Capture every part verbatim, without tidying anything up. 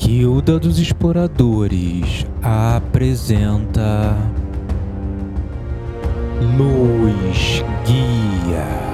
Guilda dos Exploradores apresenta Luz Guia.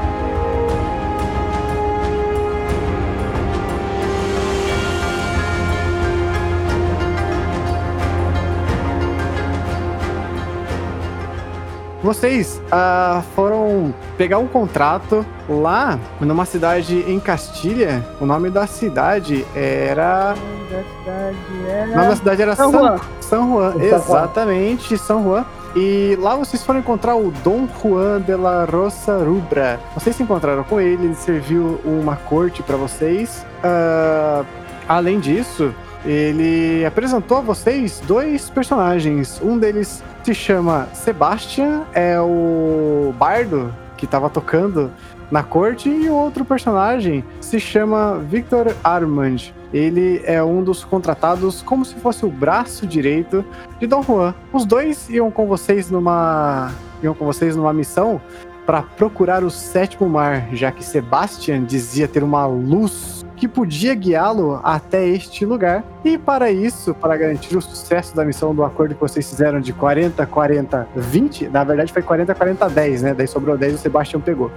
Vocês ah, foram pegar um contrato lá numa cidade em Castilha. O nome da cidade era... O nome da cidade era... O nome da cidade era San San Juan. San Juan, exatamente, San Juan. E lá vocês foram encontrar o Dom Juan de la Rosa Rubra. Vocês se encontraram com ele, ele serviu uma corte para vocês. Ah, além disso, ele apresentou a vocês dois personagens. Um deles se chama Sebastian, é o bardo que estava tocando na corte, e o outro personagem se chama Victor Armand. Ele é um dos contratados como se fosse o braço direito de Dom Juan. Os dois iam com vocês numa, iam com vocês numa missão para procurar o sétimo mar, já que Sebastian dizia ter uma luz que podia guiá-lo até este lugar. E para isso, para garantir o sucesso da missão do acordo que vocês fizeram de quarenta, quarenta, vinte, na verdade foi quarenta, quarenta, dez, né? Daí sobrou dez e o Sebastian pegou.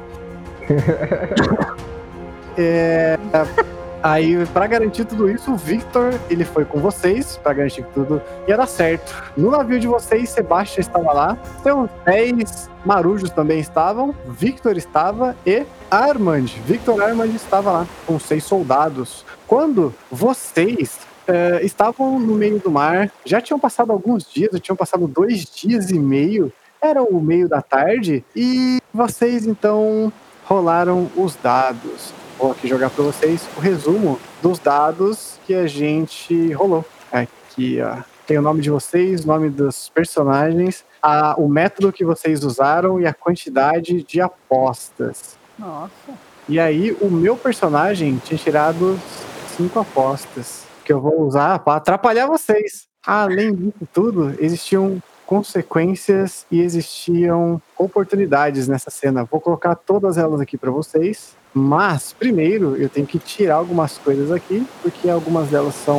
é... Aí, para garantir tudo isso, o Victor, ele foi com vocês, para garantir que tudo ia dar certo. No navio de vocês, Sebastian estava lá, seus dez marujos também estavam, Victor estava e Armand. Victor Armand estava lá, com seis soldados. Quando vocês uh, estavam no meio do mar, já tinham passado alguns dias, já tinham passado dois dias e meio, era o meio da tarde, e vocês, então, rolaram os dados. Vou aqui jogar para vocês o resumo dos dados que a gente rolou. Aqui, ó. Tem o nome de vocês, o nome dos personagens, a, o método que vocês usaram e a quantidade de apostas. Nossa. E aí, o meu personagem tinha tirado cinco apostas, que eu vou usar para atrapalhar vocês. Além disso tudo, existiam consequências e existiam oportunidades nessa cena. Vou colocar todas elas aqui para vocês. Mas, primeiro, eu tenho que tirar algumas coisas aqui, porque algumas delas são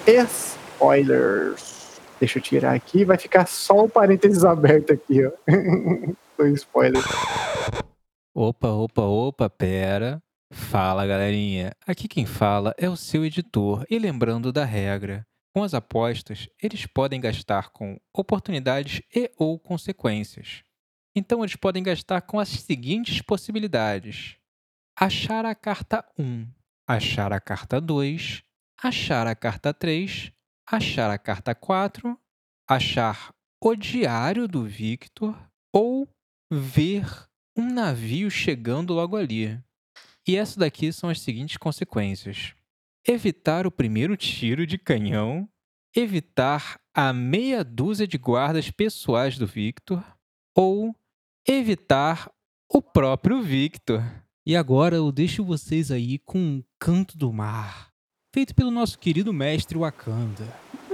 spoilers. Deixa eu tirar aqui, vai ficar só o parênteses aberto aqui, ó. Foi spoiler. Opa, opa, opa, pera. Fala, galerinha. Aqui quem fala é o seu editor. E lembrando da regra, com as apostas, eles podem gastar com oportunidades e ou consequências. Então, eles podem gastar com as seguintes possibilidades: achar a carta um, achar a carta dois, achar a carta três, achar a carta quatro, achar o diário do Victor ou ver um navio chegando logo ali. E essas daqui são as seguintes consequências: evitar o primeiro tiro de canhão, evitar a meia dúzia de guardas pessoais do Victor ou evitar o próprio Victor. E agora eu deixo vocês aí com um Canto do Mar, feito pelo nosso querido mestre Wakanda.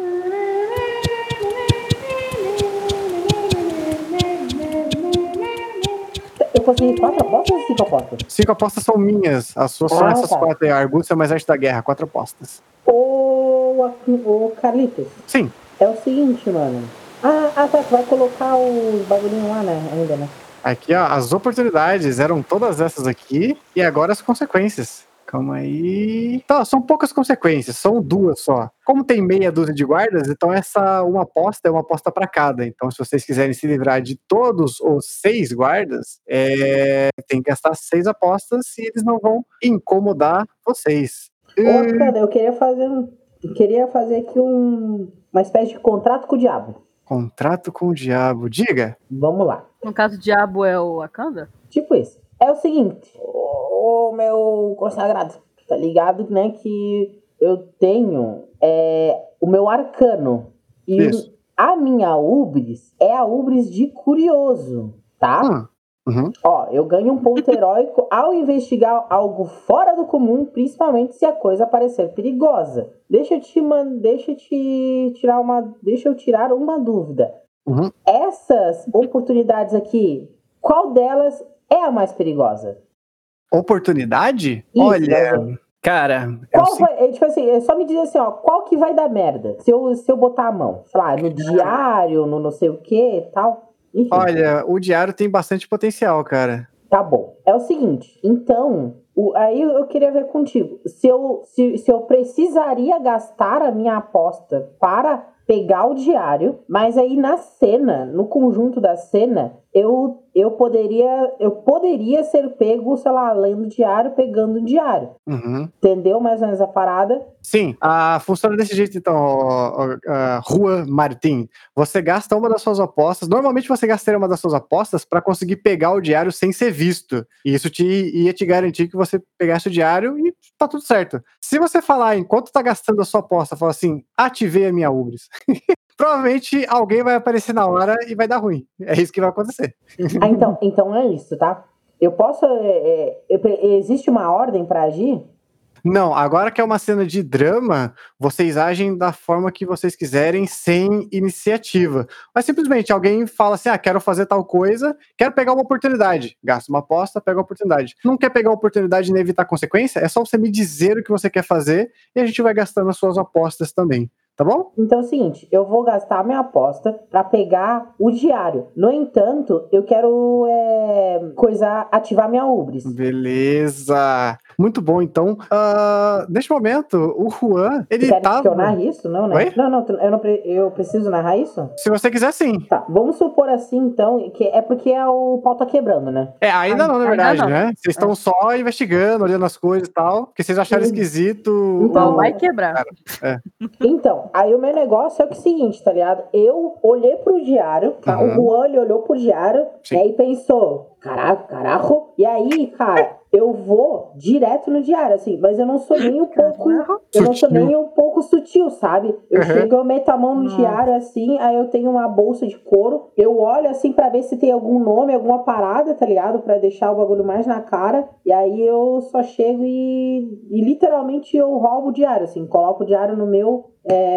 Eu consegui quatro apostas ou cinco apostas? Cinco apostas são minhas, as suas são Ah, essas tá. quatro. É Argúcia mais Arte da Guerra, quatro apostas. Ô, ô Carlitos, Sim. é o seguinte, mano. Ah, ah, tá, tu vai colocar os bagulhinhos lá, né, ainda, né? Aqui, ó, as oportunidades eram todas essas aqui, e agora as consequências. Calma aí. Tá, são poucas consequências, são duas só. Como tem meia dúzia de guardas, então essa uma aposta é uma aposta para cada. Então, se vocês quiserem se livrar de todos os seis guardas, é... tem que gastar seis apostas e eles não vão incomodar vocês. Ô, cara, eu queria fazer um. Eu queria fazer aqui um. Uma espécie de contrato com o diabo. Contrato com o diabo. Diga. Vamos lá. No caso, o diabo é o Wakanda? Tipo isso. É o seguinte, ô meu consagrado, tá ligado, né, que eu tenho é, o meu arcano. E Isso. a minha ubris é a ubris de curioso, tá? Hum. Uhum. Ó, eu ganho um ponto heróico ao investigar algo fora do comum, principalmente se a coisa parecer perigosa. Deixa eu te man... deixa eu te tirar uma, deixa eu tirar uma dúvida. Uhum. Essas oportunidades aqui, qual delas é a mais perigosa? Oportunidade? Isso, Olha, exato. Cara, é o Qual se- vai, é, tipo assim, é só me dizer assim, ó, qual que vai dar merda? Se eu, se eu botar a mão, sei lá, no diário, no não sei o que e tal. Enfim, olha, o diário tem bastante potencial, cara. tá bom. É o seguinte, então, o- aí eu queria ver contigo. Se eu, se, se eu precisaria gastar a minha aposta para pegar o diário, mas aí na cena, no conjunto da cena, eu, eu poderia eu poderia ser pego, sei lá, lendo o diário, pegando o diário. Uhum. Entendeu mais ou menos a parada? Sim, a, funciona desse jeito, então, ó, ó, ó, Juan Martin. Você gasta uma das suas apostas. Normalmente você gastaria uma das suas apostas para conseguir pegar o diário sem ser visto. E isso te, ia te garantir que você pegasse o diário e tá tudo certo. Se você falar, enquanto tá gastando a sua aposta, falar assim, ativei a minha Ubris. Provavelmente alguém vai aparecer na hora e vai dar ruim. É isso que vai acontecer. Ah, então, então é isso, tá? Eu posso. é, é, eu pre- existe uma ordem pra agir? Não, agora que é uma cena de drama, vocês agem da forma que vocês quiserem, sem iniciativa. Mas simplesmente alguém fala assim: ah, quero fazer tal coisa, quero pegar uma oportunidade. Gasta uma aposta, pega uma oportunidade. Não quer pegar a oportunidade e nem evitar consequência? É só você me dizer o que você quer fazer e a gente vai gastando as suas apostas também. Tá bom? Então é o seguinte, eu vou gastar minha aposta pra pegar o diário. No entanto, eu quero é, coisa, ativar minha Ubris. Beleza. Muito bom, então. Ah, neste momento, o Juan, Tu ele quer tá. que eu narre isso? Não, né? Oi? Não, não, tu- eu, não pre- eu preciso narrar isso? Se você quiser, sim. Tá, vamos supor assim, então, que é porque é o pau tá quebrando, né? É, ainda não, na Ainda verdade, não. né? Vocês estão só investigando, olhando as coisas e tal, porque vocês acharam Sim. esquisito. Então, Então o- vai quebrar. É. Então, aí o meu negócio é o seguinte, tá ligado? Eu olhei pro diário, tá? Uhum. O Juan, ele olhou pro diário, Sim. e aí pensou, caraca, carajo. E aí, cara, eu vou direto no diário, assim, mas eu não sou nem um pouco... Eu não sou Sutil. nem um pouco sutil, sabe? Eu Uhum. chego, eu meto a mão no Nossa. diário, assim, aí eu tenho uma bolsa de couro, eu olho, assim, pra ver se tem algum nome, alguma parada, tá ligado? Pra deixar o bagulho mais na cara, e aí eu só chego e, e literalmente eu roubo o diário, assim, coloco o diário no meu...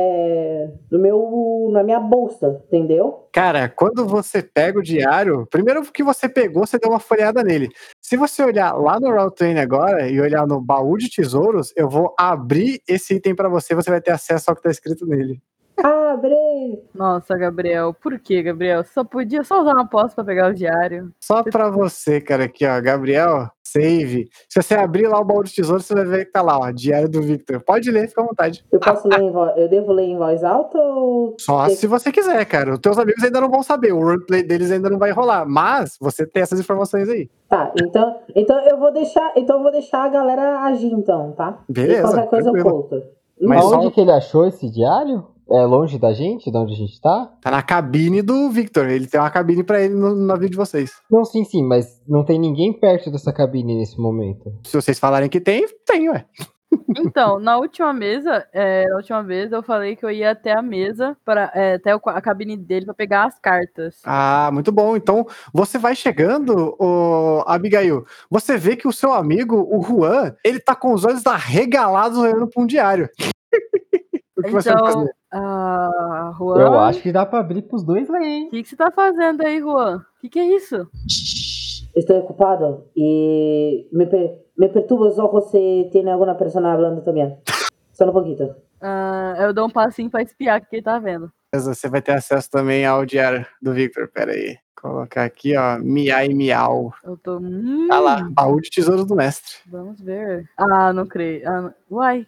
É, no meu, na minha bolsa, entendeu? Cara, quando você pega o diário, primeiro que você pegou, você deu uma folhada nele. Se você olhar lá no Roll vinte agora e olhar no baú de tesouros, eu vou abrir esse item pra você, você vai ter acesso ao que tá escrito nele. Abre! Nossa, Gabriel, por que, Gabriel? Só podia só usar uma aposta pra pegar o diário. Só pra você, cara, aqui, ó, Gabriel, save. Se você abrir lá o baú de tesouros, você vai ver que tá lá, ó, diário do Victor. Pode ler, fica à vontade. Eu posso ler em voz, eu devo ler em voz alta ou... Só se você quiser, cara. Os teus amigos ainda não vão saber, o roleplay deles ainda não vai rolar, mas você tem essas informações aí. Tá, então, então eu vou deixar, então eu vou deixar a galera agir então, tá? Beleza, E qualquer coisa tranquilo. oculta. Mas Aonde só- que ele achou esse diário? É longe da gente, de onde a gente tá? Tá na cabine do Victor, ele tem uma cabine pra ele no, no navio de vocês. Não, sim, sim, mas não tem ninguém perto dessa cabine nesse momento. Se vocês falarem que tem, tem, ué. Então, na última mesa, é, na última vez eu falei que eu ia até a mesa, para é, até o qua- a cabine dele pra pegar as cartas. Ah, muito bom. Então, você vai chegando, ô, Abigail. Você vê que o seu amigo, o Juan, ele tá com os olhos arregalados olhando pra um diário. O que você vai Então, fazer? ah, Juan, Eu acho que dá pra abrir pros dois ler, hein? o que, que você tá fazendo aí, Juan? O que, que é isso? Estoy ocupado y me, pe- me perturba os ojos se tiene alguna persona hablando también. Só um pouquinho. Ah, eu dou um passinho pra espiar o que ele tá vendo. Beleza, você vai ter acesso também ao diário do Victor. Pera aí. Colocar aqui, ó. Miai Miau. Eu tô. Hum, Tá lá. Baú de tesouros do mestre. Vamos ver. Ah, não creio. Ah, não- Uai.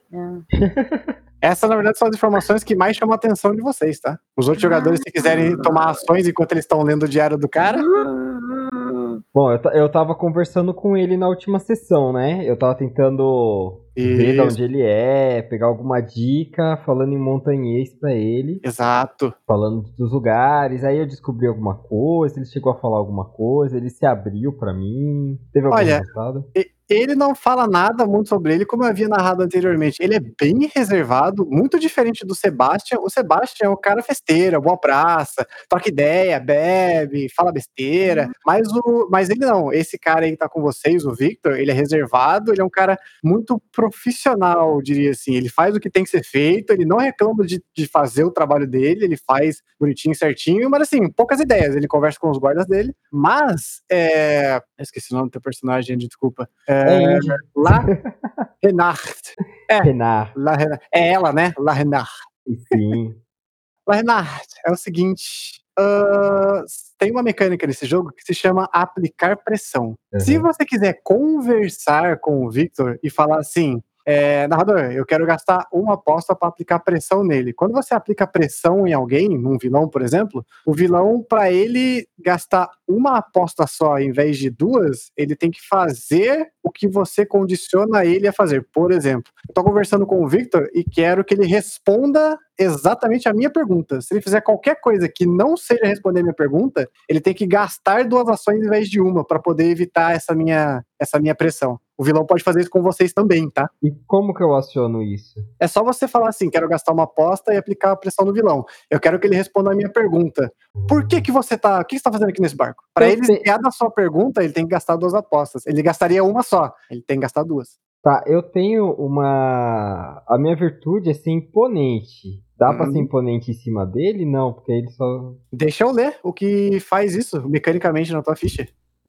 é. Essas, na verdade, são as informações que mais chamam a atenção de vocês, tá? Os outros jogadores, se quiserem tomar ações enquanto eles estão lendo o diário do cara. Bom, eu, ta- eu tava conversando com ele na última sessão, né? Eu tava tentando ver de Isso. onde ele é, pegar alguma dica, falando em montanhês pra ele, Exato. falando dos lugares. Aí eu descobri alguma coisa, ele chegou a falar alguma coisa, ele se abriu pra mim. Teve algum Olha, resultado? E- Ele não fala nada muito sobre ele, como eu havia narrado anteriormente. Ele é bem reservado, muito diferente do Sebastian. O Sebastian é o cara festeiro, boa praça, troca ideia, bebe, fala besteira. Mas, o, mas ele não. Esse cara aí que tá com vocês, o Victor, ele é reservado, ele é um cara muito profissional, diria assim. Ele faz o que tem que ser feito, ele não reclama de, de fazer o trabalho dele, ele faz bonitinho, certinho, mas assim, poucas ideias. Ele conversa com os guardas dele, mas, é... eu esqueci o nome do teu personagem, desculpa. É, É indie. La Renard. É, Renard. La Renard. É ela, né? La Renard. Sim. La Renard, é o seguinte. Uh, tem uma mecânica nesse jogo que se chama aplicar pressão. Uhum. Se você quiser conversar com o Victor e falar assim, é, narrador, eu quero gastar uma aposta para aplicar pressão nele. Quando você aplica pressão em alguém, num vilão, por exemplo, o vilão, para ele gastar uma aposta só em vez de duas, ele tem que fazer o que você condiciona ele a fazer. Por exemplo, eu tô conversando com o Victor e quero que ele responda exatamente a minha pergunta. Se ele fizer qualquer coisa que não seja responder a minha pergunta, ele tem que gastar duas ações em vez de uma para poder evitar essa minha, essa minha pressão. O vilão pode fazer isso com vocês também, tá? E como que eu aciono isso? É só você falar assim, quero gastar uma aposta e aplicar a pressão no vilão. Eu quero que ele responda a minha pergunta. Por que que você tá... O que você tá fazendo aqui nesse barco? Para ele desviar da sua pergunta, ele tem que gastar duas apostas. Ele gastaria uma só. Ele tem que gastar duas. Tá, eu tenho uma... A minha virtude é ser imponente. Dá Uhum. pra ser imponente em cima dele? Não, porque ele só... Deixa eu ler o que faz isso mecanicamente na tua ficha.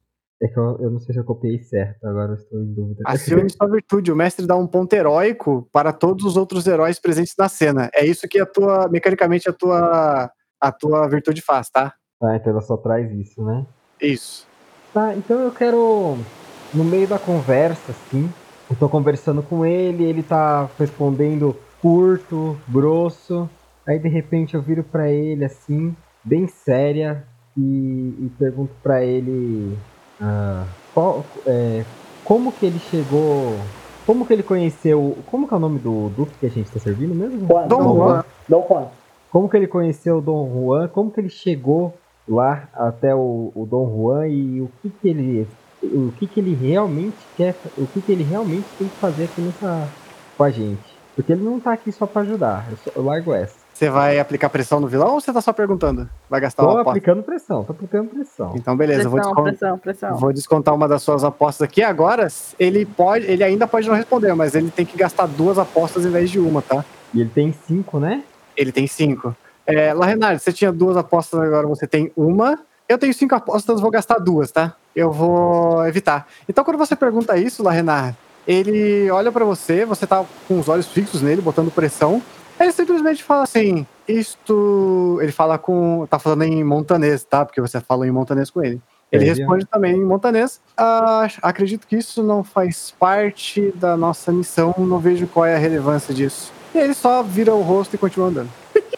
É que eu, eu não sei se eu copiei certo, agora eu estou em dúvida. Acione sua virtude. O mestre dá um ponto heróico para todos os outros heróis presentes na cena. É isso que a tua, mecanicamente a tua, a tua virtude faz, tá? Ah, então ela só traz isso, né? Isso. Tá, então eu quero, no meio da conversa, assim, eu tô conversando com ele, ele tá respondendo curto, grosso, aí de repente eu viro pra ele, assim, bem séria, e, e pergunto pra ele... Ah, qual, é, como que ele chegou... Como que ele conheceu... Como que é o nome do Duque que a gente tá servindo mesmo? Juan, Dom Dom Juan. Juan. Dom Juan. Como que ele conheceu o Dom Juan? Como que ele chegou lá até o, o Dom Juan e o que que ele... O que que ele realmente quer... O que que ele realmente tem que fazer aqui nessa... com a gente. Porque ele não tá aqui só pra ajudar. Eu, só, eu largo essa. Você vai aplicar pressão no vilão ou você tá só perguntando? Vai gastar Tô uma aposta? aplicando pressão, tô aplicando pressão. Então, beleza. Pressão, vou, descont... pressão, pressão. vou descontar uma das suas apostas aqui. Agora, ele pode, ele ainda pode não responder, mas ele tem que gastar duas apostas em vez de uma, tá? E ele tem cinco, né? Ele tem cinco. É, Larenard, você tinha duas apostas, agora você tem uma. Eu tenho cinco apostas, vou gastar duas, tá? Eu vou evitar. Então, quando você pergunta isso, Larenard, ele olha pra você, você tá com os olhos fixos nele, botando pressão. Ele simplesmente fala assim, isto... Ele fala com... Tá falando em montanês, tá? Porque você falou em montanês com ele. Ele Sério? responde também em montanês. Ah, acredito que isso não faz parte da nossa missão, não vejo qual é a relevância disso. E ele só vira o rosto e continua andando.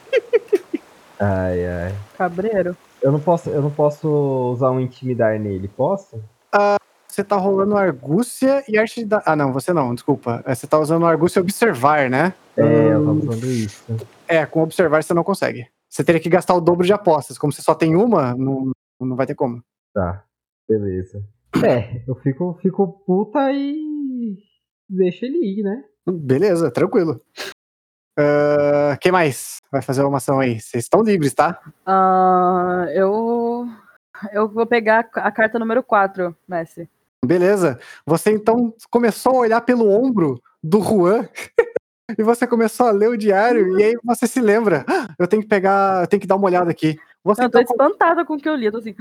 Ai, ai. Cabreiro. Eu não posso, eu não posso usar um intimidar nele, posso? Você tá rolando argúcia e arte da... Ah, não, você não, desculpa. É, Você tá usando argúcia e observar, né? É, eu Hum, tava usando isso. É, com observar você não consegue. Você teria que gastar o dobro de apostas. Como você só tem uma, não, não vai ter como. Tá, beleza. É, eu fico, fico puta e deixa ele ir, né? Beleza, tranquilo. Uh, quem mais vai fazer uma ação aí? Vocês estão livres, tá? Ah, eu. Eu vou pegar a carta número quatro, mestre. Beleza. Você então começou a olhar pelo ombro do Juan e você começou a ler o diário e aí você se lembra. "Ah, eu tenho que pegar, eu tenho que dar uma olhada aqui. Você Eu tô então espantada com o que eu li. Eu tô assim.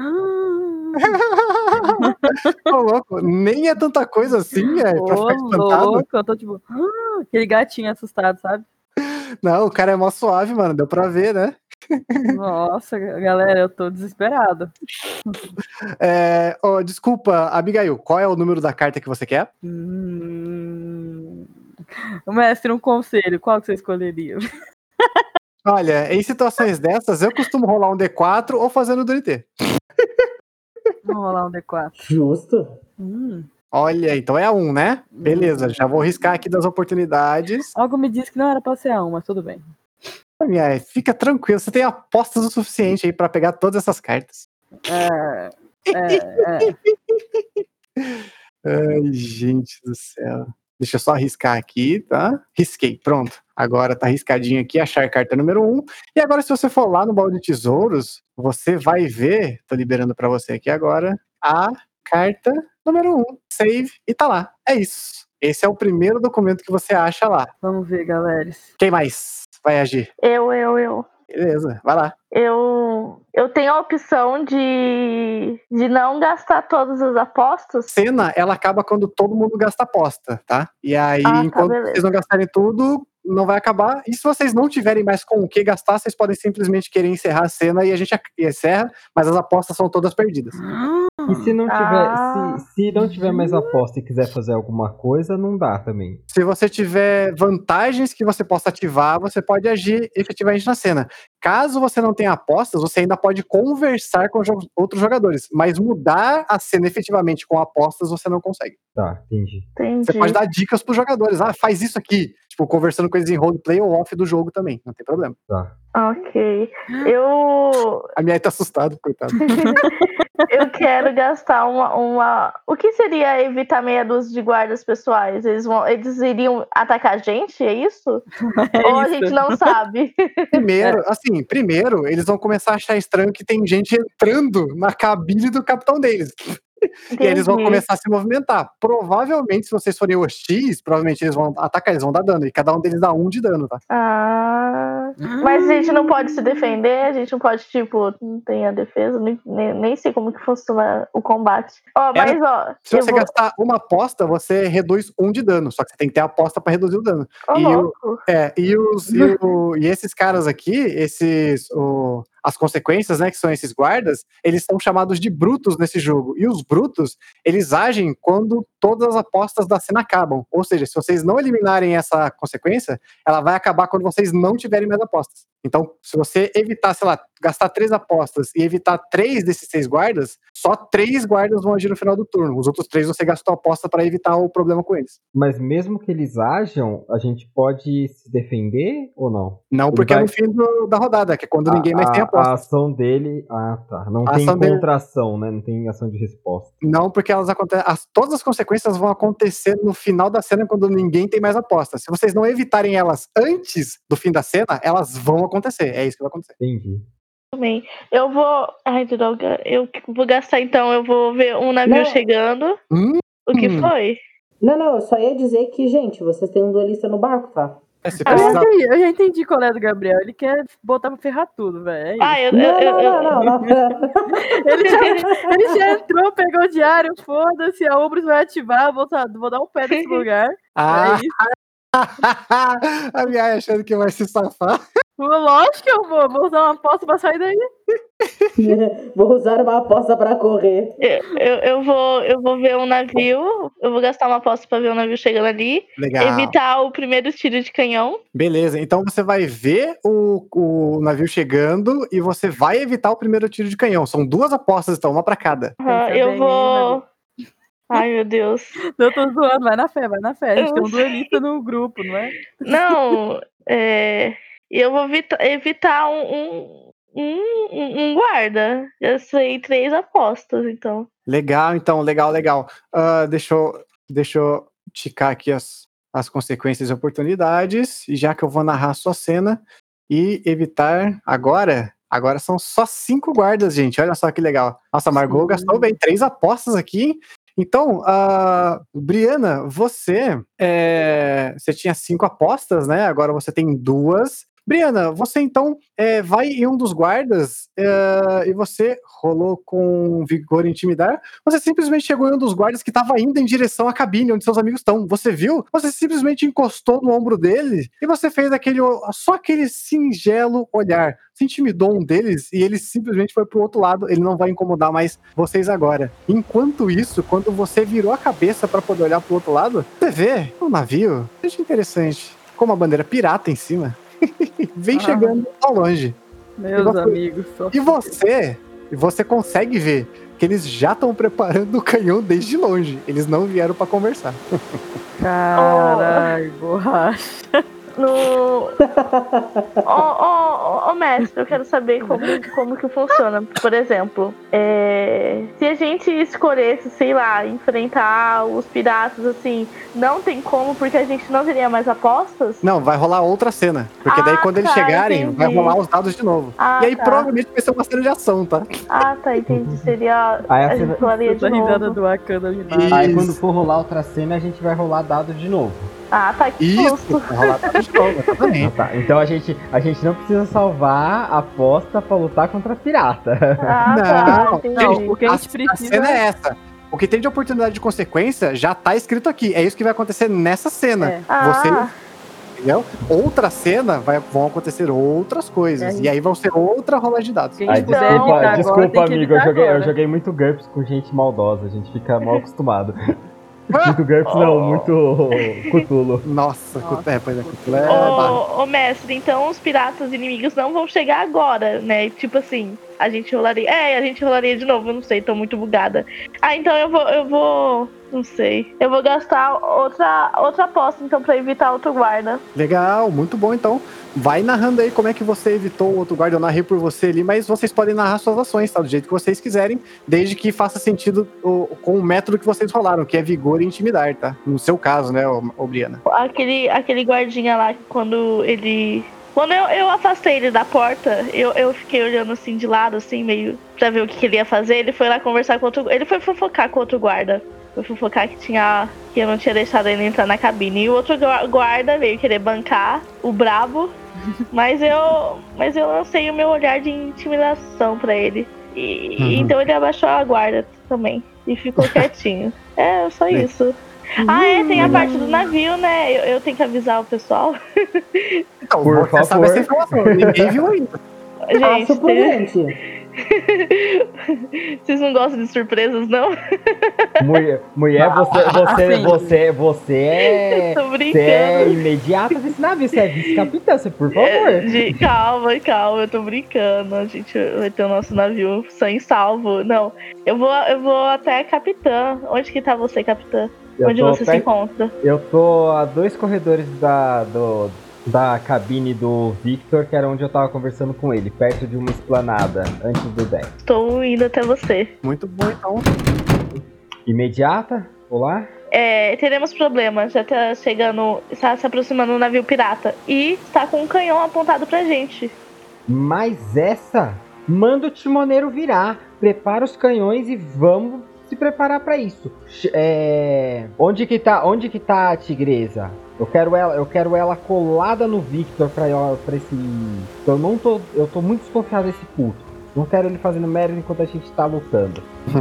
Ô, louco, nem é tanta coisa assim, é, pra Ô, ficar espantado. louco. Eu tô tipo. "Ah", aquele gatinho assustado, sabe? Não, o cara é mó suave, mano, deu pra ver, né? Nossa, galera, eu tô desesperado. É, ó, desculpa, Abigail, qual é o número da carta que você quer? Hum... Mestre, um conselho. Qual que você escolheria? Olha, em situações dessas, eu costumo rolar um D quatro ou fazer no D N T. Vamos rolar um D quatro. Justo. Hum. Olha, então é a um, né? Beleza, já vou riscar aqui das oportunidades. Algo me disse que não era pra ser a um, mas tudo bem. Minha, fica tranquilo, você tem apostas o suficiente aí pra pegar todas essas cartas. É. É, é. Ai, gente do céu. Deixa eu só riscar aqui, tá? Risquei, pronto. Agora tá riscadinho aqui, achar carta número um. E agora, se você for lá no baú de tesouros, você vai ver, tô liberando pra você aqui agora, a carta número um. Save, e tá lá. É isso. Esse é o primeiro documento que você acha lá. Vamos ver, galera. Quem mais vai agir? Eu, eu, eu. Beleza, vai lá. Eu, eu tenho a opção de, de não gastar todas as apostas. Cena, ela acaba quando todo mundo gasta aposta, tá? E aí, Ah, tá, enquanto beleza. vocês não gastarem tudo, não vai acabar. E se vocês não tiverem mais com o que gastar, vocês podem simplesmente querer encerrar a cena e a gente encerra, mas as apostas são todas perdidas. E se não tiver, Ah. se, se não tiver mais aposta e quiser fazer alguma coisa, não dá também. Se você tiver vantagens que você possa ativar, você pode agir efetivamente na cena. Caso você não tenha apostas, você ainda pode conversar com jo- outros jogadores, mas mudar a cena efetivamente com apostas você não consegue. Tá, entendi. Entendi. Você pode dar dicas pros jogadores. Ah, faz isso aqui. Tipo, conversando com eles em roleplay ou off do jogo também. Não tem problema. Tá. Ok. Eu, A minha aí tá assustada, coitado. eu quero gastar uma, uma... O que seria evitar meia dúzia de guardas pessoais? Eles, vão, eles iriam atacar a gente, é isso? É Ou a isso. gente não sabe? Primeiro, assim, primeiro, eles vão começar a achar estranho que tem gente entrando na cabine do capitão deles. E aí eles vão Entendi. começar a se movimentar. Provavelmente, se vocês forem hostis, provavelmente eles vão atacar, eles vão dar dano. E cada um deles dá um de dano, tá? Ah, mas a gente não pode se defender, a gente não pode, tipo, não tem a defesa, nem, nem, nem sei como que funciona o combate. Ó, Era- mas ó, Se eu você vou... gastar uma aposta, você reduz um de dano. Só que você tem que ter a aposta pra reduzir o dano. Ô, e o- louco. É, e, os, e, o- e esses caras aqui, esses. o- as consequências, né, que são esses guardas, eles são chamados de brutos nesse jogo. E os brutos, eles agem quando todas as apostas da cena acabam. Ou seja, se vocês não eliminarem essa consequência, ela vai acabar quando vocês não tiverem mais apostas. Então, se você evitar, sei lá, gastar três apostas e evitar três desses seis guardas, só três guardas vão agir no final do turno. Os outros três você gastou aposta para evitar o problema com eles. Mas mesmo que eles ajam, a gente pode se defender ou não? Não Ele porque é vai- no fim do- da rodada, que é quando ninguém mais a, tem a aposta. ação dele. Ah, tá. Não A tem ação dele- contra-ação, né? Não tem ação de resposta. Não, porque elas acontecem. As, todas as consequências vão acontecer no final da cena quando ninguém tem mais aposta. Se vocês não evitarem elas antes do fim da cena, elas vão acontecer. É isso que vai acontecer. Entendi. Também. Eu vou. Ai, droga. Eu vou gastar então. Eu vou ver um navio Não. chegando. Hum, O que Hum. foi? Não, não, eu só ia dizer que, gente, vocês têm um duelista no barco, tá? é, se Eu já, precisar. entendi, eu já entendi qual é do Gabriel. Ele quer botar pra ferrar tudo, velho. É isso. Ah, eu. Não, eu, eu, não, não, não, não. Ele, já, ele já entrou, pegou o diário, foda-se, a Umbris vai ativar, eu vou, tá- vou dar um pé nesse lugar. Ah, É isso. a minha achando que vai se safar. Lógico que eu vou, vou usar uma aposta pra sair daí. Vou usar uma aposta pra correr. eu, eu, eu vou, eu vou ver um navio. Eu vou gastar uma aposta pra ver um navio chegando ali. Legal. Evitar o primeiro tiro de canhão. Beleza, então você vai ver o, o navio chegando e você vai evitar o primeiro tiro de canhão. São duas apostas, então, uma pra cada. Aham, Pensa eu bem, vou. Ai, meu Deus. Eu tô zoando, vai na fé, vai na fé. A gente tem um duelista no grupo, não é? Não, é. Eu vou evita- evitar um, um, um, um- um guarda. Eu sei três apostas, então. Legal, então, legal, legal. Ah, deixa, eu, deixa eu ticar aqui as, as consequências e oportunidades, e já que eu vou narrar a sua cena e evitar agora. Agora são só cinco guardas, gente. Olha só que legal. Nossa, a Margot Sim. gastou bem três apostas aqui. Então, ah, Briana, você, é, você tinha cinco apostas, né? Agora você tem duas. Briana, você então é, vai em um dos guardas é, e você rolou com vigor e intimidar. Você simplesmente chegou em um dos guardas que estava indo em direção à cabine onde seus amigos estão. Você viu? Você simplesmente encostou no ombro dele e você fez aquele só aquele singelo olhar. Você intimidou um deles e ele simplesmente foi pro outro lado. Ele não vai incomodar mais vocês agora. Enquanto isso, quando você virou a cabeça para poder olhar pro outro lado, você vê um navio. Veja interessante. Com uma bandeira pirata em cima. Vem Ah. chegando ao longe. Meus você- amigos. Só... E você, você consegue ver que eles já estão preparando o canhão desde longe. Eles não vieram para conversar. Caralho, borracha. No. Ô, ô, ô, mestre, eu quero saber como, como que funciona. Por exemplo, é, se a gente escolhesse, sei lá, enfrentar os piratas, assim, não tem como, porque a gente não teria mais apostas? Não, vai rolar outra cena. Porque daí Ah, quando eles tá, chegarem, entendi. vai rolar os dados de novo. Ah, e aí tá. provavelmente vai ser uma cena de ação, tá? Ah, tá, entendi. Seria. Aí a A cena- gente falaria Essa de risada novo. do Wakanda E- demais. Aí Isso. quando for rolar outra cena, a gente vai rolar dado de novo. Ah, tá, que Isso, susto. rolar dado de novo, exatamente. Tá, então a gente, a gente não precisa salvar a aposta pra lutar contra a pirata. Ah, tá, Não, entendi. Não, o que a gente A precisa cena é essa. O que tem de oportunidade de consequência já tá escrito aqui. É isso que vai acontecer nessa cena. É. Você, Ah, entendeu? Outra cena vai, vão acontecer outras coisas. É. E aí vão ser outra rola de dados. Quem a Ai, gente puder Então- desculpa, evitar agora, desculpa tem que amigo, eu evitar joguei, eu agora. joguei muito GURPS com gente maldosa, a gente fica mal acostumado. Muito GURPS não, muito Cthulhu. Nossa, Nossa, é, pois é, Cthulhu é barra. ô, ô, mestre, então os piratas inimigos não vão chegar agora, né? Tipo assim, a gente rolaria. É, a gente rolaria de novo, eu não sei, tô muito bugada. Ah, então eu vou. Eu vou. Não sei. Eu vou gastar outra, outra aposta, então, pra evitar outro guarda. Legal, muito bom. Então, vai narrando aí como é que você evitou o outro guarda. Eu narrei por você ali, mas vocês podem narrar suas ações, tá? Do jeito que vocês quiserem, desde que faça sentido o- com o método que vocês rolaram, que é vigor e intimidar, tá? No seu caso, né, ô, ô Briana? Aquele, aquele guardinha lá, quando ele. Quando eu, eu afastei ele da porta, eu, eu fiquei olhando assim de lado, assim, meio pra ver o que, que ele ia fazer. Ele foi lá conversar com outro. Ele foi fofocar com outro guarda. Foi fofocar que tinha. Que eu não tinha deixado ele entrar na cabine. E o outro gua- guarda veio querer bancar o brabo. Mas eu. Mas eu lancei o meu olhar de intimidação pra ele. E, Uhum. Então ele abaixou a guarda também. E ficou quietinho. É, só Bem. isso. Ah, é, tem a Legal. parte do navio, né? Eu, eu tenho que avisar o pessoal. Então, Por você sabe favor. essa informação. Ninguém viu ainda. Gente, Acho prudente. vocês não gostam de surpresas, não? Mulher, mulher você, você, Assim. você, você é. Tô Você brincando. é imediata desse navio, você é vice-capitã, você, por É, favor. de- calma, calma, eu tô brincando. A gente vai ter o nosso navio sem salvo. Não, eu vou, eu vou até capitã. Onde que tá você, capitã? Eu Onde tô você se perto- encontra? Eu tô a dois corredores da, do, da cabine do Victor, que era onde eu tava conversando com ele, perto de uma esplanada, antes do deck. Estou indo até você. Muito bom, então. Imediata? Olá? É, teremos problemas. Já tá chegando, está se aproximando um navio pirata. E está com um canhão apontado pra gente. Mas essa, manda o timoneiro virar, prepara os canhões e vamos se preparar pra isso. Ch- É... Onde que tá, onde que tá a tigresa? Eu quero ela, eu quero ela colada no Victor pra, pra esse. Eu não tô, eu tô muito desconfiado desse puto. Não quero ele fazendo merda enquanto a gente tá lutando.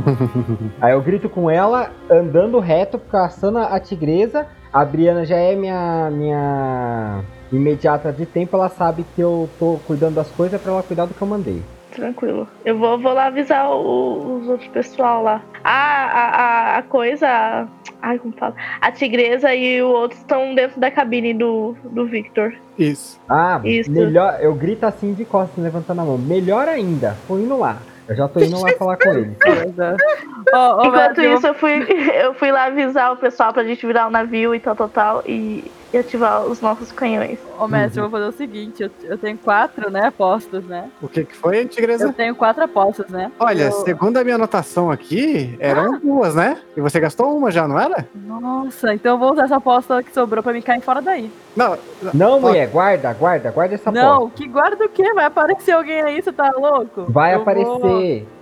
Aí eu grito com ela, andando reto, caçando a tigresa. A Briana já é minha, minha imediata de tempo, ela sabe que eu tô cuidando das coisas pra ela cuidar do que eu mandei. Tranquilo. Eu vou, vou lá avisar o- os outros pessoal lá. A, a, a, a coisa. Ai, como fala? A tigresa e o outro estão dentro da cabine do, do Victor. Isso. Ah, Isso. melhor. Eu grito assim de costas, levantando a mão. Melhor ainda, tô indo lá. Eu já tô indo lá falar com ele. Beleza. Ó, ó, Enquanto Beto, isso, eu fui, eu fui lá avisar o pessoal pra gente virar o navio e tal, tal, tal. E, e ativar os nossos canhões. Ô, mestre, eu vou fazer o seguinte, eu, eu tenho quatro, né, apostas, né? O que que foi, Tigresa? Eu tenho quatro apostas, né? Olha, eu... segundo a minha anotação aqui, eram duas, né? E você gastou uma já, não era? Nossa, então eu vou usar essa aposta que sobrou pra me cair fora daí. Não, Não, mulher, guarda, guarda, guarda essa Não, porta. que guarda o quê? Vai aparecer alguém aí, você tá louco? Vai Eu aparecer. vou-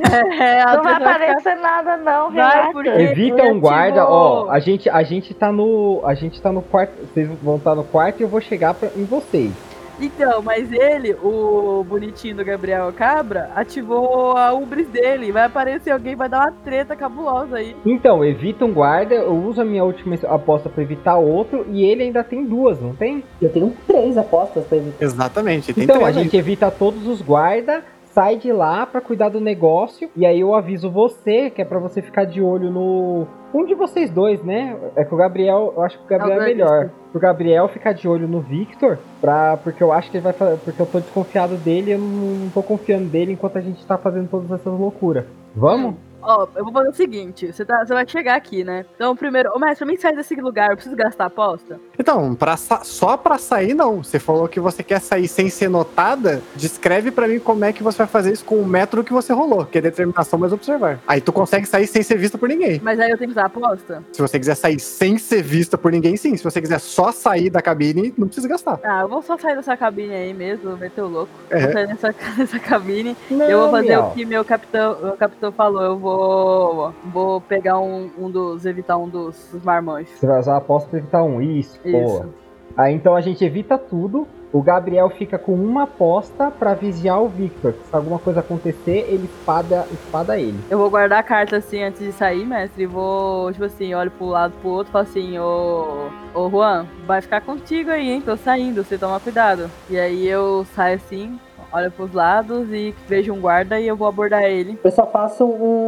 É, a Não vai pessoa ficar- aparecer nada, não, Vai, relaxa. porque- Evita ele um guarda, ativou. ó. A gente, a gente tá no. A gente tá no quarto. Vocês vão estar no quarto e eu vou chegar pra, em vocês. Então, mas ele, o bonitinho do Gabriel Cabra, ativou a Ubris dele. Vai aparecer alguém, vai dar uma treta cabulosa aí. Então, evita um guarda, eu uso a minha última aposta pra evitar outro e ele ainda tem duas, não tem? Eu tenho três apostas pra evitar. exatamente. Tem Então, três a aí. gente evita todos os guardas, sai de lá pra cuidar do negócio e aí eu aviso você, que é pra você ficar de olho no... Um de vocês dois, né? É que o Gabriel, eu acho que o Gabriel é É o melhor. O Gabriel ficar de olho no Victor, pra, porque eu acho que ele vai fazer... Porque eu tô desconfiado dele, eu não tô confiando dele enquanto a gente tá fazendo todas essas loucuras. Vamos? Ó, eu vou fazer o seguinte, você, tá, você vai chegar aqui, né? Então, primeiro, ô mestre, pra mim sair desse lugar, eu preciso gastar a aposta? Então, pra sa- só pra sair, não. Você falou que você quer sair sem ser notada. Descreve pra mim como é que você vai fazer isso com o método que você rolou, que é determinação mais observar. Aí tu consegue sair sem ser vista por ninguém. Mas aí eu tenho que usar a aposta? Se você quiser sair sem ser vista por ninguém, sim. Se você quiser só sair da cabine, não precisa gastar. Ah, eu vou só sair dessa cabine aí mesmo, meter o louco. É. Vou sair nessa, nessa cabine. Não, eu vou fazer Miau. o que meu capitão, meu capitão falou. Eu vou vou, vou pegar um, um dos, evitar um dos, dos marmanjos. Você vai usar a aposta pra evitar um. Isso, Isso. boa. Aí então a gente evita tudo. O Gabriel fica com uma aposta pra vigiar o Victor. Se alguma coisa acontecer, ele espada, espada ele. Eu vou guardar a carta assim antes de sair, mestre, e vou, tipo assim, olho pro lado pro outro e falo assim, ô, ô Juan, vai ficar contigo aí, hein? Tô saindo, você toma cuidado. E aí eu saio assim, olho pros lados e vejo um guarda e eu vou abordar ele. Eu só faço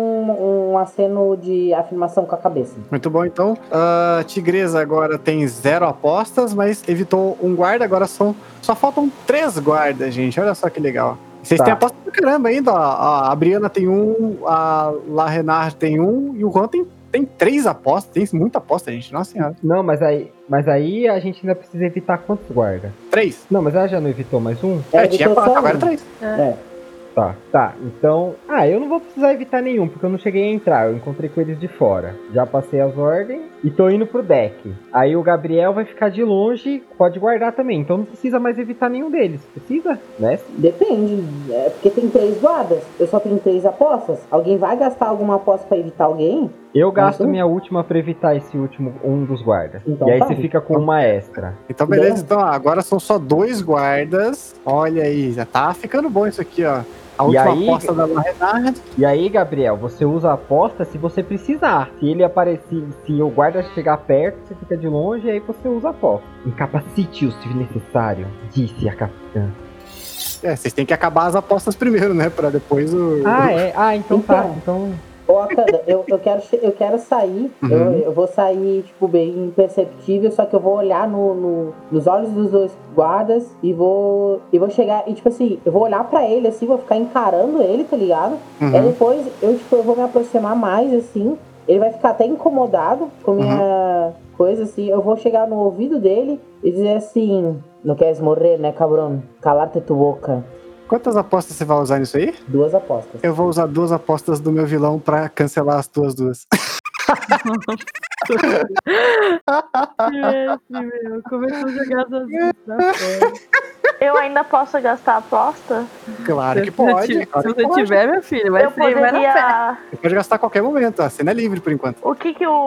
um, um aceno de afirmação com a cabeça. Muito bom, então. A Tigresa agora tem zero apostas, mas evitou um guarda. Agora são, só faltam três guardas, gente. Olha só que legal. Vocês Tá. têm aposta pra caramba ainda. Ó. A a Briana tem um, a La Renard tem um e o Juan tem, tem três apostas. Tem muita aposta, gente. Nossa senhora. Não, mas aí, mas aí a gente ainda precisa evitar quantos guarda? Três. Não, mas ela já não evitou mais um? É, É, tinha evitou quatro, só agora um. três. É. Tá, tá. Então. Ah, eu não vou precisar evitar nenhum, porque eu não cheguei a entrar. Eu encontrei com eles de fora. Já passei as ordens e tô indo pro deck. Aí o Gabriel vai ficar de longe, pode guardar também. Então não precisa mais evitar nenhum deles. Precisa? Né? Depende, é porque tem três guardas, eu só tenho três apostas. Alguém vai gastar alguma aposta pra evitar alguém? Eu gasto Então- minha última pra evitar esse último, um dos guardas. Então e aí tá. você fica com uma extra. Então, beleza. Beleza. Então, ó, agora são só dois guardas. Olha aí, já tá ficando bom isso aqui, ó. A E última aí- aposta da La Renard. E aí, Gabriel, você usa a aposta se você precisar. Se ele aparecer, se o guarda chegar perto, você fica de longe e aí você usa a aposta. Incapacite-o se necessário, disse a capitã. É, vocês têm que acabar as apostas primeiro, né? Pra depois o. Ah, é? Ah, então, Então. tá. Então. Ô, Akanda, eu, eu, quero, che- eu quero sair, Uhum. eu, eu vou sair, tipo, bem imperceptível, só que eu vou olhar no, no- nos olhos dos dois guardas e vou, e vou chegar, e tipo assim, eu vou olhar pra ele, assim, vou ficar encarando ele, tá ligado? Uhum. Aí depois, eu, tipo, eu vou me aproximar mais, assim, ele vai ficar até incomodado com minha coisa, assim, eu vou chegar no ouvido dele e dizer assim, não queres morrer, né, cabrão? Calar-te tu boca. Quantas apostas você vai usar nisso aí? Duas apostas. Eu vou usar duas apostas do meu vilão pra cancelar as tuas duas. Esse, meu, começou a jogar as duas na frente. Eu ainda posso gastar a aposta? Claro que Se você pode. tiver- Claro Se que você pode. tiver, meu filho, vai eu ser, vai na fé. poderia. Você pode gastar a qualquer momento. A cena é livre por enquanto. O que que o,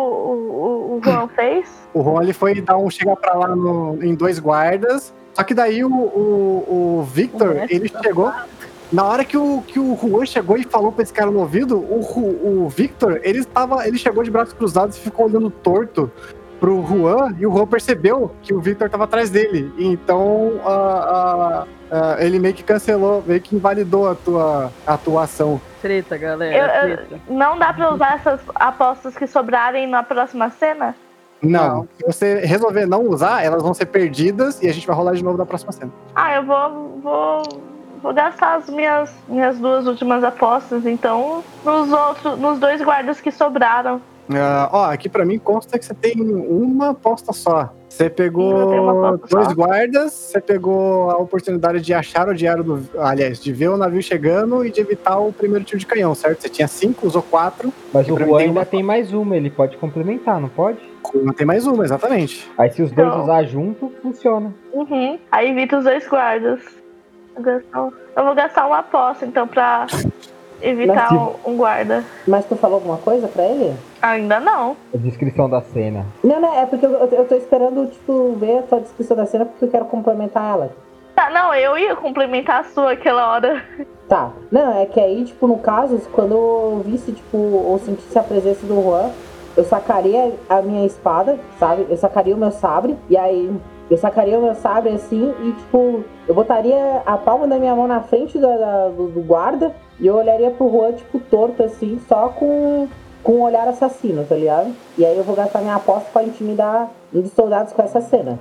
o, o Juan fez? O Ron ele foi dar um chegar pra lá no- em dois guardas. Só que daí o, o, o Victor, O mestre ele tá chegou. Na hora que o, que o Juan chegou e falou pra esse cara no ouvido, o, Ru- o Victor, ele, estava, ele chegou de braços cruzados e ficou olhando torto pro Juan, e o Juan percebeu que o Victor tava atrás dele. Então, a, a- a- ele meio que cancelou, meio que invalidou a tua atuação. Treta, galera, Eu- eu- treta. Não dá pra usar essas apostas que sobrarem na próxima cena? Não, Não. se você resolver não usar, elas vão ser perdidas e a gente vai rolar de novo na próxima cena. Ah, eu vou. vou. vou gastar as minhas, minhas duas últimas apostas, então, nos outros. Nos dois guardas que sobraram. Ah, ó, aqui pra mim consta que você tem uma aposta só. Você Eu tenho uma pegou aposta dois só. guardas, você pegou a oportunidade de achar o diário do. Aliás, de ver o navio chegando e de evitar o primeiro tiro de canhão, certo? Você tinha cinco, usou quatro. Mas E o pra mim Juan tem ainda uma- tem mais uma, ele pode complementar, não pode? Não tem mais uma, exatamente. Aí se os dois Então. usar junto, funciona. Uhum. Aí evita os dois guardas. Eu, gasto- eu vou gastar uma aposta, então, pra evitar Mas um, um guarda. Mas tu falou alguma coisa pra ele? Ainda não. A descrição da cena. Não, não, é porque eu, eu tô esperando, tipo, ver a tua descrição da cena porque eu quero complementar ela. Tá, não, eu ia complementar a sua aquela hora. Tá. Não, é que aí, tipo, no caso, quando eu visse, tipo, ou sentisse a presença do Juan, eu sacaria a minha espada, sabe? Eu sacaria o meu sabre, e aí eu sacaria o meu sabre assim, e tipo, eu botaria a palma da minha mão na frente da, da- do, do guarda, e eu olharia pro Juan, tipo, torto assim, só com, com um olhar assassino, tá ligado? E aí eu vou gastar minha aposta pra intimidar um dos soldados com essa cena.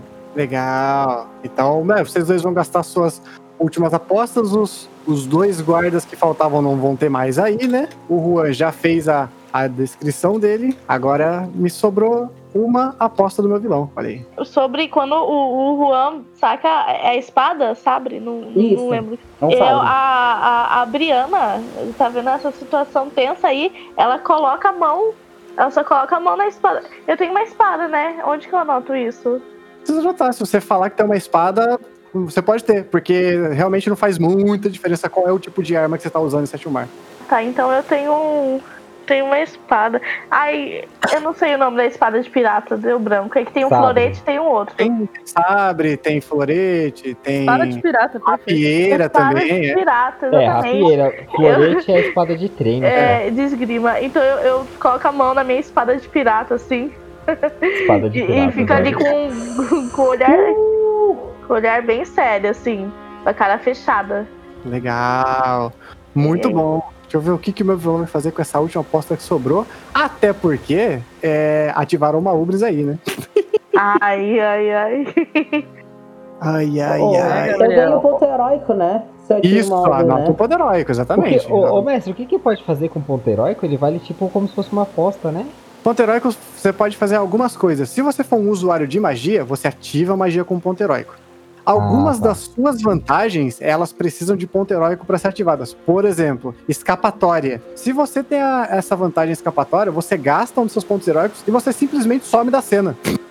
Legal. Então, né, vocês dois vão gastar suas últimas apostas. Os, os dois guardas que faltavam não vão ter mais aí, né? O Juan já fez a, a descrição dele. Agora me sobrou uma aposta do meu vilão. Olha aí. Sobre quando o, o Juan saca a espada, sabe? Não, Isso. não lembro. Não Eu, sabe. a, a, a Briana, tá vendo essa situação tensa aí? Ela coloca a mão. Ela só coloca a mão na espada. Eu tenho uma espada, né? Onde que eu anoto isso? Precisa anotar. Se você falar que tem uma espada, você pode ter. Porque realmente não faz muita diferença qual é o tipo de arma que você tá usando em Sétimo Mar. Tá, então eu tenho um. tem uma espada. Ai, eu não sei o nome da espada de pirata, deu branco. É que tem um Sabre. florete e tem um outro. Tem sabre, tem florete, tem Espada de pirata, perfeito. rapieira Espada também. de É. pirata, É, exatamente. rapieira. Florete é a espada de treino. É, de esgrima. Então eu, eu coloco a mão na minha espada de pirata, assim. Espada de E, pirata. e fica ali né? com, com o olhar, com o olhar bem sério, assim. Com a cara fechada. Legal. Muito E aí? bom. Deixa eu ver o que que o meu vilão vai fazer com essa última aposta que sobrou. Até porque é, ativaram uma Ubris aí, né? Ai, ai, ai. Ai, ai, Ô, ai. eu ganho ponto heróico, né? Se eu ativo Isso, uma ah, Ubris, não, né? tô poderóico, O que, exatamente. ô, ô, mestre, o que que pode fazer com ponto heróico? Ele vale tipo como se fosse uma aposta, né? Ponto heróico, você pode fazer algumas coisas. Se você for um usuário de magia, você ativa a magia com ponto heróico. Algumas Ah, tá. das suas vantagens, elas precisam de ponto heróico para ser ativadas. Por exemplo, escapatória. Se você tem a- essa vantagem escapatória, você gasta um dos seus pontos heróicos e você simplesmente some da cena.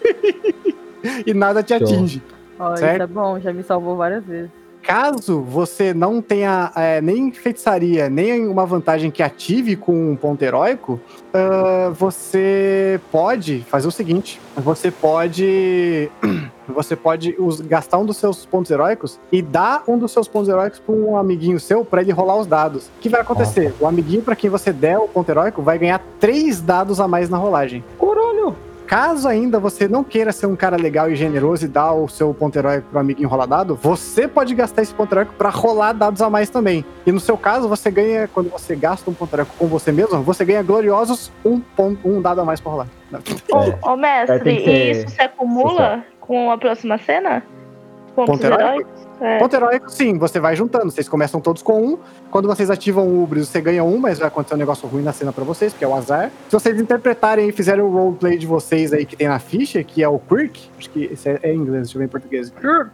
E nada te Show. atinge. Ó, isso Certo. é bom, já me salvou várias vezes. Caso você não tenha é, nem feitiçaria, nem uma vantagem que ative com um ponto heróico, ah, você pode fazer o seguinte: você pode. Você pode us- gastar um dos seus pontos heróicos e dar um dos seus pontos heróicos para um amiguinho seu para ele rolar os dados. O que vai acontecer? O amiguinho para quem você der o ponto heróico vai ganhar três dados a mais na rolagem. Corolho! Caso ainda você não queira ser um cara legal e generoso e dar o seu ponto heróico pro amiguinho rolar dado, você pode gastar esse ponto heróico pra rolar dados a mais também. E no seu caso, você ganha, quando você gasta um ponto heróico com você mesmo, você ganha gloriosos um, ponto, um dado a mais pra rolar. Ô, ô, mestre, Vai ter que e ser- isso se acumula com a próxima cena? Pontos Ponto heróico? heróicos? É. Ponto heróico, sim, você vai juntando. Vocês começam todos com um. Quando vocês ativam o Ubris, você ganha um, mas vai acontecer um negócio ruim na cena pra vocês, porque é o azar. Se vocês interpretarem e fizerem o roleplay de vocês aí que tem na ficha, que é o Quirk, acho que esse é, é em inglês, deixa eu ver em português.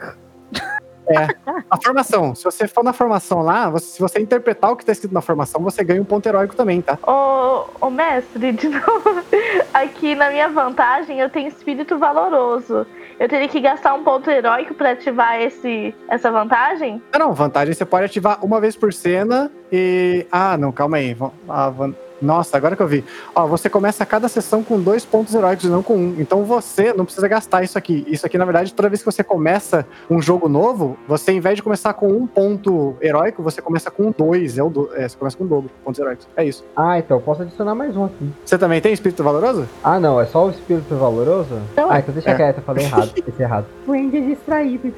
É, a formação. Se você for na formação lá, você- se você interpretar o que tá escrito na formação, você ganha um ponto heróico também, tá? Ô, ô, mestre, de novo, aqui na minha vantagem eu tenho espírito valoroso. Eu teria que gastar um ponto heróico pra ativar esse, essa vantagem? Ah, não, vantagem você pode ativar uma vez por cena e... Ah, não, calma aí. Va- a van- Nossa, agora que eu vi. Ó, você começa cada sessão com dois pontos heróicos e não com um. Então você não precisa gastar isso aqui. Isso aqui, na verdade, toda vez que você começa um jogo novo, você, em vez de começar com um ponto heróico, você começa com dois. É o do... é, você começa com o dobro pontos heróicos. É isso. Ah, então eu posso adicionar mais um aqui. Você também tem espírito valoroso? Ah, não, é só o espírito valoroso? Não. Ah, então deixa É. quieto, eu falei errado, esse errado. O Andy é distraído.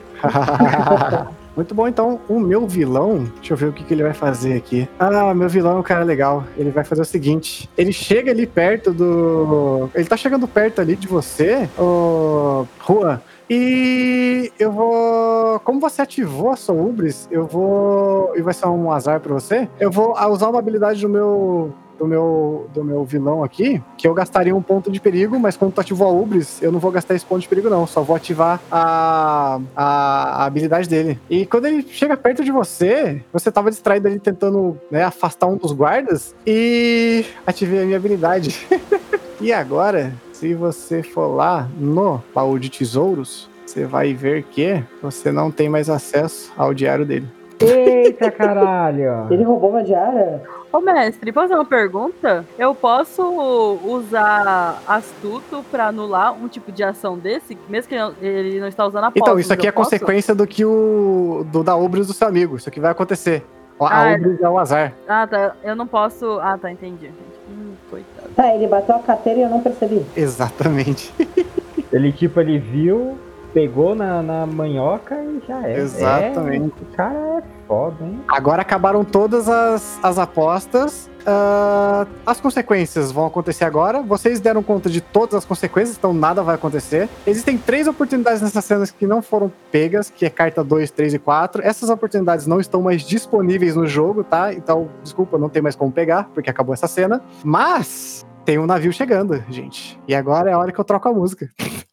Muito bom, então, o meu vilão, deixa eu ver o que, que ele vai fazer aqui. Ah, meu vilão é um cara legal. Ele vai fazer o seguinte: ele chega ali perto do. Ele tá chegando perto ali de você, ô Juan. E eu vou. Como você ativou a sua Ubris, eu vou. E vai ser um azar pra você. Eu vou usar uma habilidade do meu. Do meu, do meu vilão aqui, que eu gastaria um ponto de perigo, mas quando tu ativou a Ubris, eu não vou gastar esse ponto de perigo, não. Só vou ativar a, a, a habilidade dele. E quando ele chega perto de você, você tava distraído ali tentando, né, afastar um dos guardas, e ativei a minha habilidade. E agora, se você for lá no baú de tesouros, você vai ver que você não tem mais acesso ao diário dele. Eita caralho! Ele roubou minha diária? Ô, mestre, posso fazer uma pergunta? Eu posso usar astuto pra anular um tipo de ação desse, mesmo que ele não está usando a Então, posse, isso aqui eu é posso? consequência do que o. do da Ubris do seu amigo. Isso aqui vai acontecer. A Ah, Ubris é o azar. Ah, tá. Eu não posso... Ah, tá, entendi. entendi. Hum, coitado. Tá, ele bateu a carteira e eu não percebi. Exatamente. Ele, tipo, ele viu, pegou na, na manhoca e já era. Exatamente. É, o cara é foda, hein? Agora acabaram todas as, as apostas. Ah, as consequências vão acontecer agora. Vocês deram conta de todas as consequências, então nada vai acontecer. Existem três oportunidades nessas cenas que não foram pegas, que é carta dois, três e quatro. Essas oportunidades não estão mais disponíveis no jogo, tá? Então, desculpa, não tem mais como pegar, porque acabou essa cena. Mas tem um navio chegando, gente. E agora é a hora que eu troco a música.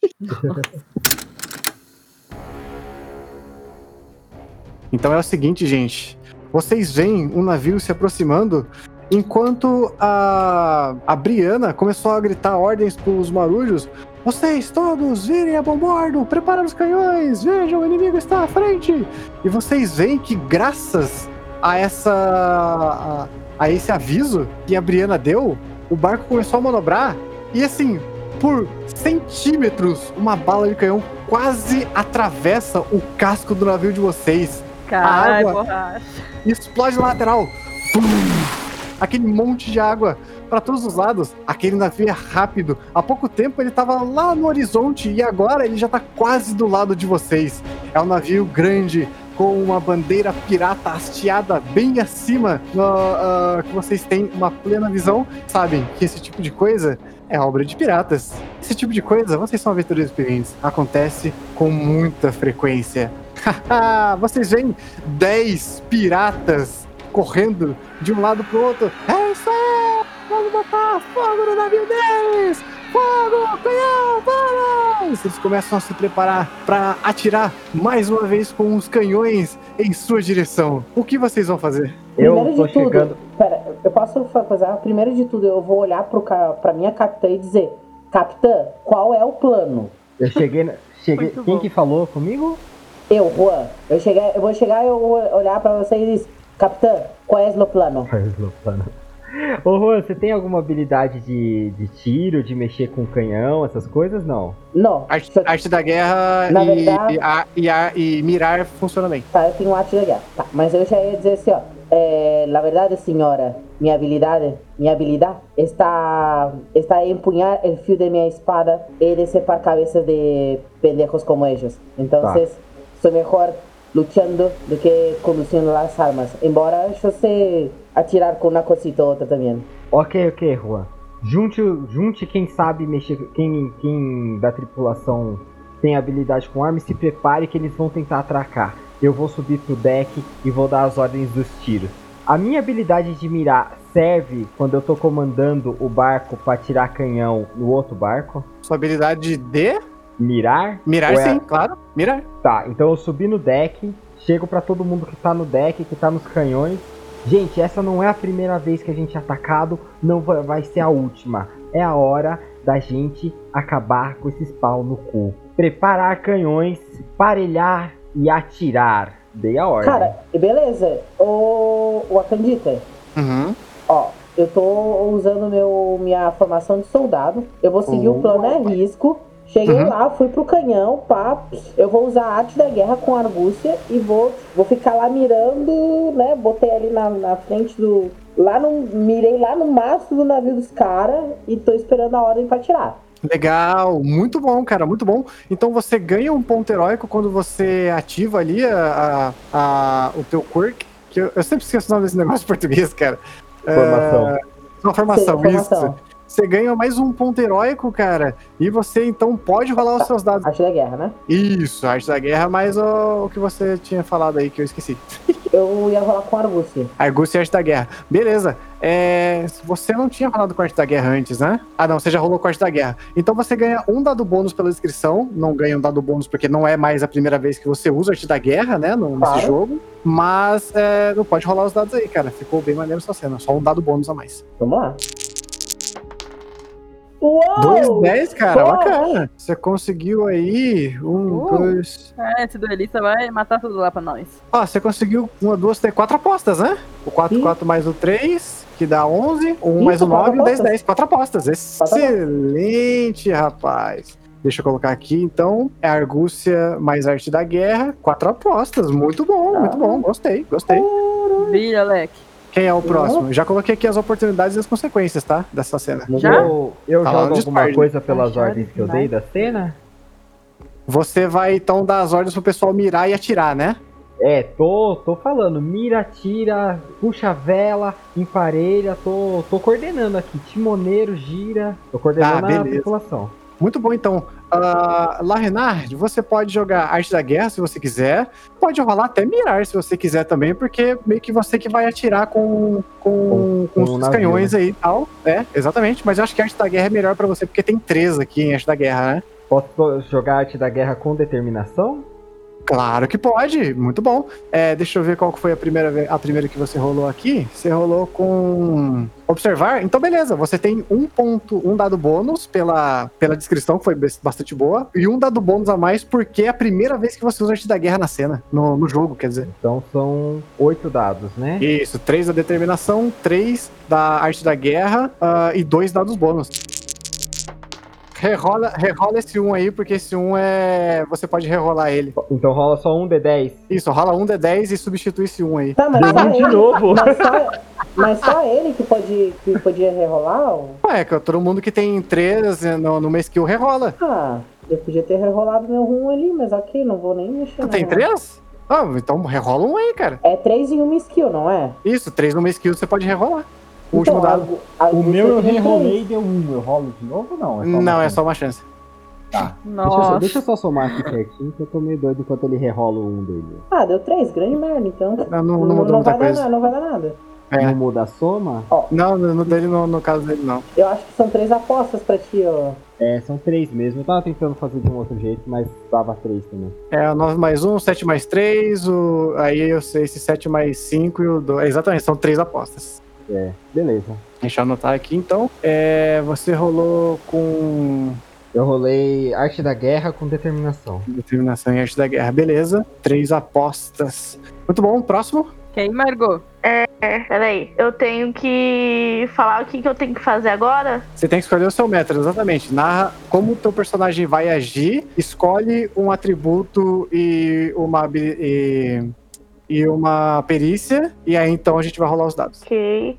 Então é o seguinte, gente. Vocês veem um navio se aproximando enquanto a, a Briana começou a gritar ordens pros marujos. Vocês todos virem a bombordo, preparar os canhões, vejam, o inimigo está à frente. E vocês veem que graças a essa a, a esse aviso que a Briana deu, o barco começou a manobrar e assim, por centímetros, uma bala de canhão quase atravessa o casco do navio de vocês. Caralho, água- borracha. Explode na lateral. Pum! Aquele monte de água para todos os lados. Aquele navio é rápido. Há pouco tempo ele estava lá no horizonte e agora ele já está quase do lado de vocês. É um navio grande com uma bandeira pirata hasteada bem acima, uh, uh, que vocês têm uma plena visão. Sabem que esse tipo de coisa é obra de piratas. Esse tipo de coisa, vocês são aventureiros experientes, acontece com muita frequência. Vocês veem dez piratas correndo de um lado pro outro. É isso aí! Vamos botar fogo no navio deles! Fogo! Canhão! Vamos! Eles começam a se preparar para atirar mais uma vez com os canhões em sua direção. O que vocês vão fazer? Eu Primeiro tô de tudo, chegando. pera, eu posso fazer? Primeiro de tudo, eu vou olhar pro, ca- pra minha capitã e dizer: Capitã, qual é o plano? Eu cheguei. na- cheguei Muito quem bom. que falou comigo? Eu, Juan, eu, cheguei, eu vou chegar e eu vou olhar pra vocês e dizer: Capitã, qual é o plano? Ô Juan, você tem alguma habilidade de, de tiro, de mexer com canhão, essas coisas? Não. Não, Arte, só- arte da guerra Na e, verdade- e, a- e, a- e mirar funciona bem. tá, eu tenho arte da guerra. Tá, mas eu já ia dizer assim, ó. É, la verdade, senhora, minha habilidade, minha habilidade está, está em empunhar o fio de minha espada e decepar cabeças de pendejos como eles. Então, Tá. sou melhor lutando do que conduzindo as armas. Embora eu sei atirar com uma cosita ou outra também. Ok, ok, Juan. Junte, junte quem sabe mexer, quem, quem da tripulação tem habilidade com arma e se prepare que eles vão tentar atracar. Eu vou subir pro deck e vou dar as ordens dos tiros. A minha habilidade de mirar serve quando eu tô comandando o barco pra tirar canhão no outro barco? Sua habilidade de Mirar? mirar, Ou é- sim, claro. Mirar. Tá, então eu subi no deck, chego pra todo mundo que tá no deck, que tá nos canhões. Gente, essa não é a primeira vez que a gente é atacado, não vai, vai ser a última. É a hora da gente acabar com esses pau no cu. Preparar canhões, parelhar e atirar. Dei a ordem. Cara, beleza. O, o Akandita, Uhum. ó, eu tô usando meu, minha formação de soldado. Eu vou seguir Oh, o plano a risco. Cheguei Uhum. lá, fui pro canhão, pá. Eu vou usar a arte da guerra com argúcia e vou, vou ficar lá mirando, né? Botei ali na, na frente do. Lá no. Mirei lá no mastro do navio dos caras e tô esperando a ordem pra tirar. Legal, muito bom, cara, muito bom. Então você ganha um ponto heróico quando você ativa ali a, a, a- o teu quirk, que eu, eu sempre esqueço o nome desse negócio em português, cara. Formação. É, uma formação, Sim, formação. isso. Você ganha mais um ponto heróico, cara, e você então pode rolar os seus dados. Arte da guerra, né? Isso, arte da guerra, mais o, o que você tinha falado aí, que eu esqueci. Eu ia rolar com argúcia. Argúcia e arte da guerra. Beleza. É, você não tinha rolado com arte da guerra antes, né? Ah, não, você já rolou com arte da guerra. Então você ganha um dado bônus pela inscrição. Não ganha um dado bônus porque não é mais a primeira vez que você usa arte da guerra, né? No, nesse Claro. jogo. Mas é, não pode rolar os dados aí, cara. Ficou bem maneiro sua cena. Só um dado bônus a mais. Vamos lá. Uou! dois dez, cara. Pô! Bacana. Você conseguiu aí. Um, Uh. dois. É, esse duelista vai matar tudo lá pra nós. Ó, você conseguiu uma, duas, três, quatro apostas, né? O quatro, Ih. quatro mais o três, que dá onze. O um Isso, mais o quatro nove e o dez, apostas. dez. Quatro apostas. Quatro Excelente, rapaz. Deixa eu colocar aqui, então. É Argúcia mais arte da guerra. Quatro apostas. Muito bom, muito bom. Gostei, gostei. Brilha, Alec. Quem é o próximo? Já coloquei aqui as oportunidades e as consequências, tá? Dessa cena. Já? Eu, eu Tá lá jogo no alguma Discord. coisa pelas Achado ordens que eu demais. dei da cena? Você vai, então, dar as ordens pro pessoal mirar e atirar, né? É, tô, tô falando, mira, tira, puxa a vela, emparelha, tô, tô coordenando aqui, timoneiro, gira, tô coordenando Ah, a beleza. tripulação. Muito bom, então. Uh, lá, Renard, você pode jogar Arte da Guerra se você quiser. Pode rolar até mirar se você quiser também, porque meio que você que vai atirar com, com, Com- com, com o os navio, canhões né? aí e tal. É, exatamente. Mas eu acho que a Arte da Guerra é melhor pra você, porque tem três aqui em Arte da Guerra, né? Posso jogar arte da guerra com determinação? Claro que pode, muito bom. É, deixa eu ver qual que foi a primeira, ve- a primeira que você rolou aqui. Você rolou com observar. Então, beleza, você tem um ponto, um dado bônus pela, pela descrição, que foi bes- bastante boa, e um dado bônus a mais porque é a primeira vez que você usa arte da guerra na cena, no, no jogo, quer dizer. Então são oito dados, né? Isso, três da determinação, três da arte da guerra ah, e dois dados bônus. Rerola, rerola esse um aí, porque esse um é. Você pode rerolar ele. Então rola só um D dez. Isso, rola um D dez e substitui esse um aí. Tá, mas Deu só um de ele. novo. Mas só, mas só ele que, pode, que podia rerolar? Ou... Ué, que todo mundo que tem três no, numa skill rerola. Ah, eu podia ter rerolado meu rum ali, mas ok, não vou nem mexer. Tu não. tem três? Ah, então rerola um aí, cara. É três em uma skill, não é? Isso, três numa skill você pode rerolar. O último Então, dado. algo- algo O meu eu você tem rerolei três. e deu um. Eu rolo de novo ou não? Não, uma é chance? só uma chance. Tá. Deixa eu, só, Nossa. deixa eu só somar aqui certinho, que eu tô meio doido enquanto ele rerola um dele. Ah, deu três, grande merda, então. Não, não, não mudou muita vai dar coisa. nada, não vai dar nada. É. Não muda a soma? Não, no, no dele, no, no caso dele, não. Eu acho que são três apostas pra ti, ó. É, são três mesmo. Eu tava tentando fazer de um outro jeito, mas dava três também. É o nove mais um, sete mais três, o... aí eu sei esse sete mais cinco e o dois. Exatamente, são três apostas. É, beleza. Deixa eu anotar aqui então. É, você rolou com Eu rolei arte da guerra com determinação. determinação e arte da guerra, beleza. Três apostas. Muito bom, próximo. Quem, Margot? É, peraí. Eu tenho que falar o que, que eu tenho que fazer agora? Você tem que escolher o seu método, exatamente. Narra como o teu personagem vai agir, escolhe um atributo e uma, habi- e, e uma perícia, e aí então a gente vai rolar os dados. Ok.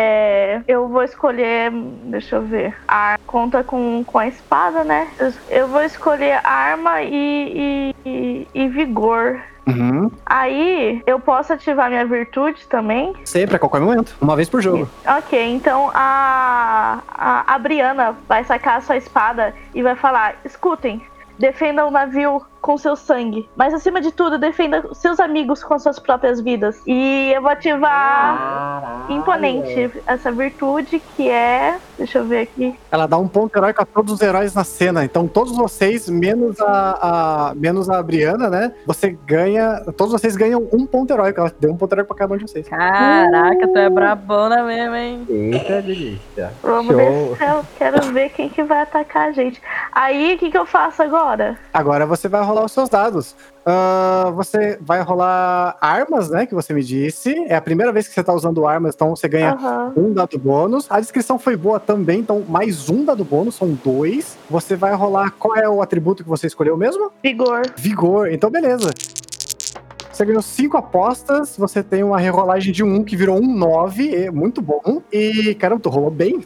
É, eu vou escolher. Deixa eu ver. A conta com, com a espada, né? Eu, eu vou escolher arma e, e, e vigor. Uhum. Aí eu posso ativar minha virtude também. Sempre, a qualquer momento. Uma vez por jogo. Ok, então a, a, a Brianna vai sacar a sua espada e vai falar: escutem, defenda o navio com seu sangue, mas acima de tudo, defenda seus amigos com suas próprias vidas. E eu vou ativar Caralho. imponente essa virtude que é. Deixa eu ver aqui. Ela dá um ponto heróico a todos os heróis na cena. Então, todos vocês, menos a, a, menos a Brianna, né? Você ganha. Todos vocês ganham um ponto heróico. Ela deu um ponto heróico pra cada um de vocês. Caraca, tu é brabona mesmo, hein? Eita, delícia. Vamos Show. descer, eu quero ver quem que vai atacar a gente. Aí, o que, que eu faço agora? Agora você vai rolar os seus dados. Ah, você vai rolar armas, né? Que você me disse. É a primeira vez que você tá usando armas, então você ganha Aham. um dado bônus. A descrição foi boa também, então mais um dado bônus, são dois. Você vai rolar. Qual é o atributo que você escolheu mesmo? Vigor. Vigor. Então, beleza. Você ganhou cinco apostas, você tem uma rerolagem de um que virou um nove, é muito bom. E, caramba, tu rolou bem.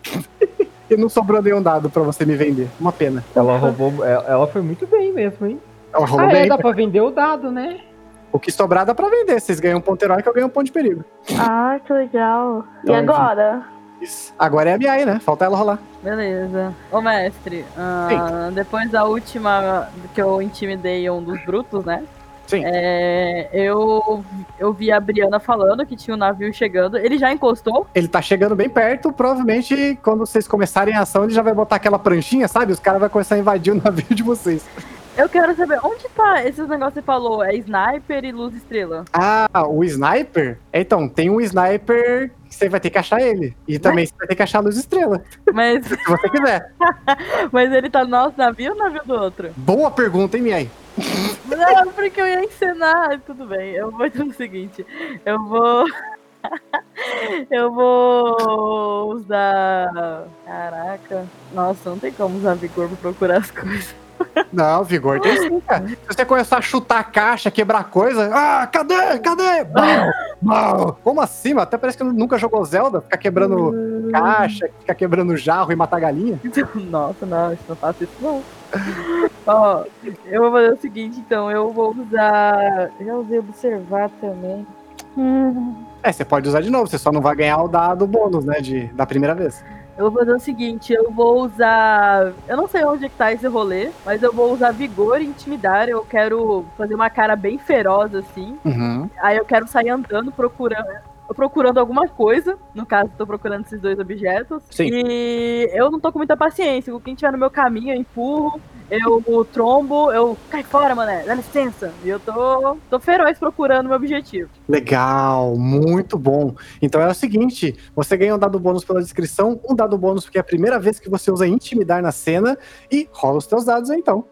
E não sobrou nenhum dado pra você me vender. Uma pena. Ela roubou. Ela ela foi muito bem mesmo, hein? Ela rolou Ah, bem. é, dá pra vender o dado, né? O que sobrar dá pra vender. Vocês ganham um ponto heróico, eu ganho um ponto de perigo. Ah, que legal. Então, E agora? Isso. Agora é a Miai, né? Falta ela rolar. Beleza. Ô, mestre, ah, depois da última que eu intimidei um dos brutos, né? Sim. É, eu, eu vi a Brianna falando que tinha um navio chegando. Ele já encostou? Ele tá chegando bem perto, provavelmente quando vocês começarem a ação, ele já vai botar aquela pranchinha, sabe? Os caras vão começar a invadir o navio de vocês. Eu quero saber, onde tá esses negócios que você falou? É sniper e luz estrela? Ah, o sniper? Então, tem um sniper que você vai ter que achar ele. E também você vai ter que achar a luz estrela, Mas, se você quiser. mas ele tá no nosso navio ou no navio do outro? Boa pergunta, hein, Miai? Não, porque eu ia encenar. Tudo bem, eu vou fazer o seguinte. Eu vou... eu vou usar... Caraca. Nossa, não tem como usar vigor pra procurar as coisas. Não, vigor tem sim, cara. Se você começar a chutar a caixa, quebrar coisa, ah, cadê? Cadê? Bau, bau. Como assim, mano? Até parece que nunca jogou Zelda, ficar quebrando caixa, ficar quebrando jarro e matar galinha. Nossa, não, eu não faço isso não. Ó, eu vou fazer o seguinte, então, eu vou usar... Já usei observar também. Hum, É, você pode usar de novo, você só não vai ganhar o dado bônus, né, de, da primeira vez. eu vou fazer o seguinte, eu vou usar... Eu não sei onde é que tá esse rolê, mas eu vou usar vigor e intimidar. Eu quero fazer uma cara bem feroz, assim. Uhum. Aí eu quero sair andando, procurando... procurando alguma coisa. No caso, tô procurando esses dois objetos. Sim. E eu não tô com muita paciência. Quem tiver no meu caminho, eu empurro. eu trombo, eu cai fora, mané, dá licença. E eu tô, tô feroz procurando meu objetivo. Legal, muito bom. Então é o seguinte, você ganha um dado bônus pela descrição, um dado bônus porque é a primeira vez que você usa intimidar na cena e rola os teus dados aí, então.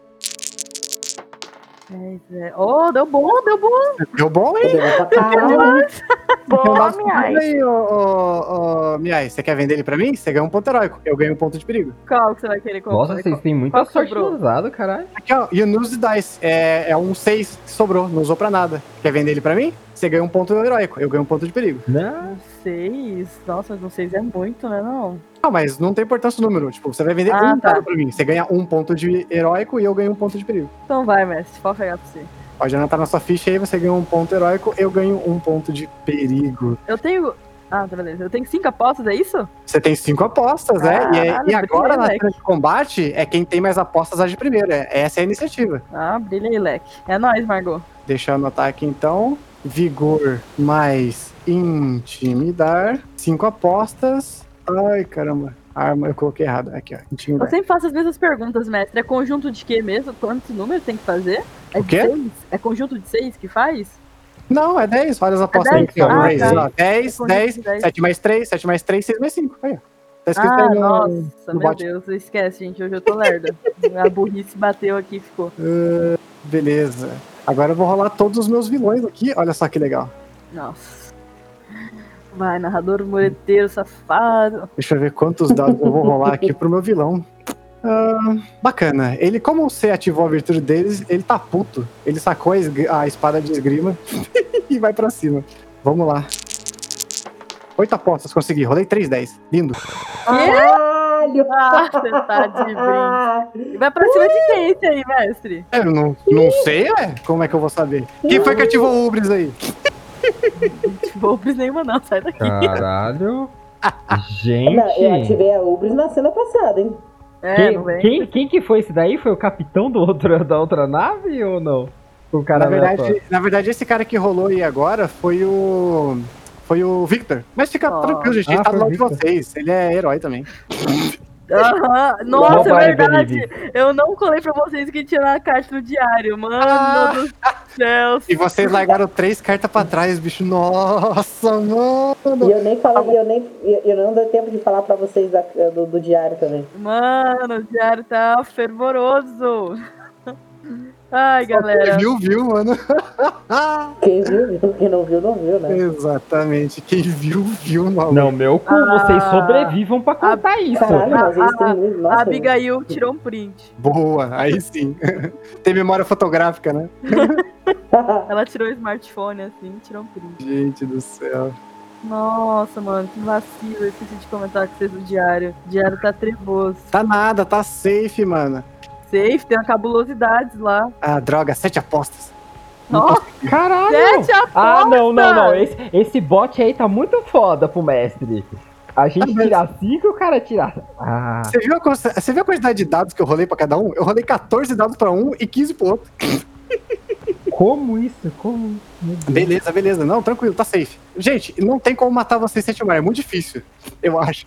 É, oh, deu bom, deu bom. Deu bom, hein? Deu pra caralho. Boa, Miai. Aí, ô, ô, ô, Miai, você quer vender ele pra mim? Você ganha um ponto heróico. Eu ganho um ponto de perigo. Qual que você vai querer comprar? Nossa, vocês têm muita Qual que sorte sobrou? usado, caralho. Aqui, ó, you use the dice. É, é um seis que sobrou, não usou pra nada. Quer vender ele pra mim? Você ganha um ponto heróico. Eu ganho um ponto de perigo. Não. Seis? Nossa, não seis é muito, né, não? Não, mas não tem importância o número. Tipo, você vai vender Ah, um tá. dado pra mim. Você ganha um ponto de heróico e eu ganho um ponto de perigo. Então vai, mestre, pode pegar pra você. Pode anotar na sua ficha aí, você ganha um ponto heróico, eu ganho um ponto de perigo. Eu tenho... Ah, tá, beleza. Eu tenho cinco apostas, é isso? Você tem cinco apostas, né? E, é- Caralho, e agora, na moleque. cena de combate, é quem tem mais apostas age primeiro. É- Essa é a iniciativa. Ah, brilha aí, leque. É nóis, Margot. Deixa eu anotar aqui, então. Vigor mais intimidar. Cinco apostas. Ai, caramba. Arma, eu coloquei errado. Aqui, ó. Eu Intimidar. sempre faço as mesmas perguntas, mestre. É conjunto de quê mesmo? Quantos números tem que fazer? É O de quê? seis? É conjunto de seis que faz? Não, é dez. Olha as apostas dez? aí. Aqui, ó, no Ah, raise, tá. ó. dez, É conjunto dez, de dez. sete mais três, sete mais três, seis mais cinco. Aí, ó. Tá escrito Ah, aí no, nossa, no meu bot. Deus. Esquece, gente. Hoje eu tô lerda. A burrice bateu aqui e ficou. Beleza. Agora eu vou rolar todos os meus vilões aqui. Olha só que legal. Nossa. Vai, narrador mureteiro, safado. Deixa eu ver quantos dados eu vou rolar aqui pro meu vilão. Ah, bacana. Ele, como você ativou a virtude deles, ele tá puto. Ele sacou a, esgri- a espada de esgrima e vai pra cima. Vamos lá. Oito apostas, consegui. Rolei três, dez. Lindo. Caralho! Ah, você tá de brinde. E vai pra cima de quem esse aí, mestre? É, eu não, não sei, é? Como é que eu vou saber? Quem foi que ativou o Ubris aí? Vou pris nenhuma não, sai daqui. Caralho. Gente. Não, eu ativei a Ubris na cena passada, hein? É, não Quem, vem. quem, quem que foi esse daí? Foi o capitão do outro, da outra nave ou não? O cara Na verdade, aleatório? na verdade, esse cara que rolou aí agora foi o. Foi o Victor. Mas fica Oh. tranquilo, gente. Ah, Ele tá foi do o lado de Victor. vocês. Ele é herói também. Aham. Nossa, Nobody é verdade. believes. Eu não colei pra vocês que tinha na carta do diário. Mano Ah. do céu. E vocês largaram três cartas pra trás, bicho. Nossa, E mano. eu nem falei, eu nem. Eu, eu não dei tempo de falar pra vocês da- do, do diário também. Mano, o diário tá fervoroso. Ai, galera. Viu, viu, mano. Quem viu, viu. Quem não viu, não viu, né? Exatamente. Quem viu, viu, maluco. Não, meu cu, Ah. vocês sobrevivam pra contar isso. Caralho, mas eles têm A- muito. A Nossa, Abigail tirou um print. Boa, aí sim. Tem memória fotográfica, né? Ela tirou o smartphone assim, tirou um print. Gente do céu. Nossa, mano, que vacilo. Eu esqueci de comentar com vocês do diário. O diário tá trevoso. Tá nada, tá safe, mano. Safe, tem uma cabulosidade lá. Ah, droga, sete apostas. Nossa, Caralho! sete apostas! Ah, não, não, não. Esse, esse bot aí tá muito foda pro mestre. A gente Ah, mas- tirar cinco e o cara tirar. Ah. Você viu, a, co- você viu a quantidade de dados que eu rolei pra cada um? Eu rolei quatorze dados pra um e quinze pro outro. Como isso? Como? Meu Deus. Beleza, beleza. Não, tranquilo, tá safe. Gente, não tem como matar vocês sem chamar. É muito difícil, eu acho.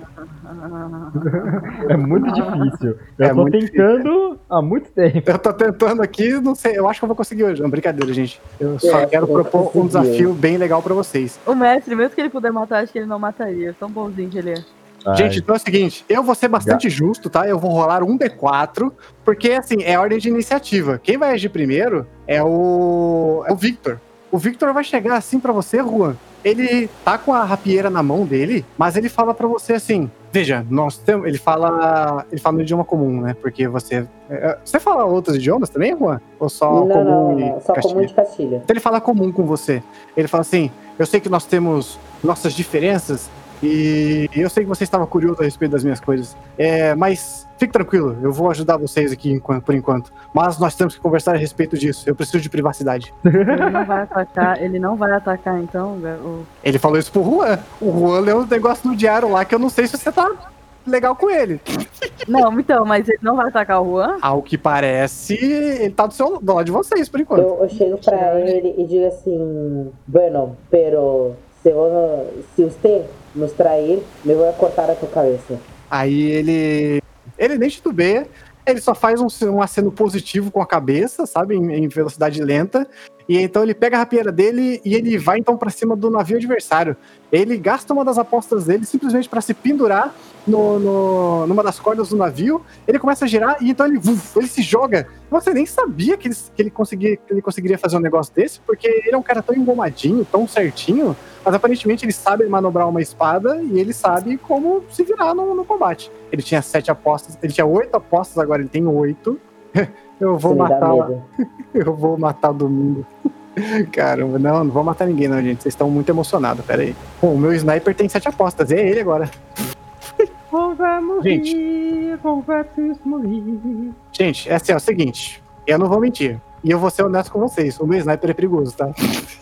É muito difícil. Eu É tô muito tentando há muito tempo. Eu tô tentando aqui, não sei. Eu acho que eu vou conseguir hoje. Não, brincadeira, gente. Eu só É, quero eu vou propor um conseguir. desafio bem legal pra vocês. O mestre, mesmo que ele puder matar, acho que ele não mataria. Tão bonzinho que ele é. Gente, então é o seguinte, eu vou ser bastante justo, tá? Eu vou rolar um D quatro, porque, assim, é ordem de iniciativa. Quem vai agir primeiro é o, é o Victor. O Victor vai chegar assim pra você, Juan. Ele tá com a rapieira na mão dele, mas ele fala pra você assim, veja, nós temos... Ele fala ele fala no idioma comum, né? Porque você... é, Você fala outros idiomas também, Juan? Ou só não, comum não, e não. Só castilho? comum de Castilha. Então ele fala comum com você. Ele fala assim, eu sei que nós temos nossas diferenças e eu sei que você estava curioso a respeito das minhas coisas. É, mas fique tranquilo, eu vou ajudar vocês aqui enquanto- por enquanto. Mas nós temos que conversar a respeito disso. Eu preciso de privacidade. Ele não vai atacar, ele não vai atacar então, o... Ele falou isso pro Juan. O Juan leu um negócio no diário lá que eu não sei se você tá legal com ele. Não, então, mas ele não vai atacar o Juan? Ao que parece, ele tá do, seu, do lado de vocês, por enquanto. Eu, eu chego pra ele e digo assim: Bueno, pero se, vos- se usted nos trair, me voy a cortar a tu cabeça. Aí ele. Ele nem titubeia. ele só faz um, um aceno positivo com a cabeça, sabe? Em, em velocidade lenta. E então ele pega a rapieira dele e ele vai então pra cima do navio adversário. Ele gasta uma das apostas dele simplesmente pra se pendurar no, no, numa das cordas do navio. Ele começa a girar e então ele, uf, ele se joga. Você nem sabia que ele, que, ele conseguia, que ele conseguiria fazer um negócio desse, porque ele é um cara tão engomadinho, tão certinho, mas aparentemente ele sabe manobrar uma espada e ele sabe como se virar no, no combate. Ele tinha sete apostas, ele tinha oito apostas, agora ele tem oito. Eu vou Você me dá matar. medo. Eu vou matar o domingo. Caramba, não, não vou matar ninguém, não, gente. Vocês estão muito emocionados, pera aí. Bom, o meu sniper tem sete apostas, é ele agora. Vamos Gente. rir, vamos morrer. Gente, é assim, é o seguinte. Eu não vou mentir. E eu vou ser honesto com vocês. O meu sniper é perigoso, tá?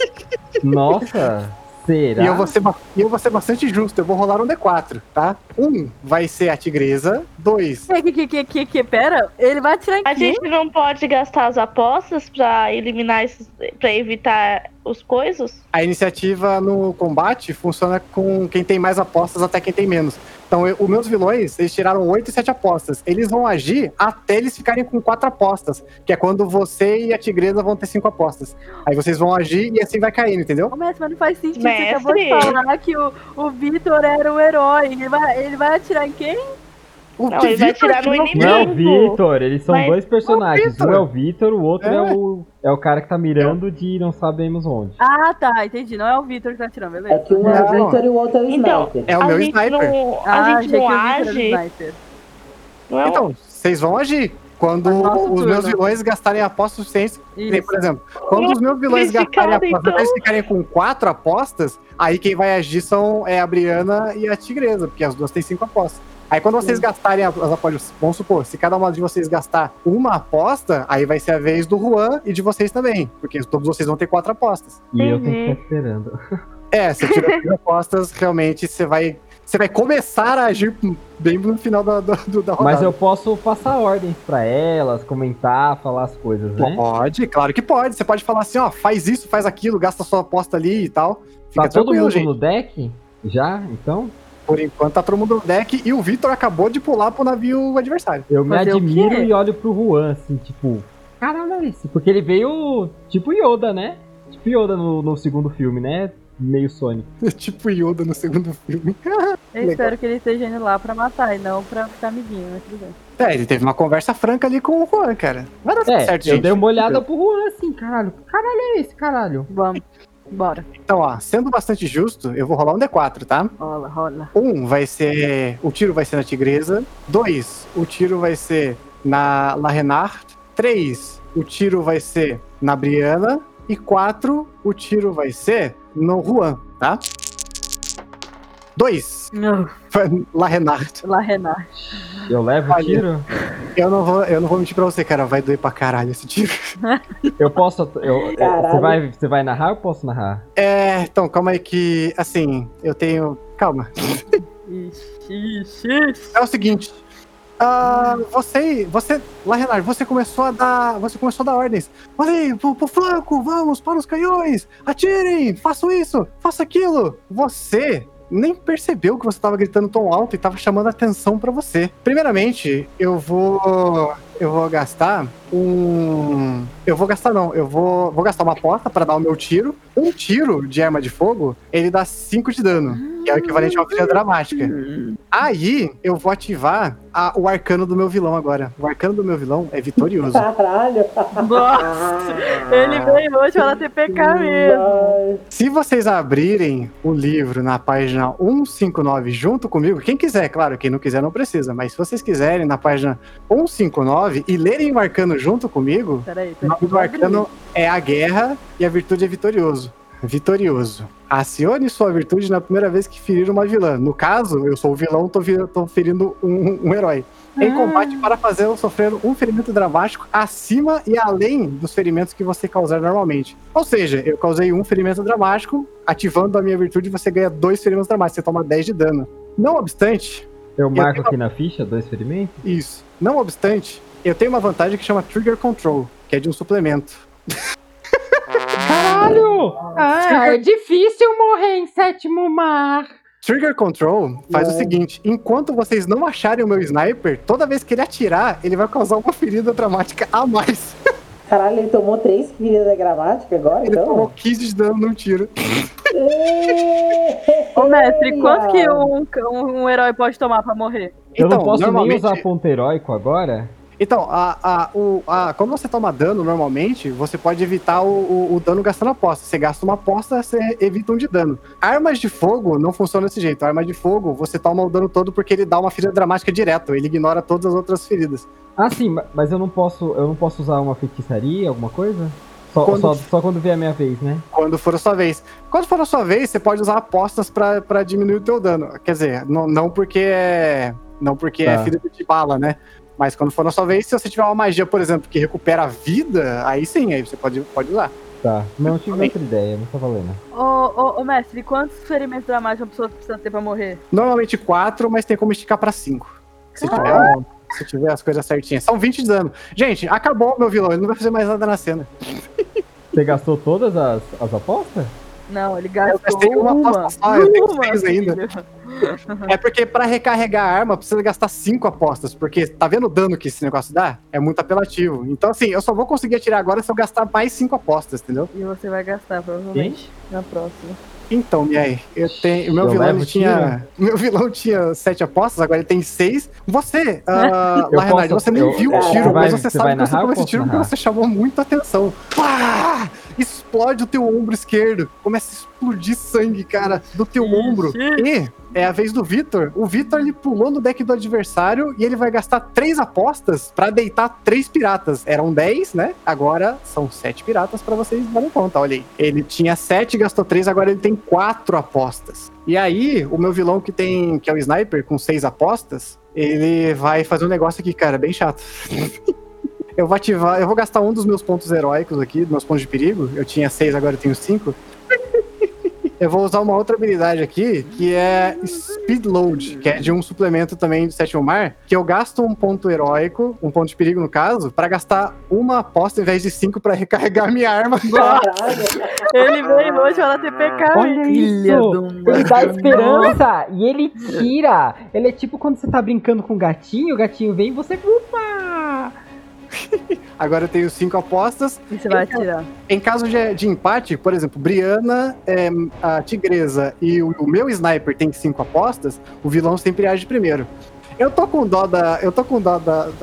Nossa, será? E eu, vou ser, ba- e eu vou ser bastante justo. Eu vou rolar um D quatro, tá? Um vai ser a tigresa. Dois. Que, que, que, que, que, pera? Ele vai atirar em A quem? gente não pode gastar as apostas pra eliminar esses. Pra evitar os coisos? A iniciativa no combate funciona com quem tem mais apostas até quem tem menos. Então, eu, os meus vilões, eles tiraram oito e sete apostas. Eles vão agir até eles ficarem com quatro apostas, que é quando você e a tigresa vão ter cinco apostas. Aí vocês vão agir e assim vai caindo, entendeu? Ô, mestre, mas não faz sentido. Você Mestre. acabou de falar que o, o Vitor era o herói. Ele vai, ele vai atirar em quem? O Não, que ele vai Vitor atirar no que não- inimigo. Não é o Vitor, eles são Mas- dois personagens. Vitor. Um é o Vitor, o outro é, É. o, é o cara que tá mirando de não sabemos onde. Ah, tá, entendi. Não é o Vitor que tá atirando, beleza. É que um é o Não. Victor e o outro é o Então, Sniper. É o a meu gente sniper. não, a ah, gente achei que não o Vitor era o age. sniper. Não é um- Então, vocês vão agir. Quando Mas nosso os turno. meus vilões gastarem apostas suficientes. Que nem, Isso. por exemplo, quando os meus vilões gastarem Criticado, apostas, então. até eles ficarem com quatro apostas, aí quem vai agir são é a Briana e a Tigresa, porque as duas têm cinco apostas. Aí quando vocês gastarem as apostas, vamos supor, se cada uma de vocês gastar uma aposta, aí vai ser a vez do Juan e de vocês também, porque todos vocês vão ter quatro apostas. E eu tenho que Entendi. ficar esperando. É, você tira as apostas, realmente você vai, você vai começar a agir bem no final da, da, da rodada. Mas eu posso passar ordens pra elas, comentar, falar as coisas, né? Pode, claro que pode. Você pode falar assim, ó, faz isso, faz aquilo, gasta sua aposta ali e tal. Fica Tá todo tranquilo, mundo gente. no deck? Já? Então? Por enquanto tá todo mundo no deck e o Vitor acabou de pular pro navio adversário. Eu me Fazer o admiro quê? e olho pro Juan, assim, tipo... Caralho, é esse? Porque ele veio tipo Yoda, né? Tipo Yoda no, no segundo filme, né? Meio Sonic. Tipo Yoda no segundo filme. Eu Legal. espero que ele esteja indo lá pra matar e não pra ficar amiguinho, mas tudo bem. É, ele teve uma conversa franca ali com o Juan, cara. Vai dar tudo É, certo, eu gente. dei uma olhada pro Juan, assim, caralho. Que caralho é esse, caralho? Vamos, bora. Então, ó, sendo bastante justo, eu vou rolar um D quatro, tá? Rola, rola. Um vai ser... O tiro vai ser na Tigresa. Dois, o tiro vai ser na La Renard. Três, o tiro vai ser na Briana. E quatro, o tiro vai ser no Juan, tá? Dois, Não, La Renard. lá, Renato. Eu levo o Olha. tiro? Eu não, vou, eu não vou mentir pra você, cara. Vai doer pra caralho esse tiro. Eu posso... Eu, Caralho. você, vai, você vai narrar ou eu posso narrar? É, então, calma aí que... Assim, eu tenho... Calma. Ixi, ixi, ixi. É o seguinte... ah, você, você, lá, Renato, você começou a dar, você começou a dar ordens. Olha pro, pro flanco, vamos para os canhões, atirem, façam isso, faça aquilo. Você nem percebeu que você estava gritando tão alto e estava chamando a atenção para você. Primeiramente, eu vou, eu vou gastar um, eu vou gastar não, eu vou, vou gastar uma aposta para dar o meu tiro. Um tiro de arma de fogo, ele dá cinco de dano, que é o equivalente a uma falha dramática. Aí, eu vou ativar a- o arcano do meu vilão agora. O arcano do meu vilão é vitorioso. Caralho. Nossa, ele veio hoje para T P K mesmo. Se vocês abrirem o livro na página cento e cinquenta e nove junto comigo, quem quiser, claro, quem não quiser não precisa, mas se vocês quiserem na página cento e cinquenta e nove e lerem o arcano junto comigo, Peraí, o peraí. nome do arcano é a guerra e a virtude é vitorioso. Vitorioso. Acione sua virtude na primeira vez que ferir uma vilã. No caso, eu sou o vilão, tô, vi- tô ferindo um, um herói. Em combate para fazê-lo sofrer um ferimento dramático acima e além dos ferimentos que você causar normalmente. Ou seja, eu causei um ferimento dramático, ativando a minha virtude, você ganha dois ferimentos dramáticos, você toma dez de dano. Não obstante, Eu marco tenho- aqui na ficha dois ferimentos? isso. Não obstante, eu tenho uma vantagem que chama Trigger Control, que é de um suplemento. Caralho! Ah, é difícil morrer em sétimo mar. Trigger Control faz Não. o seguinte: enquanto vocês não acharem o meu sniper, toda vez que ele atirar, ele vai causar uma ferida dramática a mais. Caralho, ele tomou três feridas da gramática agora, Ele tomou então? quinze de dano num tiro. Ô, mestre, quanto que um, um, um herói pode tomar pra morrer? Eu não Então, posso nem normalmente- usar ponto heróico agora? Então, a, a, o, a, quando você toma dano, normalmente, você pode evitar o, o, o dano gastando aposta. Você gasta uma aposta, você evita um de dano. Armas de fogo não funcionam desse jeito. Arma de fogo, você toma o dano todo porque ele dá uma ferida dramática direto. Ele ignora todas as outras feridas. Ah, sim, ma- mas eu não posso, eu não posso usar uma feitiçaria, alguma coisa? Só Quando- só, só quando vier a minha vez, né? Quando for a sua vez. Quando for a sua vez, você pode usar apostas pra, pra diminuir o teu dano. Quer dizer, não, não porque é. Não porque Tá. é ferida de bala, né? Mas quando for na sua vez, se você tiver uma magia, por exemplo, que recupera a vida, aí sim, aí você pode, pode usar. Tá. Não tive outra ideia, não tá valendo. Ô, ô, ô, mestre, quantos ferimentos dramáticos uma pessoa precisa ter pra morrer? Normalmente quatro, mas tem como esticar pra cinco. Se tiver, Caralho. se tiver as coisas certinhas. São vinte de dano. Gente, acabou o meu vilão, ele não vai fazer mais nada na cena. Você gastou todas as, as apostas? Não, ele gastou gastei uma uma. aposta só, eu tenho Uma, seis ainda. filho. É porque pra recarregar a arma precisa gastar cinco apostas, porque tá vendo o dano que esse negócio dá? É muito apelativo. Então, assim, eu só vou conseguir atirar agora se eu gastar mais cinco apostas, entendeu? E você vai gastar, provavelmente, na próxima. Então, Miai, eu tenho. O meu Eu vilão levo ele tinha. Meu vilão tinha sete apostas, agora ele tem seis. Você, uh, Eu lá, Renard, posso- você nem eu- viu o você tiro, vai- mas você você sabe vai que você narrar tomou ou esse posso tiro porque narrar? você chamou muita atenção. Pá! Explode o teu ombro esquerdo. Começa a explodir sangue, cara, do teu Ixi. ombro. E é a vez do Vitor. O Vitor, ele pulou no deck do adversário e ele vai gastar três apostas pra deitar três piratas. Eram dez, né? Agora são sete piratas pra vocês darem conta, olha aí. Ele tinha sete, gastou três, agora ele tem quatro apostas. E aí, o meu vilão que tem, que é o Sniper, com seis apostas, ele vai fazer um negócio aqui, cara, bem chato. Eu vou ativar, eu vou gastar um dos meus pontos heróicos aqui, meus pontos de perigo. Eu tinha seis, agora eu tenho cinco. Eu vou usar uma outra habilidade aqui, que é Speed Load, que é de um suplemento também do Sétimo Mar, que eu gasto um ponto heróico, um ponto de perigo no caso, pra gastar uma aposta em vez de cinco pra recarregar minha arma. Caralho. Ele veio hoje falar T P K. Olha filha isso! de uma- Ele dá esperança e ele tira! Ele é tipo quando você tá brincando com o gatinho, o gatinho vem e você. Upa! Agora eu tenho cinco apostas. E você vai atirar. Em caso de, de empate, por exemplo, Briana, é, a Tigresa e o, o meu Sniper tem cinco apostas, o vilão sempre age primeiro. Eu tô com dó da. Eu tô com dó da. da...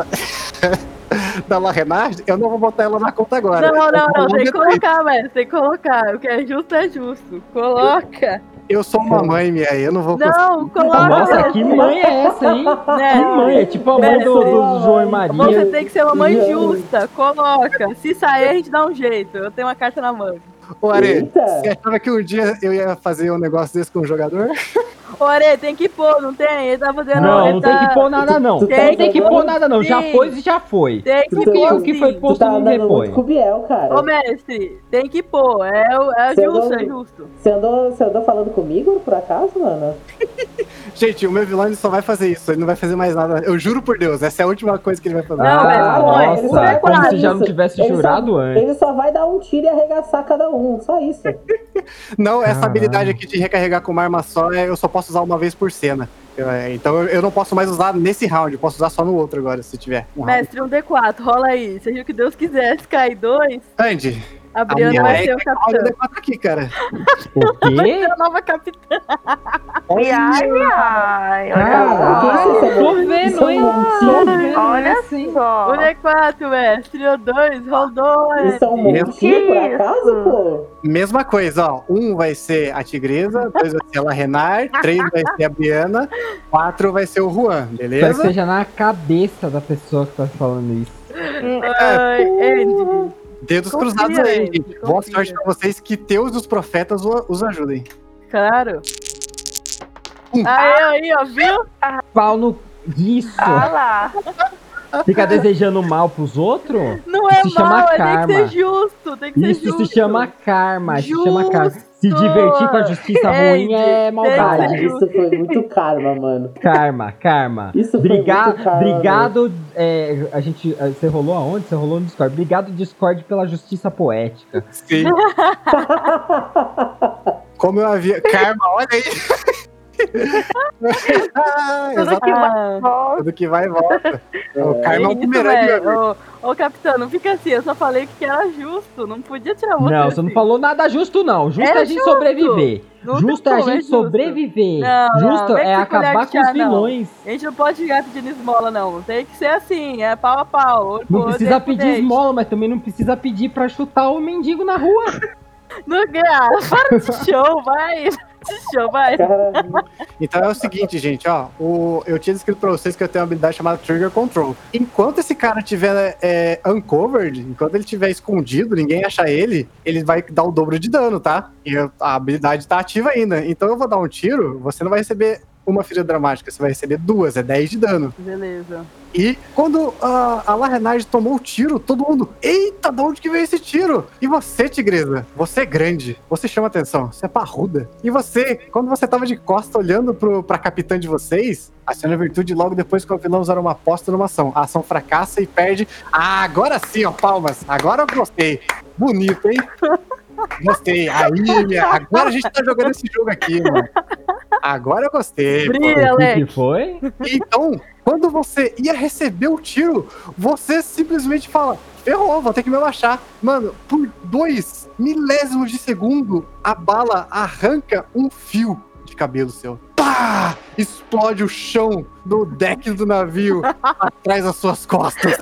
da La Renard, eu não vou botar ela na conta agora. Não, não, Eu não, vou tem que depois. colocar, velho. Tem que colocar. O que é justo é justo. Coloca. Eu sou uma mãe, minha, eu não vou Não, coloca. Nossa, que mãe é essa, hein? Né? Que mãe? É tipo a mãe do, do João e Você Maria. tem que ser uma mãe justa. Coloca. Se sair, a gente dá um jeito. Eu tenho uma carta na mão. Ô, Are, Eita. você achava que um dia eu ia fazer um negócio desse com um jogador? Ô, Are, tem que pôr, não tem? Ele tá fazendo. Não, ele não tá... tem que pôr nada, não. Tu- tu Não tá tem que jogando? pôr nada, não. Já Sim. foi e já foi. Tem que Tu pôr. E o que foi sim. posto Tu tá não andando repõe. muito com o Biel, cara. Ô, mestre, tem que pôr. É, o- é Você justo, andou- é justo. Você andou, você andou falando comigo, por acaso, mano? Gente, o meu vilão ele só vai fazer isso, ele não vai fazer mais nada. Eu juro por Deus, essa é a última coisa que ele vai fazer. Não, mas Ah, não é. nossa, Isso é como claro. se já não tivesse Ele jurado só, antes. Ele só vai dar um tiro e arregaçar cada um, só isso. Não, essa Caralho. habilidade aqui de recarregar com uma arma só, é, eu só posso usar uma vez por cena. Eu, é, então eu, eu não posso mais usar nesse round, eu posso usar só no outro agora, se tiver. Um round. Mestre, um D quatro, rola aí. Seja o que Deus quiser, se cair dois, Andy, a a Briana minha vai é ser o que roda capitão. D quatro aqui, cara. O Vai quê? ser a nova capitã. Ai, ai, ai. Olha Caralho, Isso é tô muito- vendo, isso é hein? muito- Tô vendo, Olha assim. só. O D quatro, mestre. O dois, rodou. Isso é um Andy. monte, por Que acaso, isso? pô? Mesma coisa, ó. Um vai ser a Tigresa, dois vai ser a La Renard, três vai ser a Briana, quatro vai ser o Juan, Espero que beleza? seja na cabeça da pessoa que tá falando isso. Ai, Andy. Dedos Confia, cruzados aí, Andy, gente. Boa confia. sorte pra vocês, que Deus e os profetas o- os ajudem. Claro. Um. Aí, aí, ó, viu? Pau no. Isso! Ah lá. Fica desejando mal pros outros? Não é Isso se chama mal, é, tem que karma. ser justo. Tem que ser Isso justo. se chama karma. Isso se chama karma. Justo. Se divertir com a justiça Andy, ruim é tem maldade. que ser Isso foi muito karma, mano. Karma, karma. Isso foi Briga- muito karma. Obrigado, é, a gente, é, você rolou aonde? Você rolou no Discord. Obrigado, Discord, pela justiça poética. Sim. Como eu havia. Karma, olha aí. Ah, Tudo que exatamente. vai volta. Tudo que vai e volta. O karma é um Isso, bumerangue, meu amigo. velho. Ô, ô, capitão, não fica assim. Eu só falei que era justo. Não podia tirar você. Não, você não assim. falou nada justo, não. Justo É é a gente justo. sobreviver. Não Justo tem é a como, é gente justo. sobreviver. Não, não, Justo vem com é essa colher acabar de com os chá, não. vilões. A gente não pode chegar pedindo esmola, não. Tem que ser assim. É pau a pau. olho Não por olho, precisa dente por pedir dente. esmola, mas também não precisa pedir pra chutar o mendigo na rua. Não, ah, para de show, vai. De show, vai. Caralho. Então é o seguinte, gente, ó. O, eu tinha descrito pra vocês que eu tenho uma habilidade chamada Trigger Control. Enquanto esse cara tiver é, uncovered, enquanto ele tiver escondido, ninguém achar ele, ele vai dar o dobro de dano, tá? E a habilidade tá ativa ainda. Então eu vou dar um tiro, você não vai receber uma ferida dramática, você vai receber duas, é dez de dano. Beleza. E quando a, a Larenage tomou o tiro, todo mundo, eita, de onde que veio esse tiro? E você, tigresa, você é grande, você chama atenção, você é parruda. E você, quando você tava de costa olhando pro, pra capitã de vocês, aciona a virtude logo depois que o vilão usar uma aposta numa ação. A ação fracassa e perde. Ah, agora sim, ó, palmas. Agora eu gostei. Bonito, hein? Gostei. Aí, agora a gente tá jogando esse jogo aqui, mano. Agora eu gostei. pô. Brilha, O que, Alex. que foi? Então, quando você ia receber o tiro, você simplesmente fala: ferrou, vou ter que me abaixar. Mano, por dois milésimos de segundo, a bala arranca um fio de cabelo seu. Pá! Explode o chão do deck do navio atrás das suas costas.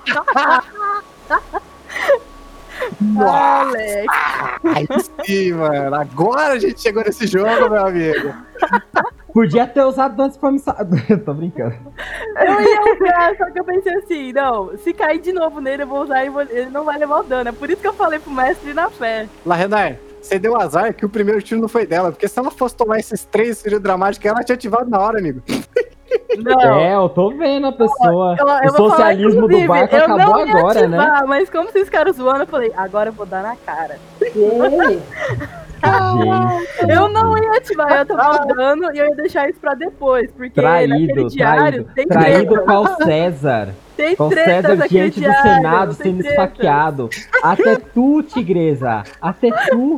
Nossa! Alex. Aí sim, mano. Agora a gente chegou nesse jogo, meu amigo. Podia ter usado antes pra me... sa- Tô brincando. Eu ia usar, só que eu pensei assim, não, se cair de novo nele, eu vou usar e vou- ele não vai levar o dano. É por isso que eu falei pro mestre ir na fé. Lá, Renar, você deu azar que o primeiro tiro não foi dela, porque se ela fosse tomar esses três tiros dramáticos, ela tinha ativado na hora, amigo. Não. É, eu tô vendo a pessoa. Eu- eu o vou falar, socialismo do inclusive, barco eu acabou não ia agora, né? ativar, mas como vocês ficaram zoando, eu falei, agora eu vou dar na cara. Ei, Gente. Eu não ia ativar, eu ia tomar o dano e eu ia deixar isso pra depois, porque naquele Traído, diário traído. tem Traído treta. Paulo César. Tem Paulo tretas César naquele diante do diário, Senado tem sendo tretas. esfaqueado. Até tu, tigresa. Até tu.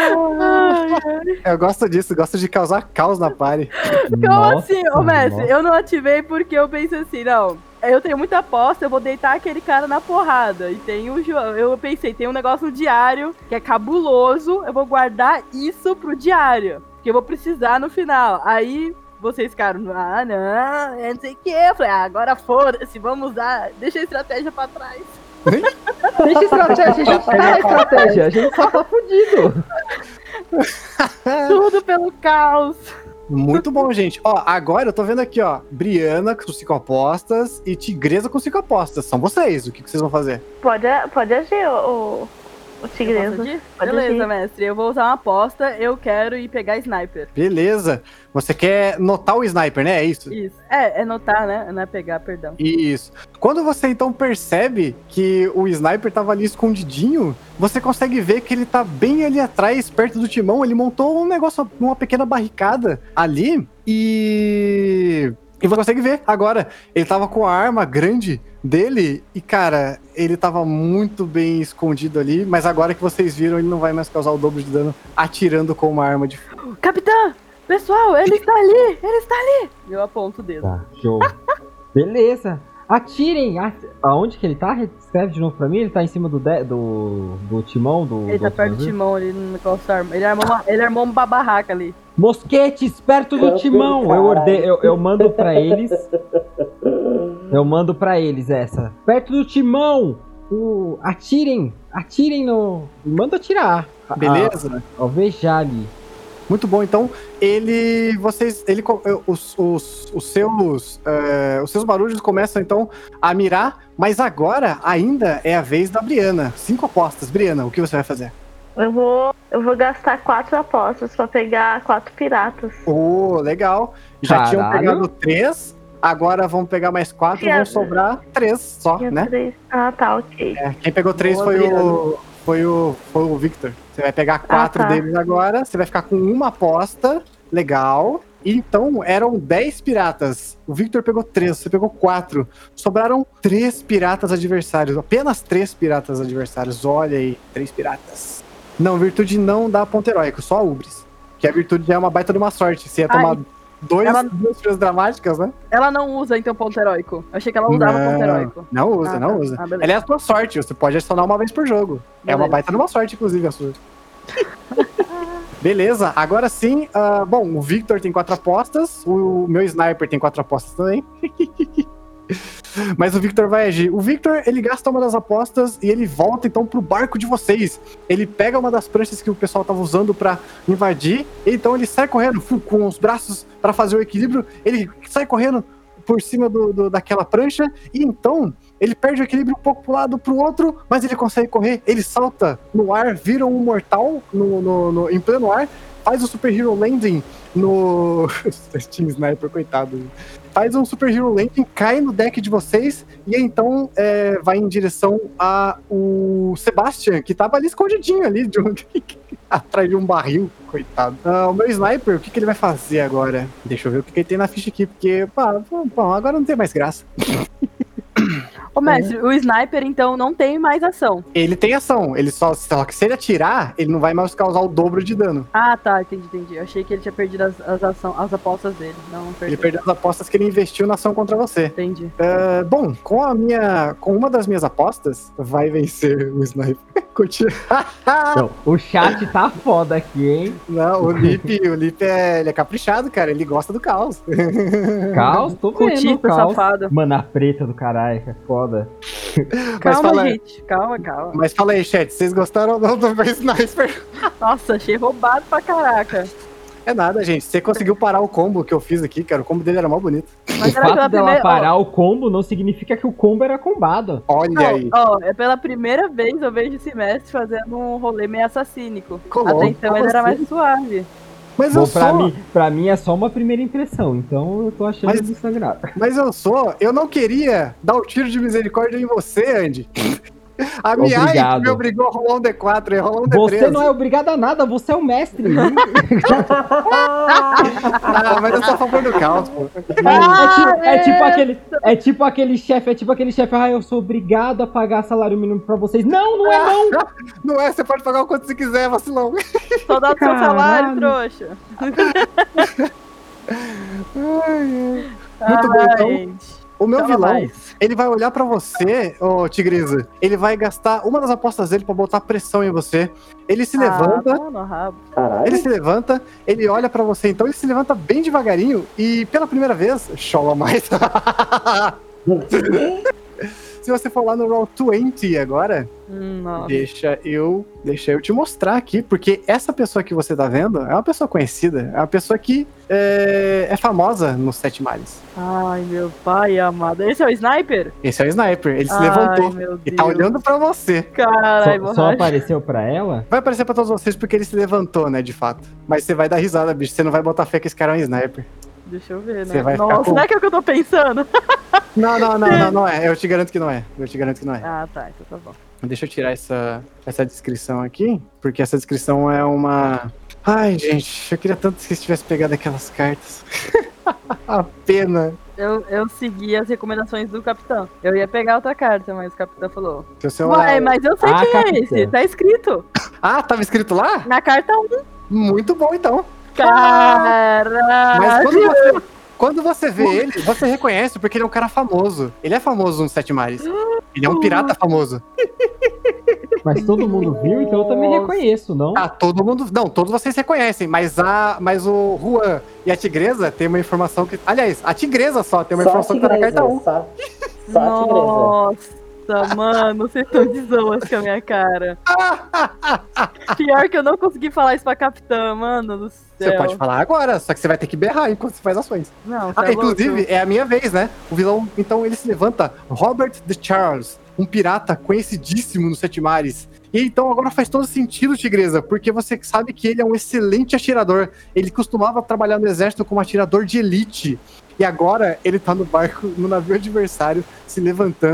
Eu gosto disso, gosto de causar caos na party. Como Nossa, assim, ô mestre? nossa. Eu não ativei porque eu pensei assim, não. Eu tenho muita aposta, eu vou deitar aquele cara na porrada. E tem o João. Eu pensei, tem um negócio no diário que é cabuloso. Eu vou guardar isso pro diário. Que eu vou precisar no final. Aí vocês ficaram, ah, não, é não sei o que. Eu falei, ah, agora foda-se, vamos usar. Deixa a estratégia pra trás. Deixa a estratégia, a gente tá na estratégia. A gente só tá fudido. Tudo pelo caos. Muito bom, gente. Ó, agora eu tô vendo aqui, ó, Briana com cinco apostas e Tigresa com cinco apostas. São vocês, o que, que vocês vão fazer? Pode, pode agir, o, o, o Eu posso tigresa. agir? Pode Beleza, agir. mestre. Eu vou usar uma aposta. Eu quero ir pegar sniper. Beleza. Você quer notar o sniper, né? É isso? Isso. É, é notar, né? Não é pegar, perdão. Isso. Quando você então percebe que o sniper tava ali escondidinho, você consegue ver que ele tá bem ali atrás, perto do timão. Ele montou um negócio, uma pequena barricada ali e. E você consegue ver agora. Ele tava com a arma grande dele e, cara, ele tava muito bem escondido ali. Mas agora que vocês viram, ele não vai mais causar o dobro de dano atirando com uma arma de. Capitã! Pessoal, ele está ali! Ele está ali! Eu aponto o dedo. Tá, show. Beleza. Atirem! At... Aonde que ele tá? Escreve de novo pra mim. Ele tá em cima do, de... do... do timão do. Ele do tá outro perto do navio? timão ali no negócio arma. Ele armou uma, ele armou uma barraca ali. Mosquetes perto do Campo timão. do Eu, orde... caralho. eu, eu mando pra eles. Eu mando pra eles essa. Perto do timão. O... Atirem. Atirem no. Manda atirar. Beleza? Ah, alvejale. Muito bom, então ele, vocês, ele, co- os, os, os seus, é, os seus barulhos começam então a mirar, mas agora ainda é a vez da Briana. Cinco apostas, Briana, o que você vai fazer? Eu vou, eu vou gastar quatro apostas pra pegar quatro piratas. Oh, legal. Já tinham Caralho. pegado três, agora vão pegar mais quatro, Tinha- vão sobrar três só, Tinha né? três. Ah, tá, ok. É, quem pegou três Boa, foi Briana. o, foi o, foi o Victor. Você vai pegar quatro tá. deles agora, você vai ficar com uma aposta, legal. Então, eram dez piratas. O Victor pegou três, você pegou quatro. Sobraram três piratas adversários. Apenas três piratas adversários. Olha aí, três piratas. Não, virtude não dá ponto heróico, só Ubris. Que a virtude já é uma baita de uma sorte. Você ia tomar Ai. Dois, Ela- Duas tiras dramáticas, né? Ela não usa, então, ponto heróico. Eu achei que ela usava ponto heróico. Não usa, Ah, não tá. usa. Ah, beleza. Ela é a sua sorte, você pode adicionar uma vez por jogo. É uma Beleza. baita numa sorte, inclusive, a sua. Beleza, agora sim. ah, bom, o Victor tem quatro apostas, o meu sniper tem quatro apostas também. Mas o Victor vai agir. O Victor, ele gasta uma das apostas e ele volta então pro barco de vocês. Ele pega uma das pranchas que o pessoal tava usando pra invadir, e então ele sai correndo fu, com os braços pra fazer o equilíbrio. Ele sai correndo por cima do, do- daquela prancha, e então ele perde o equilíbrio um pouco pro lado pro outro, mas ele consegue correr. Ele salta no ar, vira um mortal no, no- no- em pleno ar, faz o Super Hero Landing no. Team Sniper, coitado. Faz um Super Hero Landing, cai no deck de vocês, e aí, então é, vai em direção a o Sebastian, que tava ali escondidinho ali, de um... atrás de um barril, coitado. Ah, o meu sniper, o que, que ele vai fazer agora? Deixa eu ver o que, que ele tem na ficha aqui, porque, pá, bom, agora não tem mais graça. Ô, mestre, o sniper, então, não tem mais ação. Ele tem ação, ele só, só que se ele atirar, ele não vai mais causar o dobro de dano. Ah, tá, entendi, entendi. Eu achei que ele tinha perdido as, as, ação, as apostas dele. Não, não Ele perdeu. perdeu as apostas que ele investiu na ação contra você. Entendi. Ah, bom, com a minha. Com uma das minhas apostas, vai vencer o sniper. Continua. Então, o chat tá foda aqui, hein? Não, o Lip, o Lip é, ele é caprichado, cara. Ele gosta do caos. Caos, tô vendo o Cultista, caos. safado. Mana preta do caralho, que é foda. Mas Calma, fala, gente. Calma, calma. mas fala aí, chat, vocês gostaram ou não do meu sniper? Nossa, achei roubado pra caraca. É nada, gente. Você conseguiu parar o combo que eu fiz aqui, cara. O combo dele era mal bonito. Mas o era fato pela dela primeira... parar o combo não significa que o combo era combado. Olha Não, aí. ó, é pela primeira vez eu vejo esse mestre fazendo um rolê meio assassínico. Colou. Até então ele era Como mais suave. Mas Bom, eu pra, sou. mim, pra mim é só uma primeira impressão, então eu tô achando Mas- isso sagrado. Mas eu sou. Eu não queria dar o tiro de misericórdia em você, Andy. A minha AI Obrigado. me obrigou a rolar um D quatro e rolar um D treze. Você não é obrigado a nada, você é o mestre. Ah, mas eu sou a favor do caos, pô. É tipo, é tipo aquele, é tipo aquele chefe, é tipo aquele chefe, ah, eu sou obrigado a pagar salário mínimo pra vocês. Não, não é não. Não é, você pode pagar o quanto você quiser, vacilão. Só dá o seu Caralho. salário, trouxa. Muito bom, então. gente. O meu Fala vilão, mais. ele vai olhar pra você, ô Tigresa. Ele vai gastar uma das apostas dele pra botar pressão em você. Ele se levanta, Ah, toma no rabo. Caralho. ele se levanta, ele olha pra você. Então ele se levanta bem devagarinho e pela primeira vez, chola mais. Se você for lá no Roll vinte agora, Hum, nossa. deixa eu, deixa eu te mostrar aqui, porque essa pessoa que você tá vendo é uma pessoa conhecida, é uma pessoa que é, é famosa nos Sete Mares. Ai, meu pai amado. Esse é o sniper? Esse é o Sniper, ele se Ai, levantou meu e tá Deus. olhando pra você. Caralho, Só, só borracha. apareceu pra ela? Vai aparecer pra todos vocês porque ele se levantou, né, de fato. Mas você vai dar risada, bicho, você não vai botar fé que esse cara é um Sniper. Deixa eu ver, Você né? vai ficar Nossa, com- não é que é o que eu tô pensando? Não, não, não, não, não é, eu te garanto que não é, eu te garanto que não é. Ah, tá, então tá bom. Deixa eu tirar essa, essa descrição aqui, porque essa descrição é uma... Ai, gente, eu queria tanto que você tivesse pegado aquelas cartas. A pena. Eu, eu segui as recomendações do capitão. Eu ia pegar outra carta, mas o capitão falou. Seu celular... Ué, mas eu sei Ah, quem é capitão. esse. Tá escrito. Ah, tava escrito lá? Na carta um. Muito bom, então. Caralho. Mas quando você, quando você vê ele, você reconhece, porque ele é um cara famoso. Ele é famoso nos Sete Mares. Ele é um pirata famoso. Mas todo mundo viu, então eu também reconheço, não? Ah, todo mundo... Não, todos vocês reconhecem, mas, a, mas o Juan e a Tigresa tem uma informação que... Aliás, a Tigresa só tem uma Só a informação que tá na tigresa, carta um. Só, só a tigresa. Nossa, mano, vocês estão de zoas com a minha cara. Pior que eu não consegui falar isso pra capitã, mano do céu. Você pode falar agora, só que você vai ter que berrar enquanto você faz ações. Não, Ah, tá inclusive, louco. é a minha vez, né? O vilão, então, ele se levanta. Robert de Charles, um pirata conhecidíssimo nos Sete Mares. E então agora faz todo sentido, Tigresa, porque você sabe que ele é um excelente atirador. Ele costumava trabalhar no exército como atirador de elite. E agora ele tá no barco, no navio adversário, se levantando,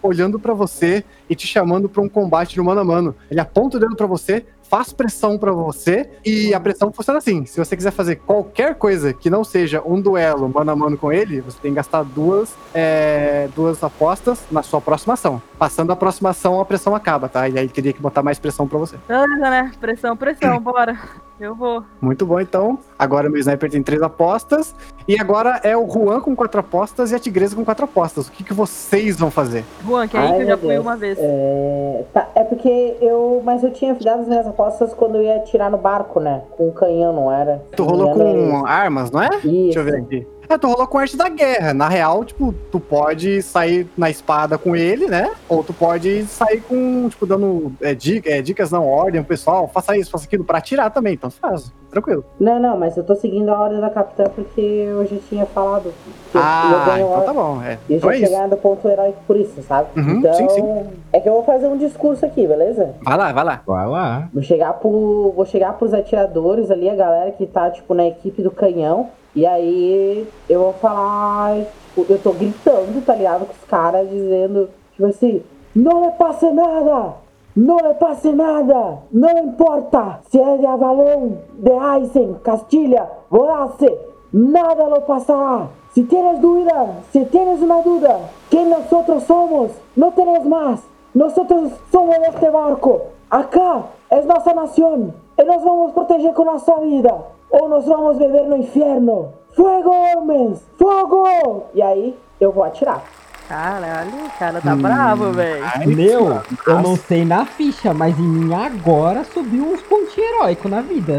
olhando pra você e te chamando pra um combate no mano a mano. Ele aponta o dedo pra você, faz pressão pra você, e a pressão funciona assim. Se você quiser fazer qualquer coisa que não seja um duelo mano a mano com ele, você tem que gastar duas, é, duas apostas na sua próxima ação. Passando a próxima ação, a pressão acaba, tá? E aí teria que botar mais pressão pra você. Beleza, né? Pressão, pressão, bora. Eu vou. Muito bom, então. Agora meu sniper tem três apostas. E agora é o Juan com quatro apostas e a Tigresa com quatro apostas. O que, que vocês vão fazer? Juan, que aí Ai, que eu já meu fui Deus. uma vez. É... Tá, é porque eu. Mas eu tinha dado as minhas apostas quando eu ia atirar no barco, né? Com um canhão, não era? Tu Se não rolou me engano, com armas, não é? era isso. Deixa eu ver aqui. É, tu rolou com arte da guerra. Na real, tipo, tu pode sair na espada com ele, né? Ou tu pode sair com, tipo, dando é, dica, é, dicas, não, ordem, pro pessoal, faça isso, faça aquilo, pra atirar também. Então faz, tranquilo. Não, não, mas eu tô seguindo a ordem da capitã porque eu já tinha falado. Que eu- eu Ah, ganho então ordem. tá bom. É. E eu Então já é tinha isso. ganhado ponto heróico por isso, sabe? Uhum, então, sim, sim. é que eu vou fazer um discurso aqui, beleza? Vai lá, vai lá. Vai lá. Vou chegar, pro, vou chegar pros atiradores ali, a galera que tá, tipo, na equipe do canhão. E aí eu vou falar, tipo, eu tô gritando, tá ligado? Com os caras dizendo, tipo assim, não le passe nada! Não le passe nada! Não importa se é de Avalon, de Eisen, Castilha, Vorace, nada lo pasará. Si tienes duda, si tienes una duda, ¿quién nosotros somos? No tenés más. Nosotros somos este barco. Acá es nuestra nación. Y nos vamos a proteger con nuestra vida. O nos vamos beber no inferno. Fuego, homens! Fogo! E aí, eu vou atirar. Caralho, o cara tá bravo, velho. Meu, eu não sei na ficha, mas em mim agora subiu uns pontinhos heróicos na vida.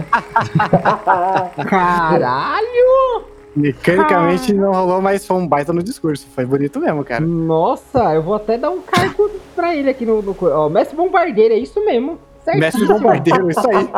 Caralho! Mecanicamente não rolou, mas foi um baita no discurso. Foi bonito mesmo, cara. Nossa, eu vou até dar um cargo pra ele aqui no... no co- ó, Mestre Bombardeiro, é isso mesmo. Certinho. Mestre Bombardeiro, isso aí.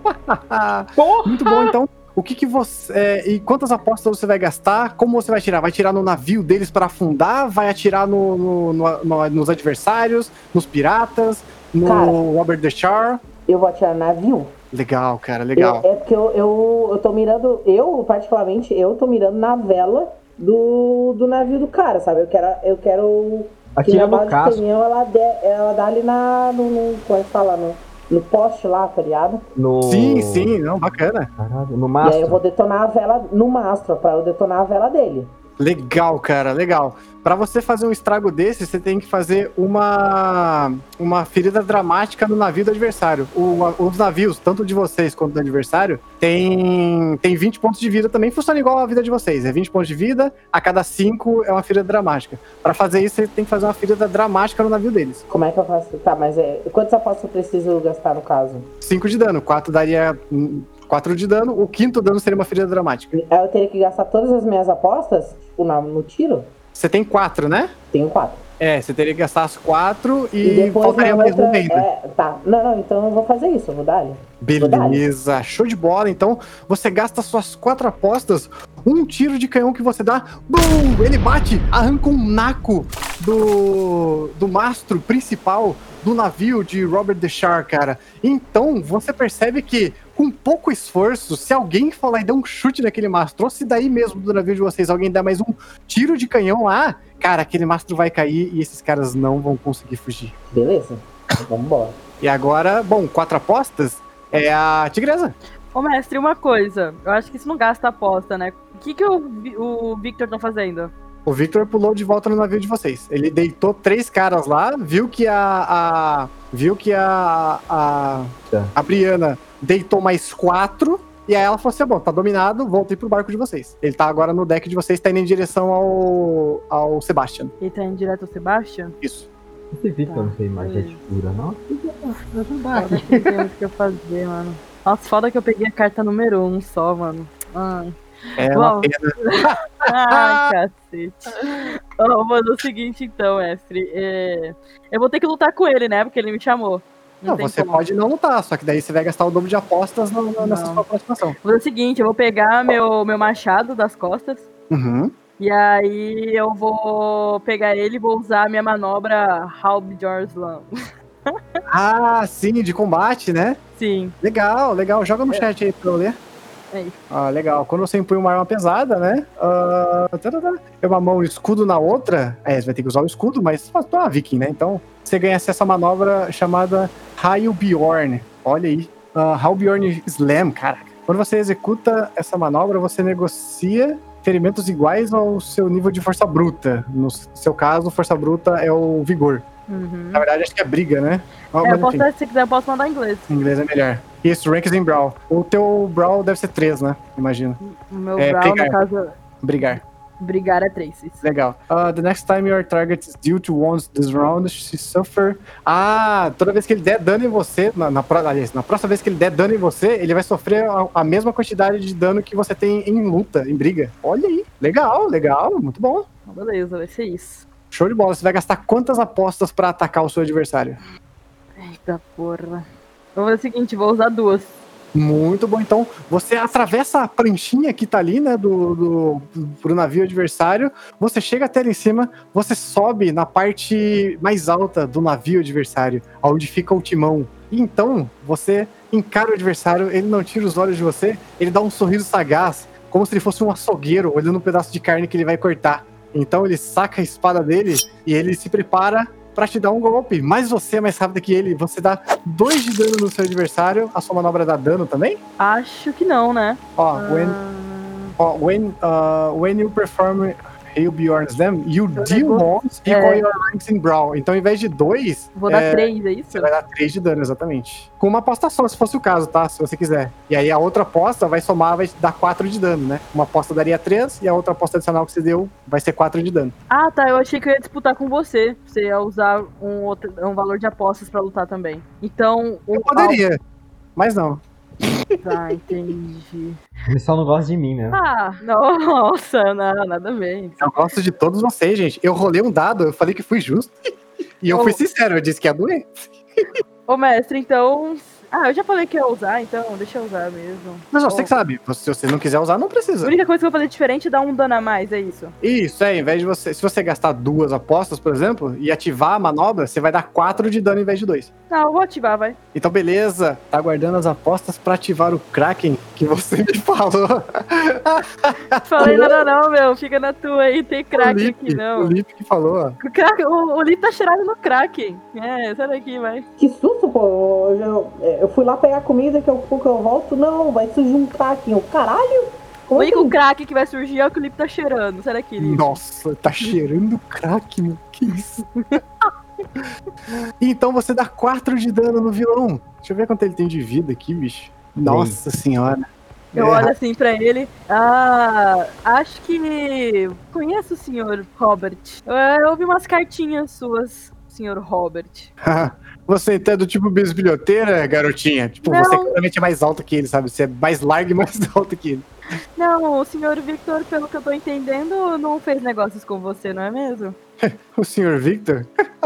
Porra! Muito bom, então. O que que você... é, e quantas apostas você vai gastar? Como você vai atirar? Vai atirar no navio deles para afundar? Vai atirar no, no- no- no- nos adversários? Nos piratas? No Cara. Robert the Char? Eu vou atirar no navio. Legal, cara, legal. Eu- é porque eu, eu, eu tô mirando, eu particularmente, eu tô mirando na vela do, do navio do cara, sabe? Eu quero, eu quero que Atira minha no bala de casco. canhão, ela, dê, ela dá ali na, no, no, como é que fala, no, no poste lá, tá ligado? No... Sim, sim, não, bacana. Caralho, no E mastro. aí eu vou detonar a vela no mastro, pra eu detonar a vela dele. Legal, cara, legal. Pra você fazer um estrago desse, você tem que fazer uma uma ferida dramática no navio do adversário. O- os navios, tanto de vocês quanto do adversário, tem, tem vinte pontos de vida também, funciona igual a vida de vocês. É vinte pontos de vida, a cada cinco é uma ferida dramática. Pra fazer isso, você tem que fazer uma ferida dramática no navio deles. Como é que eu faço? Tá, mas é, quantas apostas eu preciso gastar no caso? cinco de dano, quatro daria quatro de dano, o quinto dano seria uma ferida dramática. Aí eu teria que gastar todas as minhas apostas, tipo, na- no tiro? Você tem quatro, né? Tenho quatro. É, você teria que gastar as quatro e, E depois faltaria na mais outra, um ainda. é, tá. Não, não, então eu vou fazer isso, eu vou dar. Beleza, show de bola. Então, você gasta suas quatro apostas, um tiro de canhão que você dá, BUM! Ele bate, arranca um naco do, do mastro principal do navio de Robert the Char, cara. Então, você percebe que, com pouco esforço, se alguém for lá e der um chute naquele mastro, ou se daí mesmo do navio de vocês alguém der mais um tiro de canhão lá, cara, aquele mastro vai cair e esses caras não vão conseguir fugir. Beleza? Vamos embora. E agora, bom, quatro apostas, é a Tigresa. Ô, mestre, uma coisa. Eu acho que isso não gasta aposta, né? O que, que o, Vi- o Victor tá fazendo? O Victor pulou de volta no navio de vocês. Ele deitou três caras lá, viu que a. a- viu que a. A, Tá. a Briana deitou mais quatro. E aí ela falou assim: bom, tá dominado, voltei pro barco de vocês. Ele tá agora no deck de vocês, tá indo em direção ao. ao Sebastian. Ele tá indo direto ao Sebastian? Isso. Esse Victor Tá, não tem magia de cura, não? Vou ajudar Foda aqui. que não tem muito o que eu fazer, mano. Nossa, foda que eu peguei a carta número um só, mano. Ai, É Bom. uma pena. ai cacete. Ó, mano, é o seguinte então, mestre. É... Eu vou ter que lutar com ele, né? Porque ele me chamou. Não, Não, tem você como. pode não lutar, só que daí você vai gastar o dobro de apostas no- no- nessa Não. sua próxima ação. Vou fazer o seguinte, eu vou pegar meu, meu machado das costas. Uhum. E aí eu vou pegar ele e vou usar a minha manobra Halbjorn Slam. Ah, sim, de combate, né? Sim. Legal, legal. Joga no chat aí pra eu ler. É isso. Ah, legal. Quando você impõe uma arma pesada, né? Uh, é uma mão e escudo na outra. É, você vai ter que usar o escudo, mas tu é uma viking, né? Então você ganha acesso a uma manobra chamada Heilbjorn. Olha aí. Uh, Heilbjorn Slam, caraca. Quando você executa essa manobra, você negocia ferimentos iguais ao seu nível de força bruta. No seu caso, força bruta é o vigor. Uhum. Na verdade, acho que é briga, né? Oh, É, eu mas, posso, enfim, se quiser, eu posso mandar em inglês. em inglês é melhor. Isso, ranks em Brawl. O teu Brawl deve ser três, né? Imagino. O meu É, Brawl, pegar. no caso, Brigar. brigar é três. Isso. Legal. Uh, the next time your target is due to wounds this round, she suffer. Ah, toda vez que ele der dano em você, na, na, aliás, na próxima vez que ele der dano em você, ele vai sofrer a, a mesma quantidade de dano que você tem em luta, em briga. Olha aí. Legal, legal. Muito bom. Então, beleza, vai ser isso. Show de bola. Você vai gastar quantas apostas pra atacar o seu adversário? Eita porra. Vou fazer o seguinte, vou usar duas. Muito bom. Então, você atravessa a pranchinha que tá ali, né, do, do, pro navio adversário, você chega até ali em cima, você sobe na parte mais alta do navio adversário, onde fica o timão. E então, você encara o adversário, ele não tira os olhos de você, ele dá um sorriso sagaz, como se ele fosse um açougueiro, olhando um pedaço de carne que ele vai cortar. Então, ele saca a espada dele e ele se prepara pra te dar um golpe, mas você é mais rápido que ele, você dá dois de dano no seu adversário, a sua manobra dá dano também? Acho que não, né? Ó, Ah, when, ó, when, uh, when you perform Heilbjorn Slam, you Seu deal negócio- wounds equal é. your ranks in Brawl. Então, ao invés de dois, Vou dar é, três, é isso? você vai dar três de dano, exatamente. Com uma aposta só, se fosse o caso, tá? Se você quiser. E aí a outra aposta vai somar, vai dar quatro de dano, né? Uma aposta daria três e a outra aposta adicional que você deu vai ser quatro de dano. Ah, tá. Eu achei que eu ia disputar com você. Você ia usar um, outro, um valor de apostas pra lutar também. Então, o Eu poderia, mas não. Tá, entendi. Ele só não gosta de mim, né? Ah, nossa, não, nada bem. Eu gosto de todos vocês, gente. Eu rolei um dado, eu falei que fui justo. E eu Oh. fui sincero, eu disse que ia doer. Ô, mestre, então... Ah, eu já falei que ia usar, então deixa eu usar mesmo. Mas você Oh. que sabe, se você não quiser usar, não A precisa. única coisa que eu vou fazer diferente é dar um dano a mais, é isso? Isso, é, em vez de você. Se você gastar duas apostas, por exemplo, e ativar a manobra, você vai dar quatro de dano em vez de dois. Não, eu vou ativar, vai. Então, beleza, tá aguardando as apostas pra ativar o Kraken que você me falou. Falei nada não, meu. Fica na tua aí, tem O crack Lip, aqui, o não. Lip que falou, ó. O, crack, o, o Lip tá cheirado no Kraken. É, sai daqui, vai. Que susto, pô. Eu, eu- eu fui lá pegar comida, que eu, que eu volto. Não, vai surgir um Kraken. Eu, caralho? O Como único assim? crack que vai surgir é o que o Lip tá cheirando. Sai daqui, Lip. Nossa, tá cheirando crack, meu. Que isso? Então você dá quatro de dano no vilão. Deixa eu ver quanto ele tem de vida aqui, bicho. Nossa senhora. Eu É, olho assim pra ele. Ah, acho que conheço o senhor Robert. Eu, eu ouvi umas cartinhas suas, senhor Robert. Você então é do tipo bisbilhoteira, garotinha? Tipo, Não. você claramente é mais alta que ele, sabe? Você é mais largo e mais alto que ele. Não, o senhor Victor, pelo que eu tô entendendo, não fez negócios com você, não é mesmo? O senhor Victor?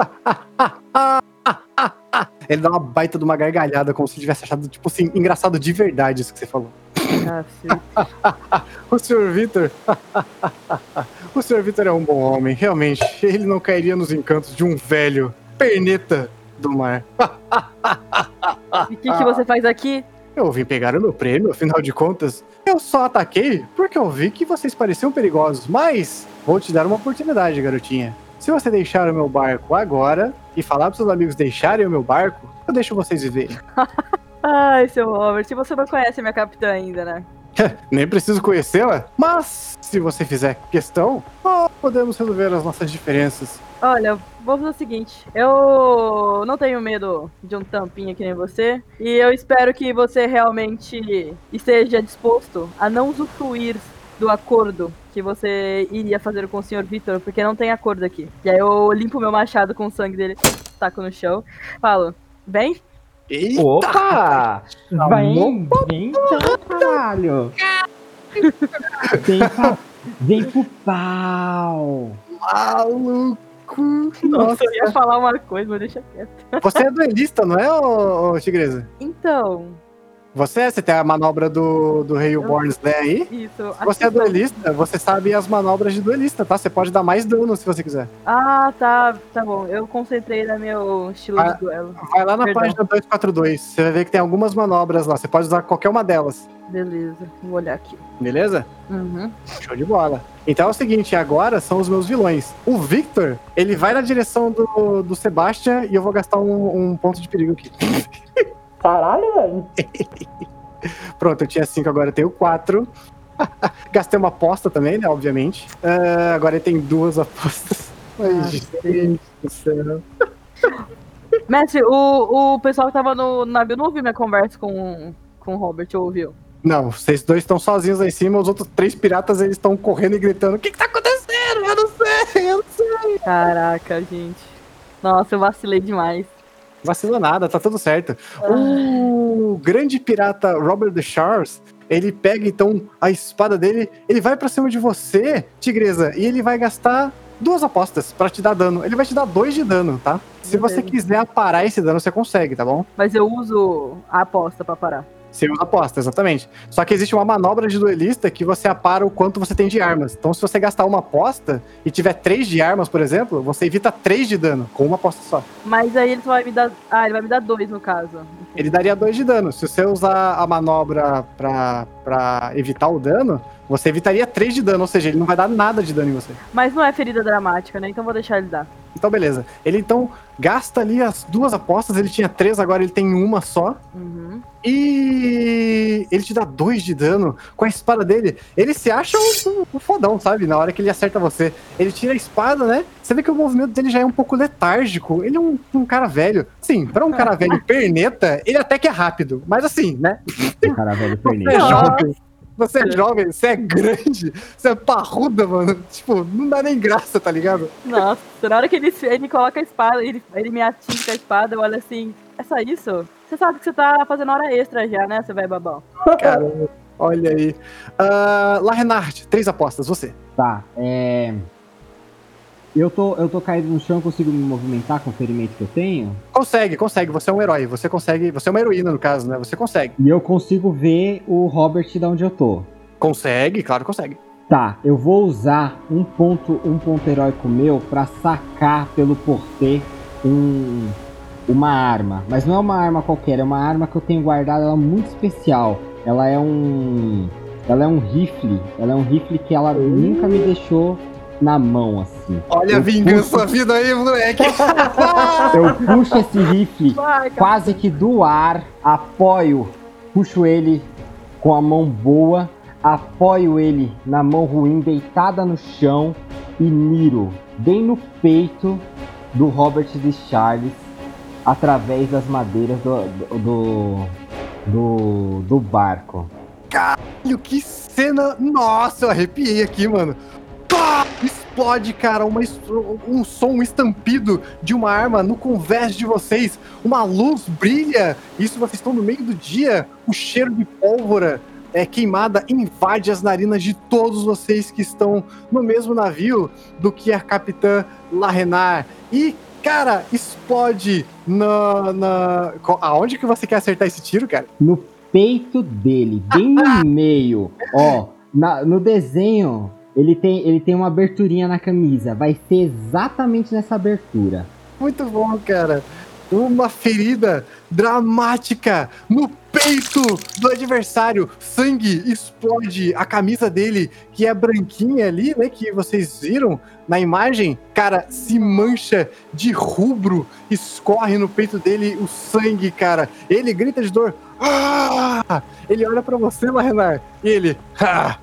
Ele dá uma baita de uma gargalhada, como se tivesse achado, tipo assim, engraçado de verdade isso que você falou. Ah, sim. O senhor Victor? O senhor Victor é um bom homem, realmente. Ele não cairia nos encantos de um velho perneta do mar. E o que, que você faz aqui? Eu vim pegar o meu prêmio, afinal de contas. Eu só ataquei porque eu vi que vocês pareciam perigosos, mas vou te dar uma oportunidade, garotinha. Se você deixar o meu barco agora e falar pros seus amigos deixarem o meu barco, eu deixo vocês viverem. Ai, seu Robert, você não conhece a minha capitã ainda, né? Nem preciso conhecê-la, mas se você fizer questão, oh, podemos resolver as nossas diferenças. Olha, vou fazer o seguinte. Eu não tenho medo de um tampinha que nem você. E eu espero que você realmente esteja disposto a não usufruir do acordo que você iria fazer com o senhor Victor, porque não tem acordo aqui. E aí eu limpo meu machado com o sangue dele, taco no chão, falo, vem? Eita! Opa! Vem, vem então, caralho! Vem, pra, vem pro pau! Maluco! Nossa, eu ia falar uma coisa, mas deixa quieto. Você é duelista, não é, ô, ô Tigresa? Então, Você é? Você tem a manobra do, do Heilbjorn Slam aí? isso. Se você é duelista, você sabe as manobras de duelista, tá? Você pode dar mais dano se você quiser. Ah, tá, tá bom. Eu concentrei no meu estilo Ah, de duelo. Vai lá na Perdão. página duzentos e quarenta e dois, você vai ver que tem algumas manobras lá. Você pode usar qualquer uma delas. Beleza, vou olhar aqui. Beleza? Uhum. Show de bola. Então é o seguinte, agora são os meus vilões. O Victor, ele vai na direção do, do Sebastian e eu vou gastar um, um ponto de perigo aqui. Caralho, velho. Pronto, eu tinha cinco, agora eu tenho quatro. Gastei uma aposta também, né, obviamente. Uh, agora ele tem duas apostas. Ai, Ah, gente do céu. Mestre, o, o pessoal que tava no navio não ouviu minha conversa com, com o Robert, ou ouviu? Não, vocês dois estão sozinhos lá em cima, os outros três piratas, eles estão correndo e gritando, o que que tá acontecendo? Eu não sei, eu não sei. Caraca, gente. Nossa, eu vacilei demais. Vacila nada, tá tudo certo. O grande pirata Robert the Charles, ele pega então a espada dele, ele vai pra cima de você, Tigresa, e ele vai gastar duas apostas pra te dar dano. Ele vai te dar dois de dano, tá? Se você quiser aparar esse dano, você consegue, tá bom? Mas eu uso a aposta pra parar. Você usa aposta, exatamente. Só que existe uma manobra de duelista que você apara o quanto você tem de armas. Então, se você gastar uma aposta e tiver três de armas, por exemplo, você evita três de dano com uma aposta só. Mas aí ele só vai me dar... Ah, ele vai me dar dois, no caso. Ele daria dois de dano. Se você usar a manobra pra, pra evitar o dano, você evitaria três de dano. Ou seja, ele não vai dar nada de dano em você. Mas não é ferida dramática, né? Então vou deixar ele dar. Então, beleza. Ele, então, gasta ali as duas apostas. Ele tinha três, agora ele tem uma só. Uhum. E ele te dá dois de dano com a espada dele. Ele se acha um, um fodão, sabe? Na hora que ele acerta você. Ele tira a espada, né? Você vê que o movimento dele já é um pouco letárgico. Ele é um, um cara velho. Sim, pra um cara velho perneta, ele até que é rápido. Mas assim, né? Cara, velho, Você é perneta. jovem. Você é jovem, você é grande, você é parruda, mano. Tipo, não dá nem graça, tá ligado? Nossa, na hora que ele, ele coloca a espada, ele, ele me atinge com a espada, eu olho assim, é só isso? Você sabe que você tá fazendo hora extra já, né, seu velho babão? Caramba, olha aí. Uh, lá, Renard, três apostas, você. Tá, é... Eu tô, eu tô caído no chão, consigo me movimentar com o ferimento que eu tenho? Consegue, consegue. Você é um herói. Você consegue. Você é uma heroína, no caso, né? Você consegue. E eu consigo ver o Robert de onde eu tô? Consegue, claro que consegue. Tá, eu vou usar um ponto, um ponto heróico meu pra sacar pelo portê um, uma arma. Mas não é uma arma qualquer, é uma arma que eu tenho guardada, ela é muito especial. Ela é um... Ela é um rifle. Ela é um rifle que ela Hum. nunca me deixou na mão, assim. Olha Eu a vingança puxo- vindo aí, moleque. Eu puxo esse rifle Vai, cara. quase que do ar, apoio, puxo ele com a mão boa, apoio ele na mão ruim, deitada no chão e miro bem no peito do Robert de Charles, através das madeiras do, do, do, do barco. Caralho, que cena. Nossa, eu arrepiei aqui, mano. Pá! Explode, cara, uma, es- um som, um estampido de uma arma no convés de vocês. Uma luz brilha. Isso, vocês estão no meio do dia. O cheiro de pólvora é, queimada invade as narinas de todos vocês que estão no mesmo navio do que a capitã Larenar. E, cara, explode na, na... co- Aonde que você quer acertar esse tiro, cara? No peito dele, bem no meio, ó, na- no desenho, ele tem, ele tem uma aberturinha na camisa, vai ser exatamente nessa abertura. Muito bom, cara. Uma ferida dramática no peito do adversário. Sangue explode. A camisa dele, que é branquinha ali, né? Que vocês viram na imagem, cara, se mancha de rubro. Escorre no peito dele o sangue, cara. Ele grita de dor. Ah! Ele olha pra você, Larenar. E ele. Ah!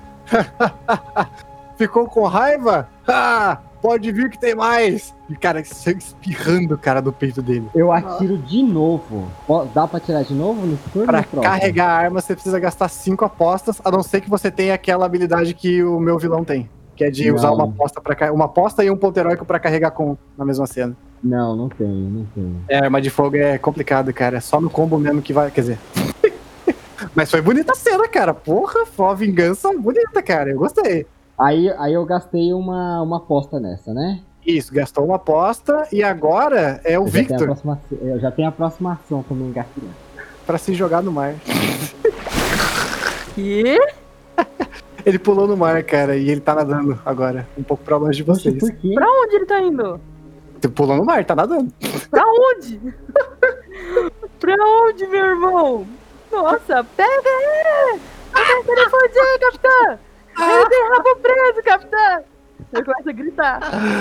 Ficou com raiva? Ah! Pode vir que tem mais! E, cara, sangue espirrando, cara, do peito dele. Eu atiro de novo. Ó, dá pra atirar de novo nesse turno? Pra ou próximo? carregar a arma, você precisa gastar cinco apostas, a não ser que você tenha aquela habilidade que o meu vilão tem. Que é de Não. usar uma aposta, pra, uma aposta e um ponto heróico pra carregar com na mesma cena. Não, não tenho, não tenho. É, arma de fogo é complicado, cara. É só no combo mesmo que vai. Quer dizer. Mas foi bonita a cena, cara. Porra, foi uma vingança bonita, cara. Eu gostei. Aí, aí eu gastei uma, uma aposta nessa, né? Isso, gastou uma aposta e agora é o Eu já tenho a Victor próxima, eu já tenho a próxima ação também engatilhada. pra se jogar no mar. Que? Ele pulou no mar, cara, e ele tá nadando agora, um pouco pra longe de vocês. Por quê? Pra onde ele tá indo? Ele pulou no mar, tá nadando. Pra onde? Pra onde, meu irmão? Nossa, pega ele! tá querendo fugir, capitão! Ele tem rabo preso, capitão! Ele começa a gritar.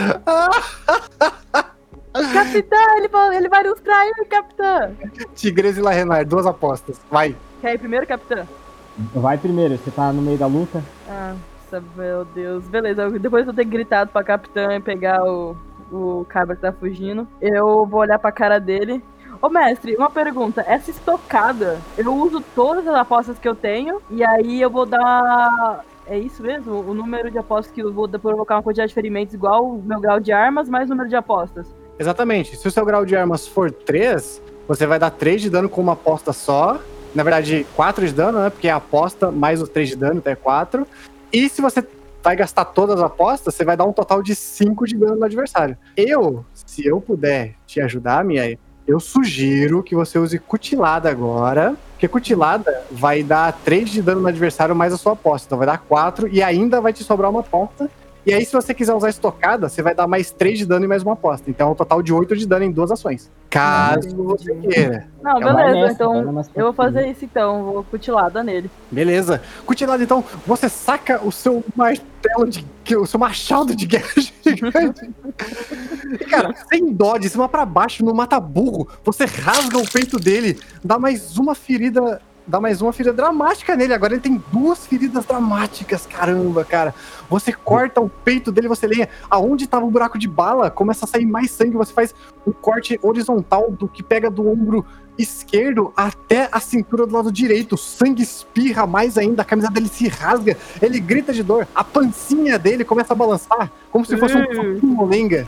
Capitão, ele vai, ele vai nos trair, capitão! Tigresa e Larenar, duas apostas. Vai. Quer ir primeiro, capitão? Vai primeiro, você tá no meio da luta. Ah, meu Deus. Beleza, eu- depois de eu ter gritado pra capitã e pegar o, o cabra que tá fugindo, eu vou olhar pra cara dele. Ô mestre, uma pergunta. Essa estocada, eu uso todas as apostas que eu tenho e aí eu vou dar... É isso mesmo? O número de apostas que eu vou provocar uma quantidade de ferimentos igual o meu grau de armas mais o número de apostas. Exatamente. Se o seu grau de armas for três, você vai dar três de dano com uma aposta só. Na verdade, quatro de dano, né? Porque é a aposta mais os três de dano, então é quatro. E se você vai gastar todas as apostas, você vai dar um total de cinco de dano no adversário. Eu, se eu puder te ajudar, Miai, eu sugiro que você use Cutilada agora, porque Cutilada vai dar três de dano no adversário mais a sua aposta. Então vai dar quatro e ainda vai te sobrar uma aposta. E aí, se você quiser usar estocada, você vai dar mais três de dano e mais uma aposta. Então é um total de oito de dano em duas ações. Caso você queira. Não, É uma beleza, nessa, então vai na mais eu vou fácil. fazer isso então, vou cutilada nele. Beleza. Cutilada, então, você saca o seu martelo de... o seu machado de guerra gigante. E, cara, sem dó, de cima pra baixo, no mata-burro, você rasga o peito dele, dá mais uma ferida... Dá mais uma ferida dramática nele. Agora ele tem duas feridas dramáticas. Caramba, cara. Você corta o peito dele, você lenha. Aonde tava o buraco de bala, começa a sair mais sangue. Você faz um corte horizontal do que pega do ombro esquerdo até a cintura do lado direito. O sangue espirra mais ainda. A camisa dele se rasga. Ele grita de dor. A pancinha dele começa a balançar como se fosse um molenga.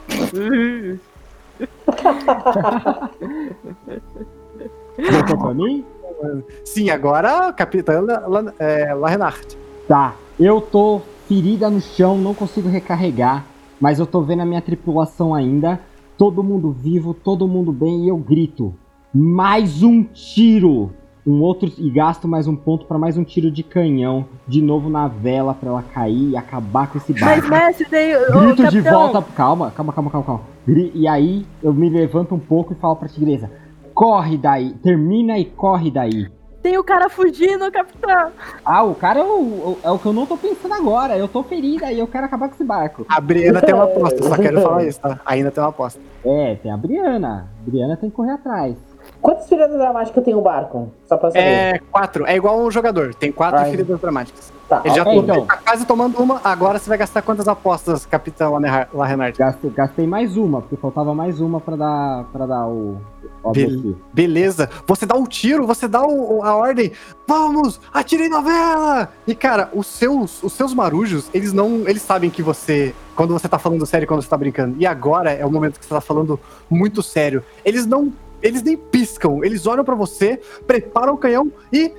Voltou pra mim? Sim, agora, Capitã La, La, é, Larenart. Tá, eu tô ferida no chão, não consigo recarregar, mas eu tô vendo a minha tripulação ainda, todo mundo vivo, todo mundo bem, e eu grito, mais um tiro! Um outro, e gasto mais um ponto pra mais um tiro de canhão, de novo na vela pra ela cair e acabar com esse Mas barco. mestre, daí, ô, Grito de capitão, volta, calma, calma, calma, calma, calma. Gri- E aí eu me levanto um pouco e falo pra tigresa, corre daí, termina e corre daí. tem o cara fugindo, capitão. Ah, o cara é o, é o que eu não tô pensando agora. Eu tô ferida e eu quero acabar com esse barco. A Briana tem uma aposta, só quero falar isso, tá? Ainda tem uma aposta. É, tem a Briana. A Briana tem que correr atrás. Quantas feridas dramáticas tem o barco? Só pra saber. É quatro, é igual um jogador, tem quatro Ai. feridas dramáticas. Tá, Ele já É, tomou- então. ele tá quase tomando uma, agora você vai gastar quantas apostas, Capitão Larenart? Gastei, gastei mais uma, porque faltava mais uma pra dar, pra dar o, o Be- objetivo. Beleza, você dá o tiro, você dá o- a ordem, vamos, atirei na vela! E cara, os seus, os seus marujos, eles não, eles sabem que você, quando você tá falando sério, quando você tá brincando, e agora é o momento que você tá falando muito sério, eles não, eles nem piscam, eles olham pra você, preparam o canhão e...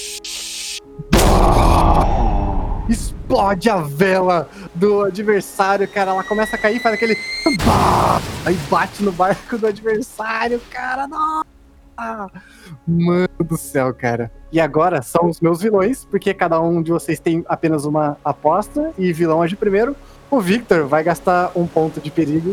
explode a vela do adversário, cara. Ela começa a cair, faz aquele... aí bate no barco do adversário, cara. Nossa! Mano do céu, cara. E agora são os meus vilões, porque cada um de vocês tem apenas uma aposta e vilão age primeiro. O Victor vai gastar um ponto de perigo.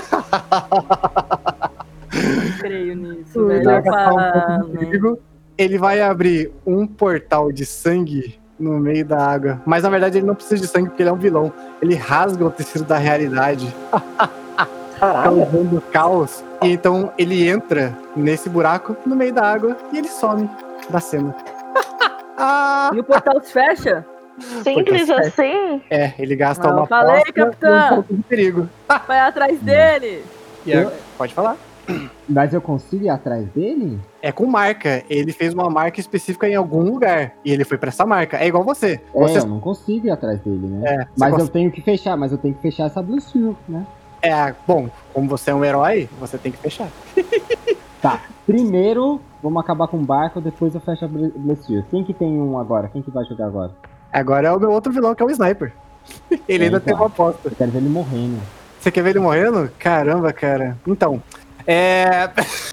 Não creio nisso, Ele velho. vai Eu gastar um ponto falo, de perigo. Ele vai abrir um portal de sangue no meio da água. Mas na verdade ele não precisa de sangue porque ele é um vilão. Ele rasga o tecido da realidade, Caralho. causando caos. E então ele entra nesse buraco no meio da água e ele some da cena. Ah! E o portal se fecha? Simples Porque- assim? É, ele gasta Não, uma falei, aposta capitã. e um ponto de perigo. Vai atrás dele. E agora- pode falar. Mas eu consigo ir atrás dele? É com marca. Ele fez uma marca específica em algum lugar. E ele foi pra essa marca. É igual você. É, Você eu não consigo ir atrás dele, né? É, você mas eu consegue- tenho que fechar, mas eu tenho que fechar essa Blue Shield, né? É, bom, como você é um herói, você tem que fechar. Tá, primeiro vamos acabar com o barco, depois eu fecho a Blue Blue Shield. Quem que tem um agora? Quem que vai jogar agora? Agora é o meu outro vilão, que é o Sniper. Ele É, ainda então. tem uma aposta. Eu quero ver ele morrendo. Você quer ver ele morrendo? Caramba, cara. Então, é...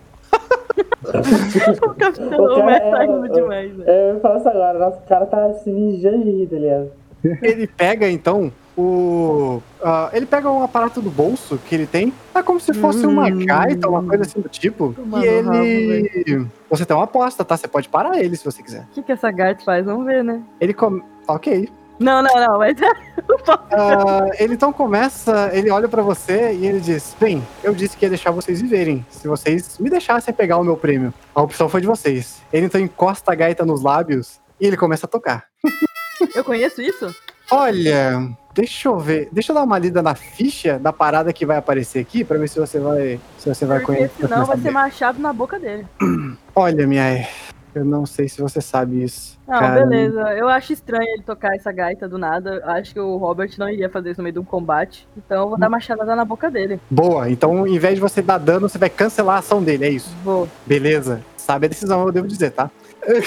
O capitão O cara Mestre tá é- rindo demais, velho. Eu falo isso agora, nosso cara tá se mijando de rir, tá ligado? ele pega, então, o, uh, ele pega um aparato do bolso que ele tem, é como se fosse uma gaita, uma coisa assim do tipo. Tomando e ele. rabo, você tem uma aposta, tá? Você pode parar ele se você quiser. O que, que essa gaita faz? Vamos ver, né? Ele come. Ok. Não, não, não, mas. Uh, ele então começa, ele olha pra você e ele diz: bem, eu disse que ia deixar vocês viverem, se vocês me deixassem pegar o meu prêmio. A opção foi de vocês. Ele então encosta a gaita nos lábios e ele começa a tocar. Eu conheço isso? Olha, deixa eu ver, deixa eu dar uma lida na ficha da parada que vai aparecer aqui pra ver se você vai, se você vai Porque conhecer. senão vai ser machado na boca dele. Olha, minha, eu não sei se você sabe isso. Não, cara. beleza. Eu acho estranho ele tocar essa gaita do nada. Acho que o Robert não iria fazer isso no meio de um combate. Então eu vou dar machadada na boca dele. Boa, então ao invés de você dar dano, você vai cancelar a ação dele, é isso? Vou. Beleza, sabe a decisão, eu devo dizer, tá?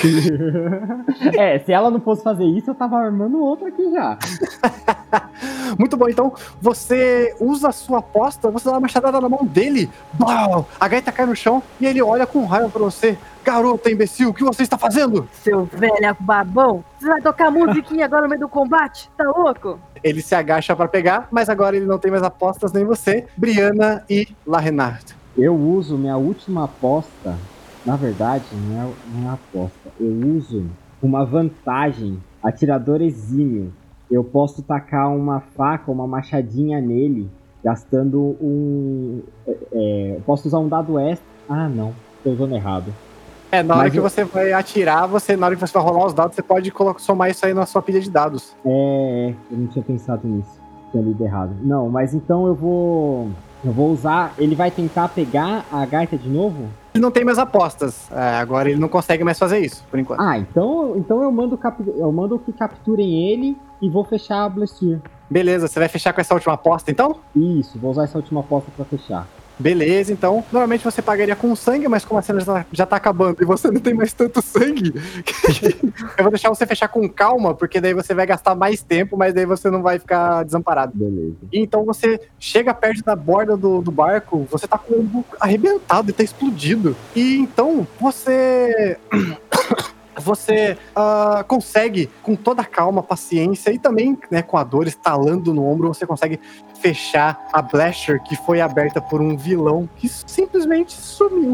É, se ela não fosse fazer isso, eu tava armando outra aqui já. Muito bom, então você usa a sua aposta, você dá uma machadada na mão dele. Blau! A gaita cai no chão e ele olha com raiva pra você. Garota imbecil, o que você está fazendo? Seu velho babão, você vai tocar musiquinha agora no meio do combate? Tá louco? Ele se agacha pra pegar, mas agora ele não tem mais apostas nem você. Brianna e La Renard. Eu uso minha última aposta. Na verdade, não é, não é aposta. Eu uso uma vantagem. Atirador exímio. Eu posso tacar uma faca, uma machadinha nele, gastando um... É, é, eu posso usar um dado extra. Ah, não. Tô usando errado. É, na hora Mas que eu- você vai atirar, você, na hora que você vai rolar os dados, você pode colocar, somar isso aí na sua pilha de dados. É, eu não tinha pensado nisso. Tinha lido errado. Não, mas então eu vou... Eu vou usar... Ele vai tentar pegar a gaita de novo? Ele não tem mais apostas. É, agora ele não consegue mais fazer isso, por enquanto. Ah, então, então eu mando cap... eu mando que capturem ele e vou fechar a Blessure. Beleza, você vai fechar com essa última aposta, então? Isso, vou usar essa última aposta pra fechar. Beleza, então. Normalmente você pagaria com sangue, mas como a cena já tá, já tá acabando e você não tem mais tanto sangue, eu vou deixar você fechar com calma, porque daí você vai gastar mais tempo, mas daí você não vai ficar desamparado. Beleza. E então você chega perto da borda do, do barco, você tá com o ombro arrebentado e tá explodido. E então você. Você ah, consegue, com toda a calma, paciência e também, né, com a dor estalando no ombro, você consegue fechar a Blasher que foi aberta por um vilão que simplesmente sumiu.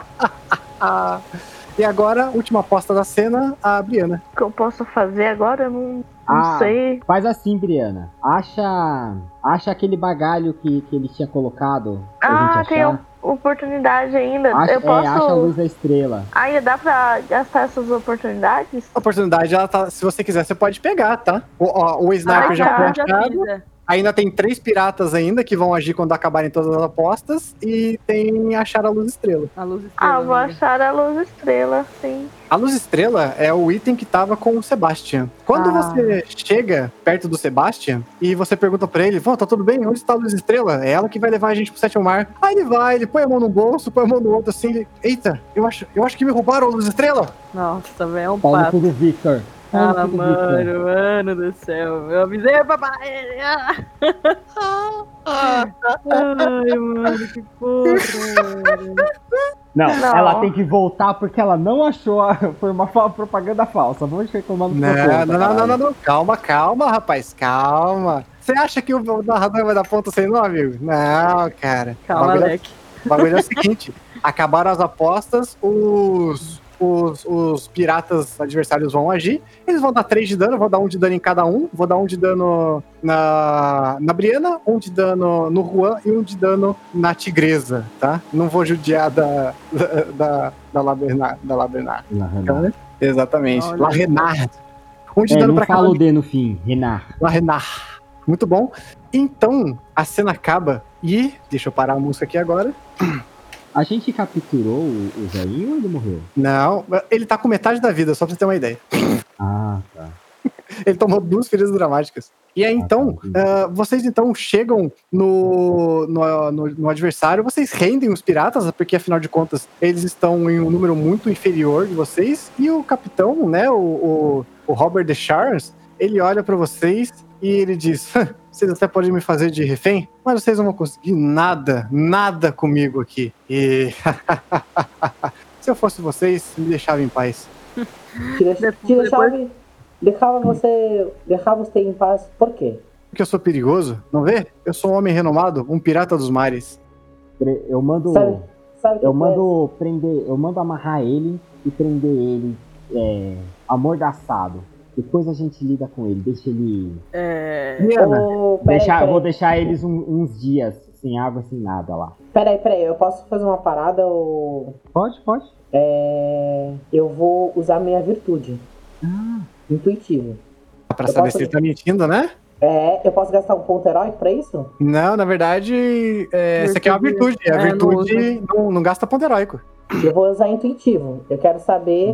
E agora, última aposta da cena, a Brianna. O que eu posso fazer agora? Eu não, não Ah, sei. Faz assim, Brianna. Acha, acha aquele bagalho que, que ele tinha colocado pra Ah, gente tem achar. op- oportunidade ainda. Acha, eu posso. é, acha a luz da estrela. Ainda dá pra gastar essas oportunidades? A oportunidade, ela tá, se você quiser, você pode pegar, tá? O, ó, o sniper Ai, já tá, foi eu já achado. fiz, é. Ainda tem três piratas ainda que vão agir quando acabarem todas as apostas. E tem achar a luz estrela. A luz estrela. Ah, vou né? achar a luz estrela, sim. A luz estrela é o item que tava com o Sebastian. Quando Ah. você chega perto do Sebastian e você pergunta pra ele, Vó, tá tudo bem? Onde está a luz estrela? É ela que vai levar a gente pro sétimo mar. Aí ele vai, ele põe a mão no bolso, põe a mão no outro assim. Ele, Eita, eu acho, eu acho que me roubaram a luz estrela. Nossa, velho, é um Pau no pato. cu do Victor. Pau no Ah, cu do Victor. mano, mano do céu. Eu avisei, papai. Ai, mano, que porra. mano. Não, Não. ela tem que voltar porque ela não achou. a- Foi uma fa- propaganda falsa. Vamos reclamar no Não, não, não, não, não, não. Calma, calma, rapaz, calma. Você acha que o narrador vai dar ponto sem nó, amigo? Não, cara. Calma, O bagulho é- Alec. O bagulho é o seguinte: acabaram as apostas, os, os, os piratas adversários vão agir, eles vão dar três de dano, eu vou dar um de dano em cada um, vou dar um de dano na, na Brianna, um de dano no Juan e um de dano na Tigresa, tá? Não vou judiar da, da, da, da La Bernard. Da La Bernard. Renar. Exatamente. Olha. La Renard. Um de É, dano não pra cada fala um. o D no fim, Renar. La Renard. Muito bom. Então, a cena acaba e... Deixa eu parar a música aqui agora. A gente capturou o, o velhinho ou ele morreu? Não, ele tá com metade da vida, só pra você ter uma ideia. Ah, tá. Ele tomou duas feridas dramáticas. E aí, então, tá, ah, vocês então chegam no, no, no, no adversário, vocês rendem os piratas, porque afinal de contas, eles estão em um número muito inferior de vocês, e o capitão, né, o, o, o Robert de Charles, ele olha pra vocês e ele diz, vocês até podem me fazer de refém, mas vocês não vão conseguir nada, nada comigo aqui. E se eu fosse vocês, me deixava em paz. Te, deix- te Depois- deixava, deixava você, deixava você em paz, por quê? que eu sou perigoso? Não vê? Eu sou um homem renomado, um pirata dos mares. Pre- Eu mando. Sabe, sabe que Eu que mando prender. Eu mando amarrar ele e prender ele é, amordaçado. Depois a gente lida com ele, deixa ele. É... é? Liana, Ô, peraí, Deixar, eu peraí. vou deixar eles um- uns dias sem água, sem nada lá. Peraí, peraí, eu posso fazer uma parada ou. Pode, pode. É. Eu vou usar minha virtude. Intuitivo. pra Eu saber posso- se ele tá mentindo, né? É, eu posso gastar um ponto heróico pra isso? Não, na verdade, é, isso aqui é uma virtude. A É, não virtude não, não gasta ponto heróico. Eu vou usar intuitivo. Eu quero saber.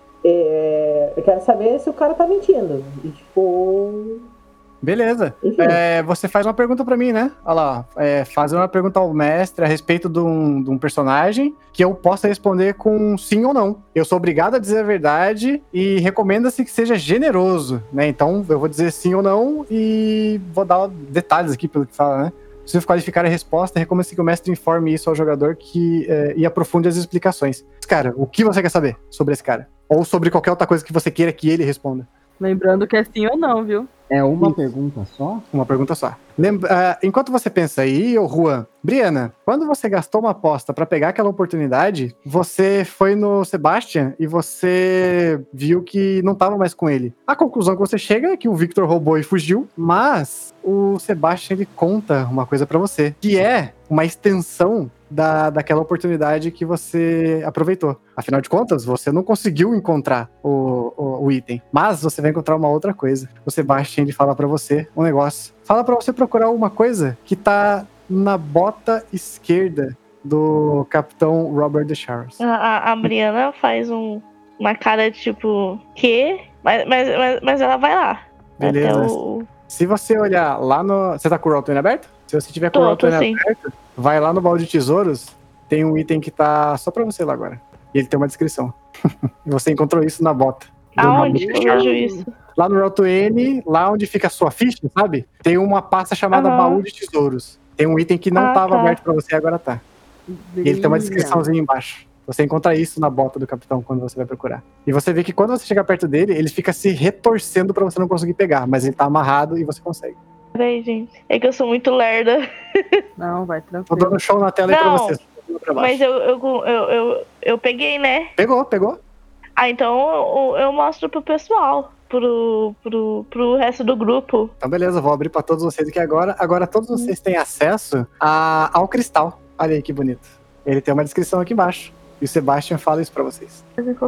é, eu quero saber se o cara tá mentindo. E tipo. Beleza. Enfim. É, você faz uma pergunta pra mim, né? Olha lá, é, fazer uma pergunta ao mestre a respeito de um, de um personagem que eu possa responder com sim ou não. Eu sou obrigado a dizer a verdade e recomenda-se que seja generoso, né? Então eu vou dizer sim ou não e vou dar detalhes aqui pelo que fala, né? Se qualificar a resposta, recomenda-se que o mestre informe isso ao jogador que, é, e aprofunde as explicações. Cara, o que você quer saber sobre esse cara? Ou sobre qualquer outra coisa que você queira que ele responda. Lembrando que é sim ou não, viu? É uma Isso. pergunta só? Uma pergunta só. Lembra, ah, enquanto você pensa aí, ô Juan, Briana, quando você gastou uma aposta pra pegar aquela oportunidade, você foi no Sebastian e você viu que não tava mais com ele. A conclusão que você chega é que o Victor roubou e fugiu, mas o Sebastian ele conta uma coisa pra você, que é uma extensão da, daquela oportunidade que você aproveitou. Afinal de contas, você não conseguiu encontrar o, o, o item, mas você vai encontrar uma outra coisa. O Sebastian ele fala pra você um negócio. Fala pra você procurar uma coisa que tá na bota esquerda do Capitão Robert de Charles. A, a, a Briana faz um, uma cara de tipo, quê? Mas, mas, mas, mas ela vai lá. Beleza. Até o... Se você olhar lá no... Você tá com o Roll vinte aberto? Se você tiver com o Tô, Roll tô vinte sim. aberto, vai lá no baú de tesouros, tem um item que tá só pra você lá agora. E ele tem uma descrição. E você encontrou isso na bota. do Aonde Robert eu de Charles. vejo isso? Lá no Roll vinte, lá onde fica a sua ficha, sabe? Tem uma pasta chamada Aham. baú de tesouros. Tem um item que não Ah, tava tá. aberto pra você e agora tá. E ele tem uma descriçãozinha embaixo. Você encontra isso na bota do capitão quando você vai procurar. E você vê que quando você chega perto dele, ele fica se retorcendo pra você não conseguir pegar, mas ele tá amarrado e você consegue. Peraí, gente. É que eu sou muito lerda. Não, vai Tô tranquilo. dando show na tela aí pra Não, você. Só pra baixo. Mas eu, eu, eu, eu, eu peguei, né? Pegou, pegou. Ah, então eu, eu mostro pro pessoal. Pro, pro, pro resto do grupo. Então beleza, vou abrir pra todos vocês aqui agora. Agora todos vocês têm acesso a, ao cristal. Olha aí que bonito. Ele tem uma descrição aqui embaixo. E o Sebastian fala isso pra vocês.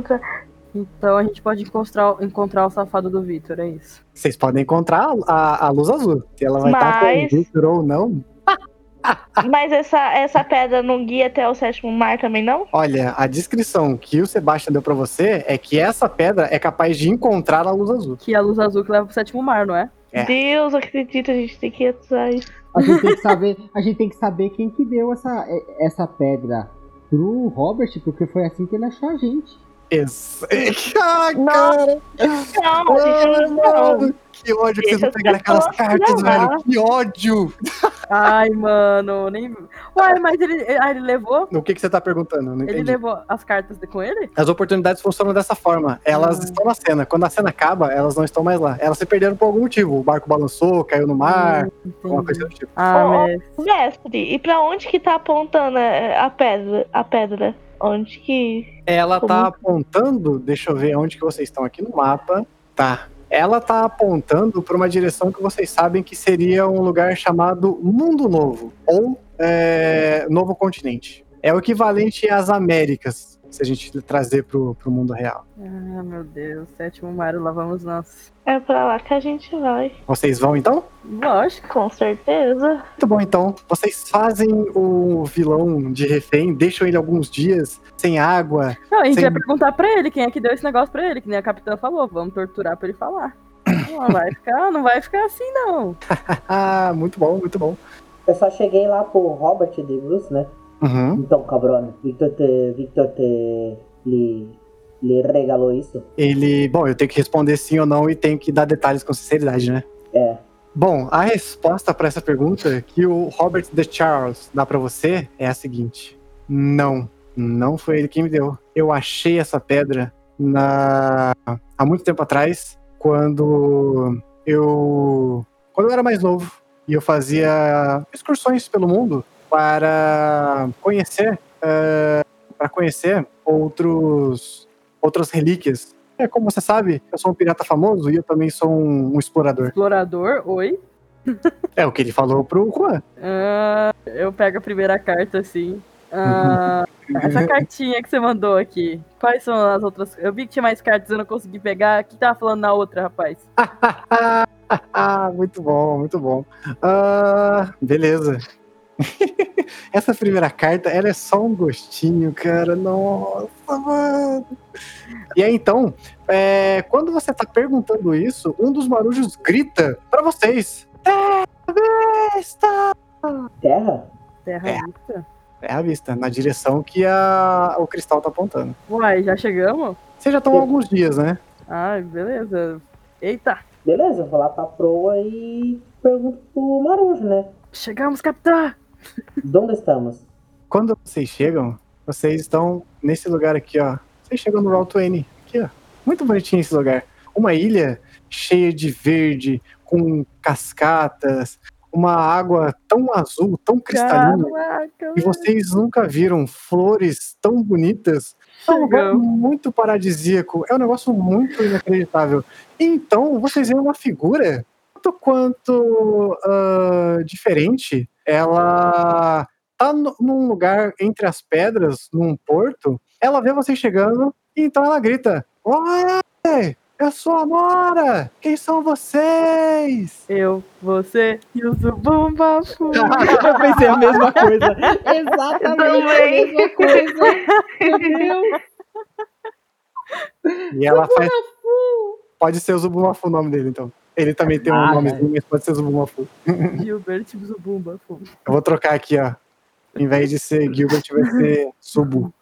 Então a gente pode encontrar, encontrar o safado do Victor, é isso. Vocês podem encontrar a, a luz azul. Se ela vai estar com Mas- o Victor ou não. Mas essa, essa pedra não guia até o sétimo mar também, não? Olha, a descrição que o Sebastian deu pra você é que essa pedra é capaz de encontrar a luz azul. Que é a luz azul que leva pro sétimo mar, não é? É. Deus, eu acredito, a gente tem que ir atrás. A gente tem que saber, a gente tem que saber quem que deu essa, essa pedra pro Robert, porque foi assim que ele achou a gente. Ex- Ah, Não. cara! Não, a gente não. Mano, que ódio que vocês Deixa não pegaram as aquelas pessoas cartas, levar. velho. Que ódio! Ai, mano, nem. Ué, mas ele, ah, ele levou? O que, que você tá perguntando? Não Ele entendi. levou as cartas de- com ele? As oportunidades funcionam dessa forma. Elas Ah. estão na cena. Quando a cena acaba, elas não estão mais lá. Elas se perderam por algum motivo. O barco balançou, caiu no mar, alguma coisa do tipo. Ah, Ô, mas. Mestre, e pra onde que tá apontando a a pedra? A pedra? Onde que. Ela Como? tá apontando, deixa eu ver onde que vocês estão aqui no mapa. Tá. Ela tá apontando para uma direção que vocês sabem que seria um lugar chamado Mundo Novo, ou é, Novo Continente. É o equivalente às Américas, se a gente trazer pro, pro mundo real. Ah, meu Deus, sétimo mar, lá vamos nós. É pra lá que a gente vai. Vocês vão então? Lógico. Com certeza. Muito bom, então. Vocês fazem o vilão de refém, deixam ele alguns dias sem água. Não, a gente Sim. vai perguntar pra ele quem é que deu esse negócio pra ele, que nem a capitã falou. Vamos torturar pra ele falar. Não vai ficar, não vai ficar assim, não. Ah, muito bom, muito bom. Eu só cheguei lá pro Robert de Bruce, né? Uhum. Então, cabrão, Victor te, Victor te lhe, lhe regalou isso? Ele, bom, eu tenho que responder sim ou não e tenho que dar detalhes com sinceridade, né? É. Bom, a resposta para essa pergunta que o Robert de Charles dá para você é a seguinte: não, não foi ele quem me deu. Eu achei essa pedra na há muito tempo atrás, quando eu quando eu era mais novo e eu fazia excursões pelo mundo para conhecer, uh, para conhecer outros, outras relíquias. É, como você sabe, eu sou um pirata famoso e eu também sou um, um explorador. Explorador, oi? É o que ele falou pro Juan. Ah, eu pego a primeira carta assim. Ah, essa cartinha que você mandou aqui, quais são as outras? Eu vi que tinha mais cartas, eu não consegui pegar. O que tava falando na outra, rapaz? Muito bom, muito bom. Uh, beleza. Essa primeira carta, ela é só um gostinho, cara. Nossa, mano. E aí, então, é, quando você tá perguntando isso, um dos marujos grita pra vocês. Terra vista! Terra? Terra É. vista? Terra vista, na direção que a, o cristal tá apontando. Uai, já chegamos? Vocês já estão há alguns dias, né? Ai, beleza. Eita. Beleza, eu vou lá pra proa e pergunto pro Marujo, né? Chegamos, capitão! De onde estamos? Quando vocês chegam, vocês estão nesse lugar aqui, ó. Vocês chegam no Route vinte. Aqui, ó. Muito bonitinho esse lugar. Uma ilha cheia de verde, com cascatas, uma água tão azul, tão cristalina. Caraca, E vocês nunca viram flores tão bonitas. É um lugar muito paradisíaco. É um negócio muito inacreditável. Então, vocês veem uma figura tanto quanto uh, diferente. Ela tá no, num lugar entre as pedras, num porto. Ela vê vocês chegando e então ela grita: Oi! Eu sou a Nora! Quem são vocês? Eu, você e o Zubumbafu. Eu pensei a mesma coisa. Exatamente a mesma coisa. Meu Deus. E ela faz... Pode ser o Zubumafu o nome dele, então. Ele também tem um Ah, nomezinho, mas pode ser Zubumafu. Gilbert Zubumbafu. Eu vou trocar aqui, ó. Em vez de ser Gilbert, vai ser Subu.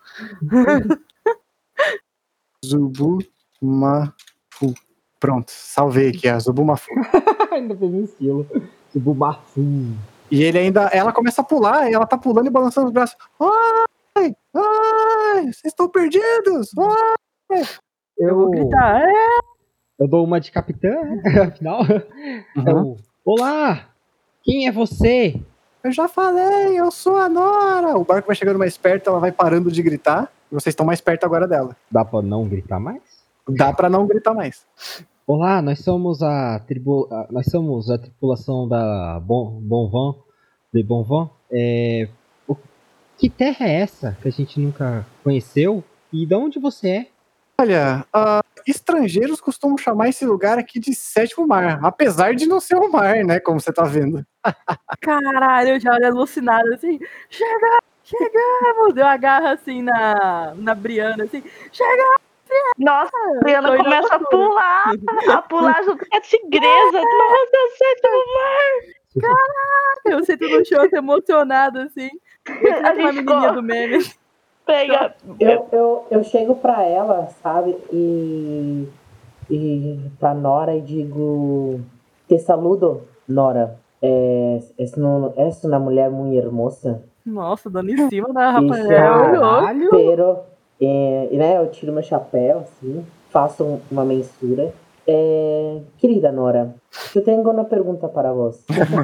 Zubumafu. Pronto, salvei aqui, ó. Zubumafu. Ainda fez um estilo. Zubumafu. E ele ainda... Ela começa a pular, e ela tá pulando e balançando os braços. Ai! Ai! Vocês estão perdidos! Ai! Eu vou gritar. É! Eu dou uma de capitã, afinal. Uhum. Eu, olá! Quem é você? Eu já falei, eu sou a Nora! O barco vai chegando mais perto, ela vai parando de gritar. E vocês estão mais perto agora dela. Dá pra não gritar mais? Dá pra não gritar mais. Olá, nós somos a tribu... a- nós somos a tripulação da Bon Bonvan, de Bonvan. É... o- Que terra é essa que a gente nunca conheceu? E de onde você é? Olha, ah, estrangeiros costumam chamar esse lugar aqui de Sétimo Mar. Apesar de não ser um mar, né? Como você tá vendo. Caralho, eu já olho alucinado assim. Chega! Chegamos! Eu agarro assim na, na Briana, assim. Chega! Nossa, a Briana Tô indo começa a pra pular, a pular junto com a tigresa. Nossa, sétimo mar. Eu sento no chão, assim, emocionado, assim. Eu A sinto uma gente menininha co- do meme. Pega. Eu, eu, eu chego pra ela, sabe? E. E pra Nora e digo. Te saludo, Nora. É, es, no, es una mulher muy hermosa. Nossa, dando em cima da Isso, Rafael. Caralho! Pero, é, né, eu tiro meu chapéu, assim, faço um- uma mensura. É, querida Nora, eu tenho uma pergunta para você.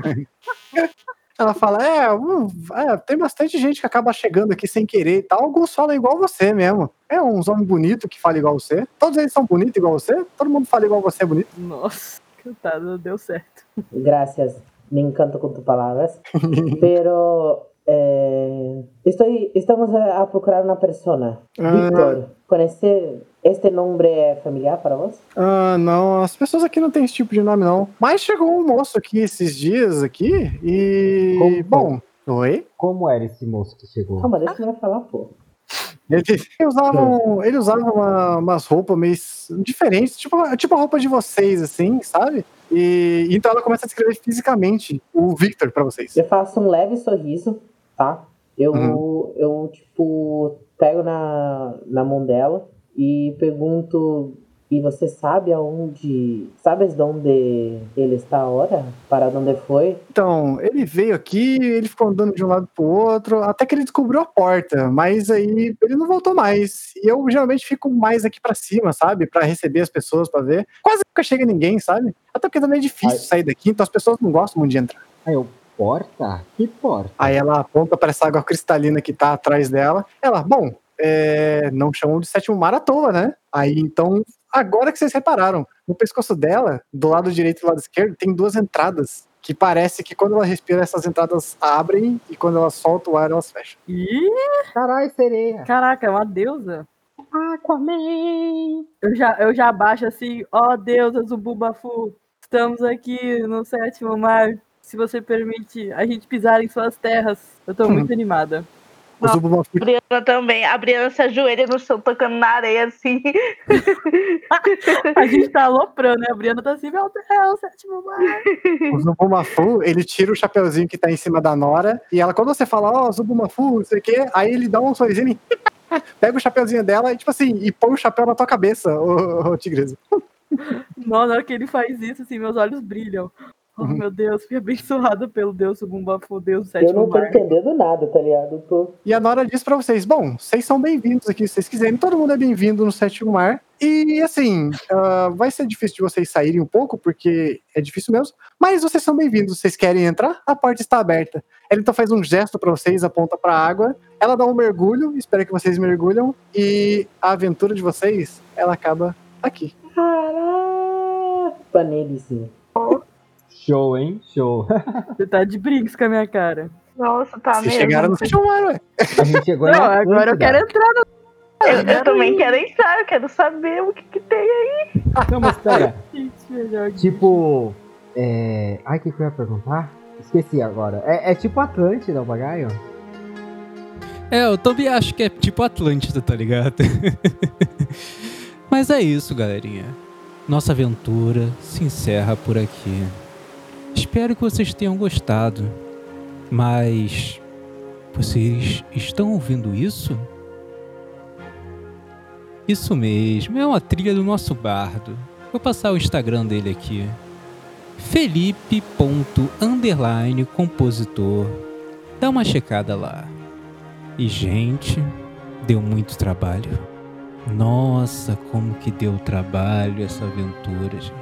Ela fala, é, hum, é, tem bastante gente que acaba chegando aqui sem querer e tal. Alguns falam igual você mesmo. É uns homens bonitos que falam igual você. Todos eles são bonitos igual você. Todo mundo fala igual você é bonito. Nossa, coitado, deu certo. Gracias, me encanto con tus palabras. Pero eh, estoy, estamos a, a procurar una persona. Ah. Víctor, ¿con este, este nombre é familiar para vos? Ah, não, as pessoas aqui não têm esse tipo de nome, não. Mas chegou um moço aqui esses dias aqui e... Como- Bom, oi? Como era esse moço que chegou? Calma, deixa eu falar, pô. Ele, ele usava, um- ele usava uma- umas roupas meio diferentes, tipo, tipo a roupa de vocês, assim, sabe? E então ela começa a descrever fisicamente o Victor pra vocês. Eu faço um leve sorriso, tá? Eu, Uhum. eu tipo, pego na, na mão dela e pergunto: E você sabe aonde... Sabes de onde ele está agora? Para onde foi? Então, ele veio aqui, ele ficou andando de um lado pro outro, até que ele descobriu a porta, mas aí ele não voltou mais. E eu geralmente fico mais aqui pra cima, sabe? Pra receber as pessoas, pra ver. Quase nunca chega ninguém, sabe? Até porque também é difícil Ai. sair daqui, então as pessoas não gostam muito de entrar. Aí eu, porta? Que porta? Aí ela aponta pra essa água cristalina que tá atrás dela. Ela, bom, é, não chamam de sétimo mar à toa, né? Aí então, agora que vocês repararam, no pescoço dela, do lado direito e do lado esquerdo, tem duas entradas. Que parece que quando ela respira, essas entradas abrem e quando ela solta o ar, elas fecham. Ih, Caralho, sereia. caraca, é uma deusa. Aquaman. Eu já, eu já baixo assim, ó deusa Zububafu, estamos aqui no sétimo mar. Se você permite a gente pisar em suas terras. Eu tô muito animada. O Zubumafu A Briana também. A Briana se ajoelha no chão, tocando na areia, assim. A gente tá aloprando, né? A Briana tá assim, meu Deus, sétimo mar. O Zubumafu, ele tira o chapeuzinho que tá em cima da Nora, e ela, quando você fala, ó, oh, Zubumafu, não sei o quê, aí ele dá um sorrisinho e pega o chapeuzinho dela e, tipo assim, e põe o chapéu na tua cabeça, ô, ô Tigresa. Não, na hora que ele faz isso, assim, meus olhos brilham. Oh, Uhum. meu Deus, fui abençoada pelo Deus Zubumafu, Deus do Eu sétimo não tô mar. entendendo nada, tá ligado? Eu tô... E a Nora diz pra vocês, bom, vocês são bem-vindos aqui, se vocês quiserem, todo mundo é bem-vindo no Sétimo Mar. E, assim, uh, vai ser difícil de vocês saírem um pouco, porque é difícil mesmo, mas vocês são bem-vindos, vocês querem entrar? A porta está aberta. Ela então faz um gesto pra vocês, aponta pra água, ela dá um mergulho, espera que vocês mergulham, e a aventura de vocês, ela acaba aqui. Caraca! Panelizinho. Show, hein? Show. Você tá de brinks com a minha cara. Nossa, tá vocês mesmo. chegaram no Sétimo Mar, ué. A gente chegou Não, na agora eu Atlântida. quero entrar no... Eu, eu também quero entrar, eu quero saber o que, que tem aí. Não, mas pera. Gente, melhor que- Tipo. É. Ai, o que, que eu ia perguntar? Esqueci agora. É, é tipo Atlântida, o bagaio? É, eu também acho que é tipo Atlântida, tá ligado? Mas é isso, galerinha. Nossa aventura se encerra por aqui. Espero que vocês tenham gostado. Mas... vocês estão ouvindo isso? Isso mesmo, é uma trilha do nosso bardo. Vou passar o Instagram dele aqui. Felipe ponto underline compositor. Dá uma checada lá. E, gente, deu muito trabalho. Nossa, como que deu trabalho essa aventura, gente.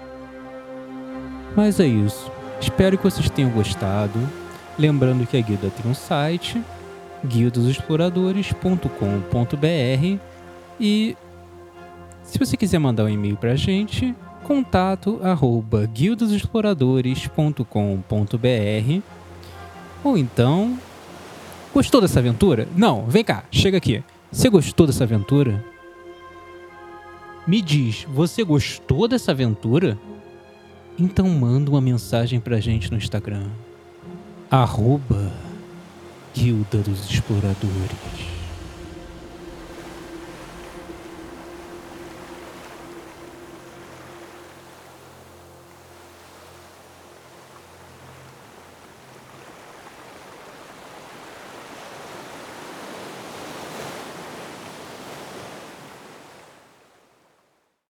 Mas é isso. Espero que vocês tenham gostado. Lembrando que a guilda tem um site, guilda dos exploradores ponto com ponto b r, e se você quiser mandar um e-mail pra gente, contato arroba guilda dos exploradores ponto com ponto b r. Ou então, gostou dessa aventura? Não, vem cá, chega aqui. Você gostou dessa aventura? Me diz, você gostou dessa aventura? Então manda uma mensagem pra gente no Instagram. Arroba Guilda dos Exploradores.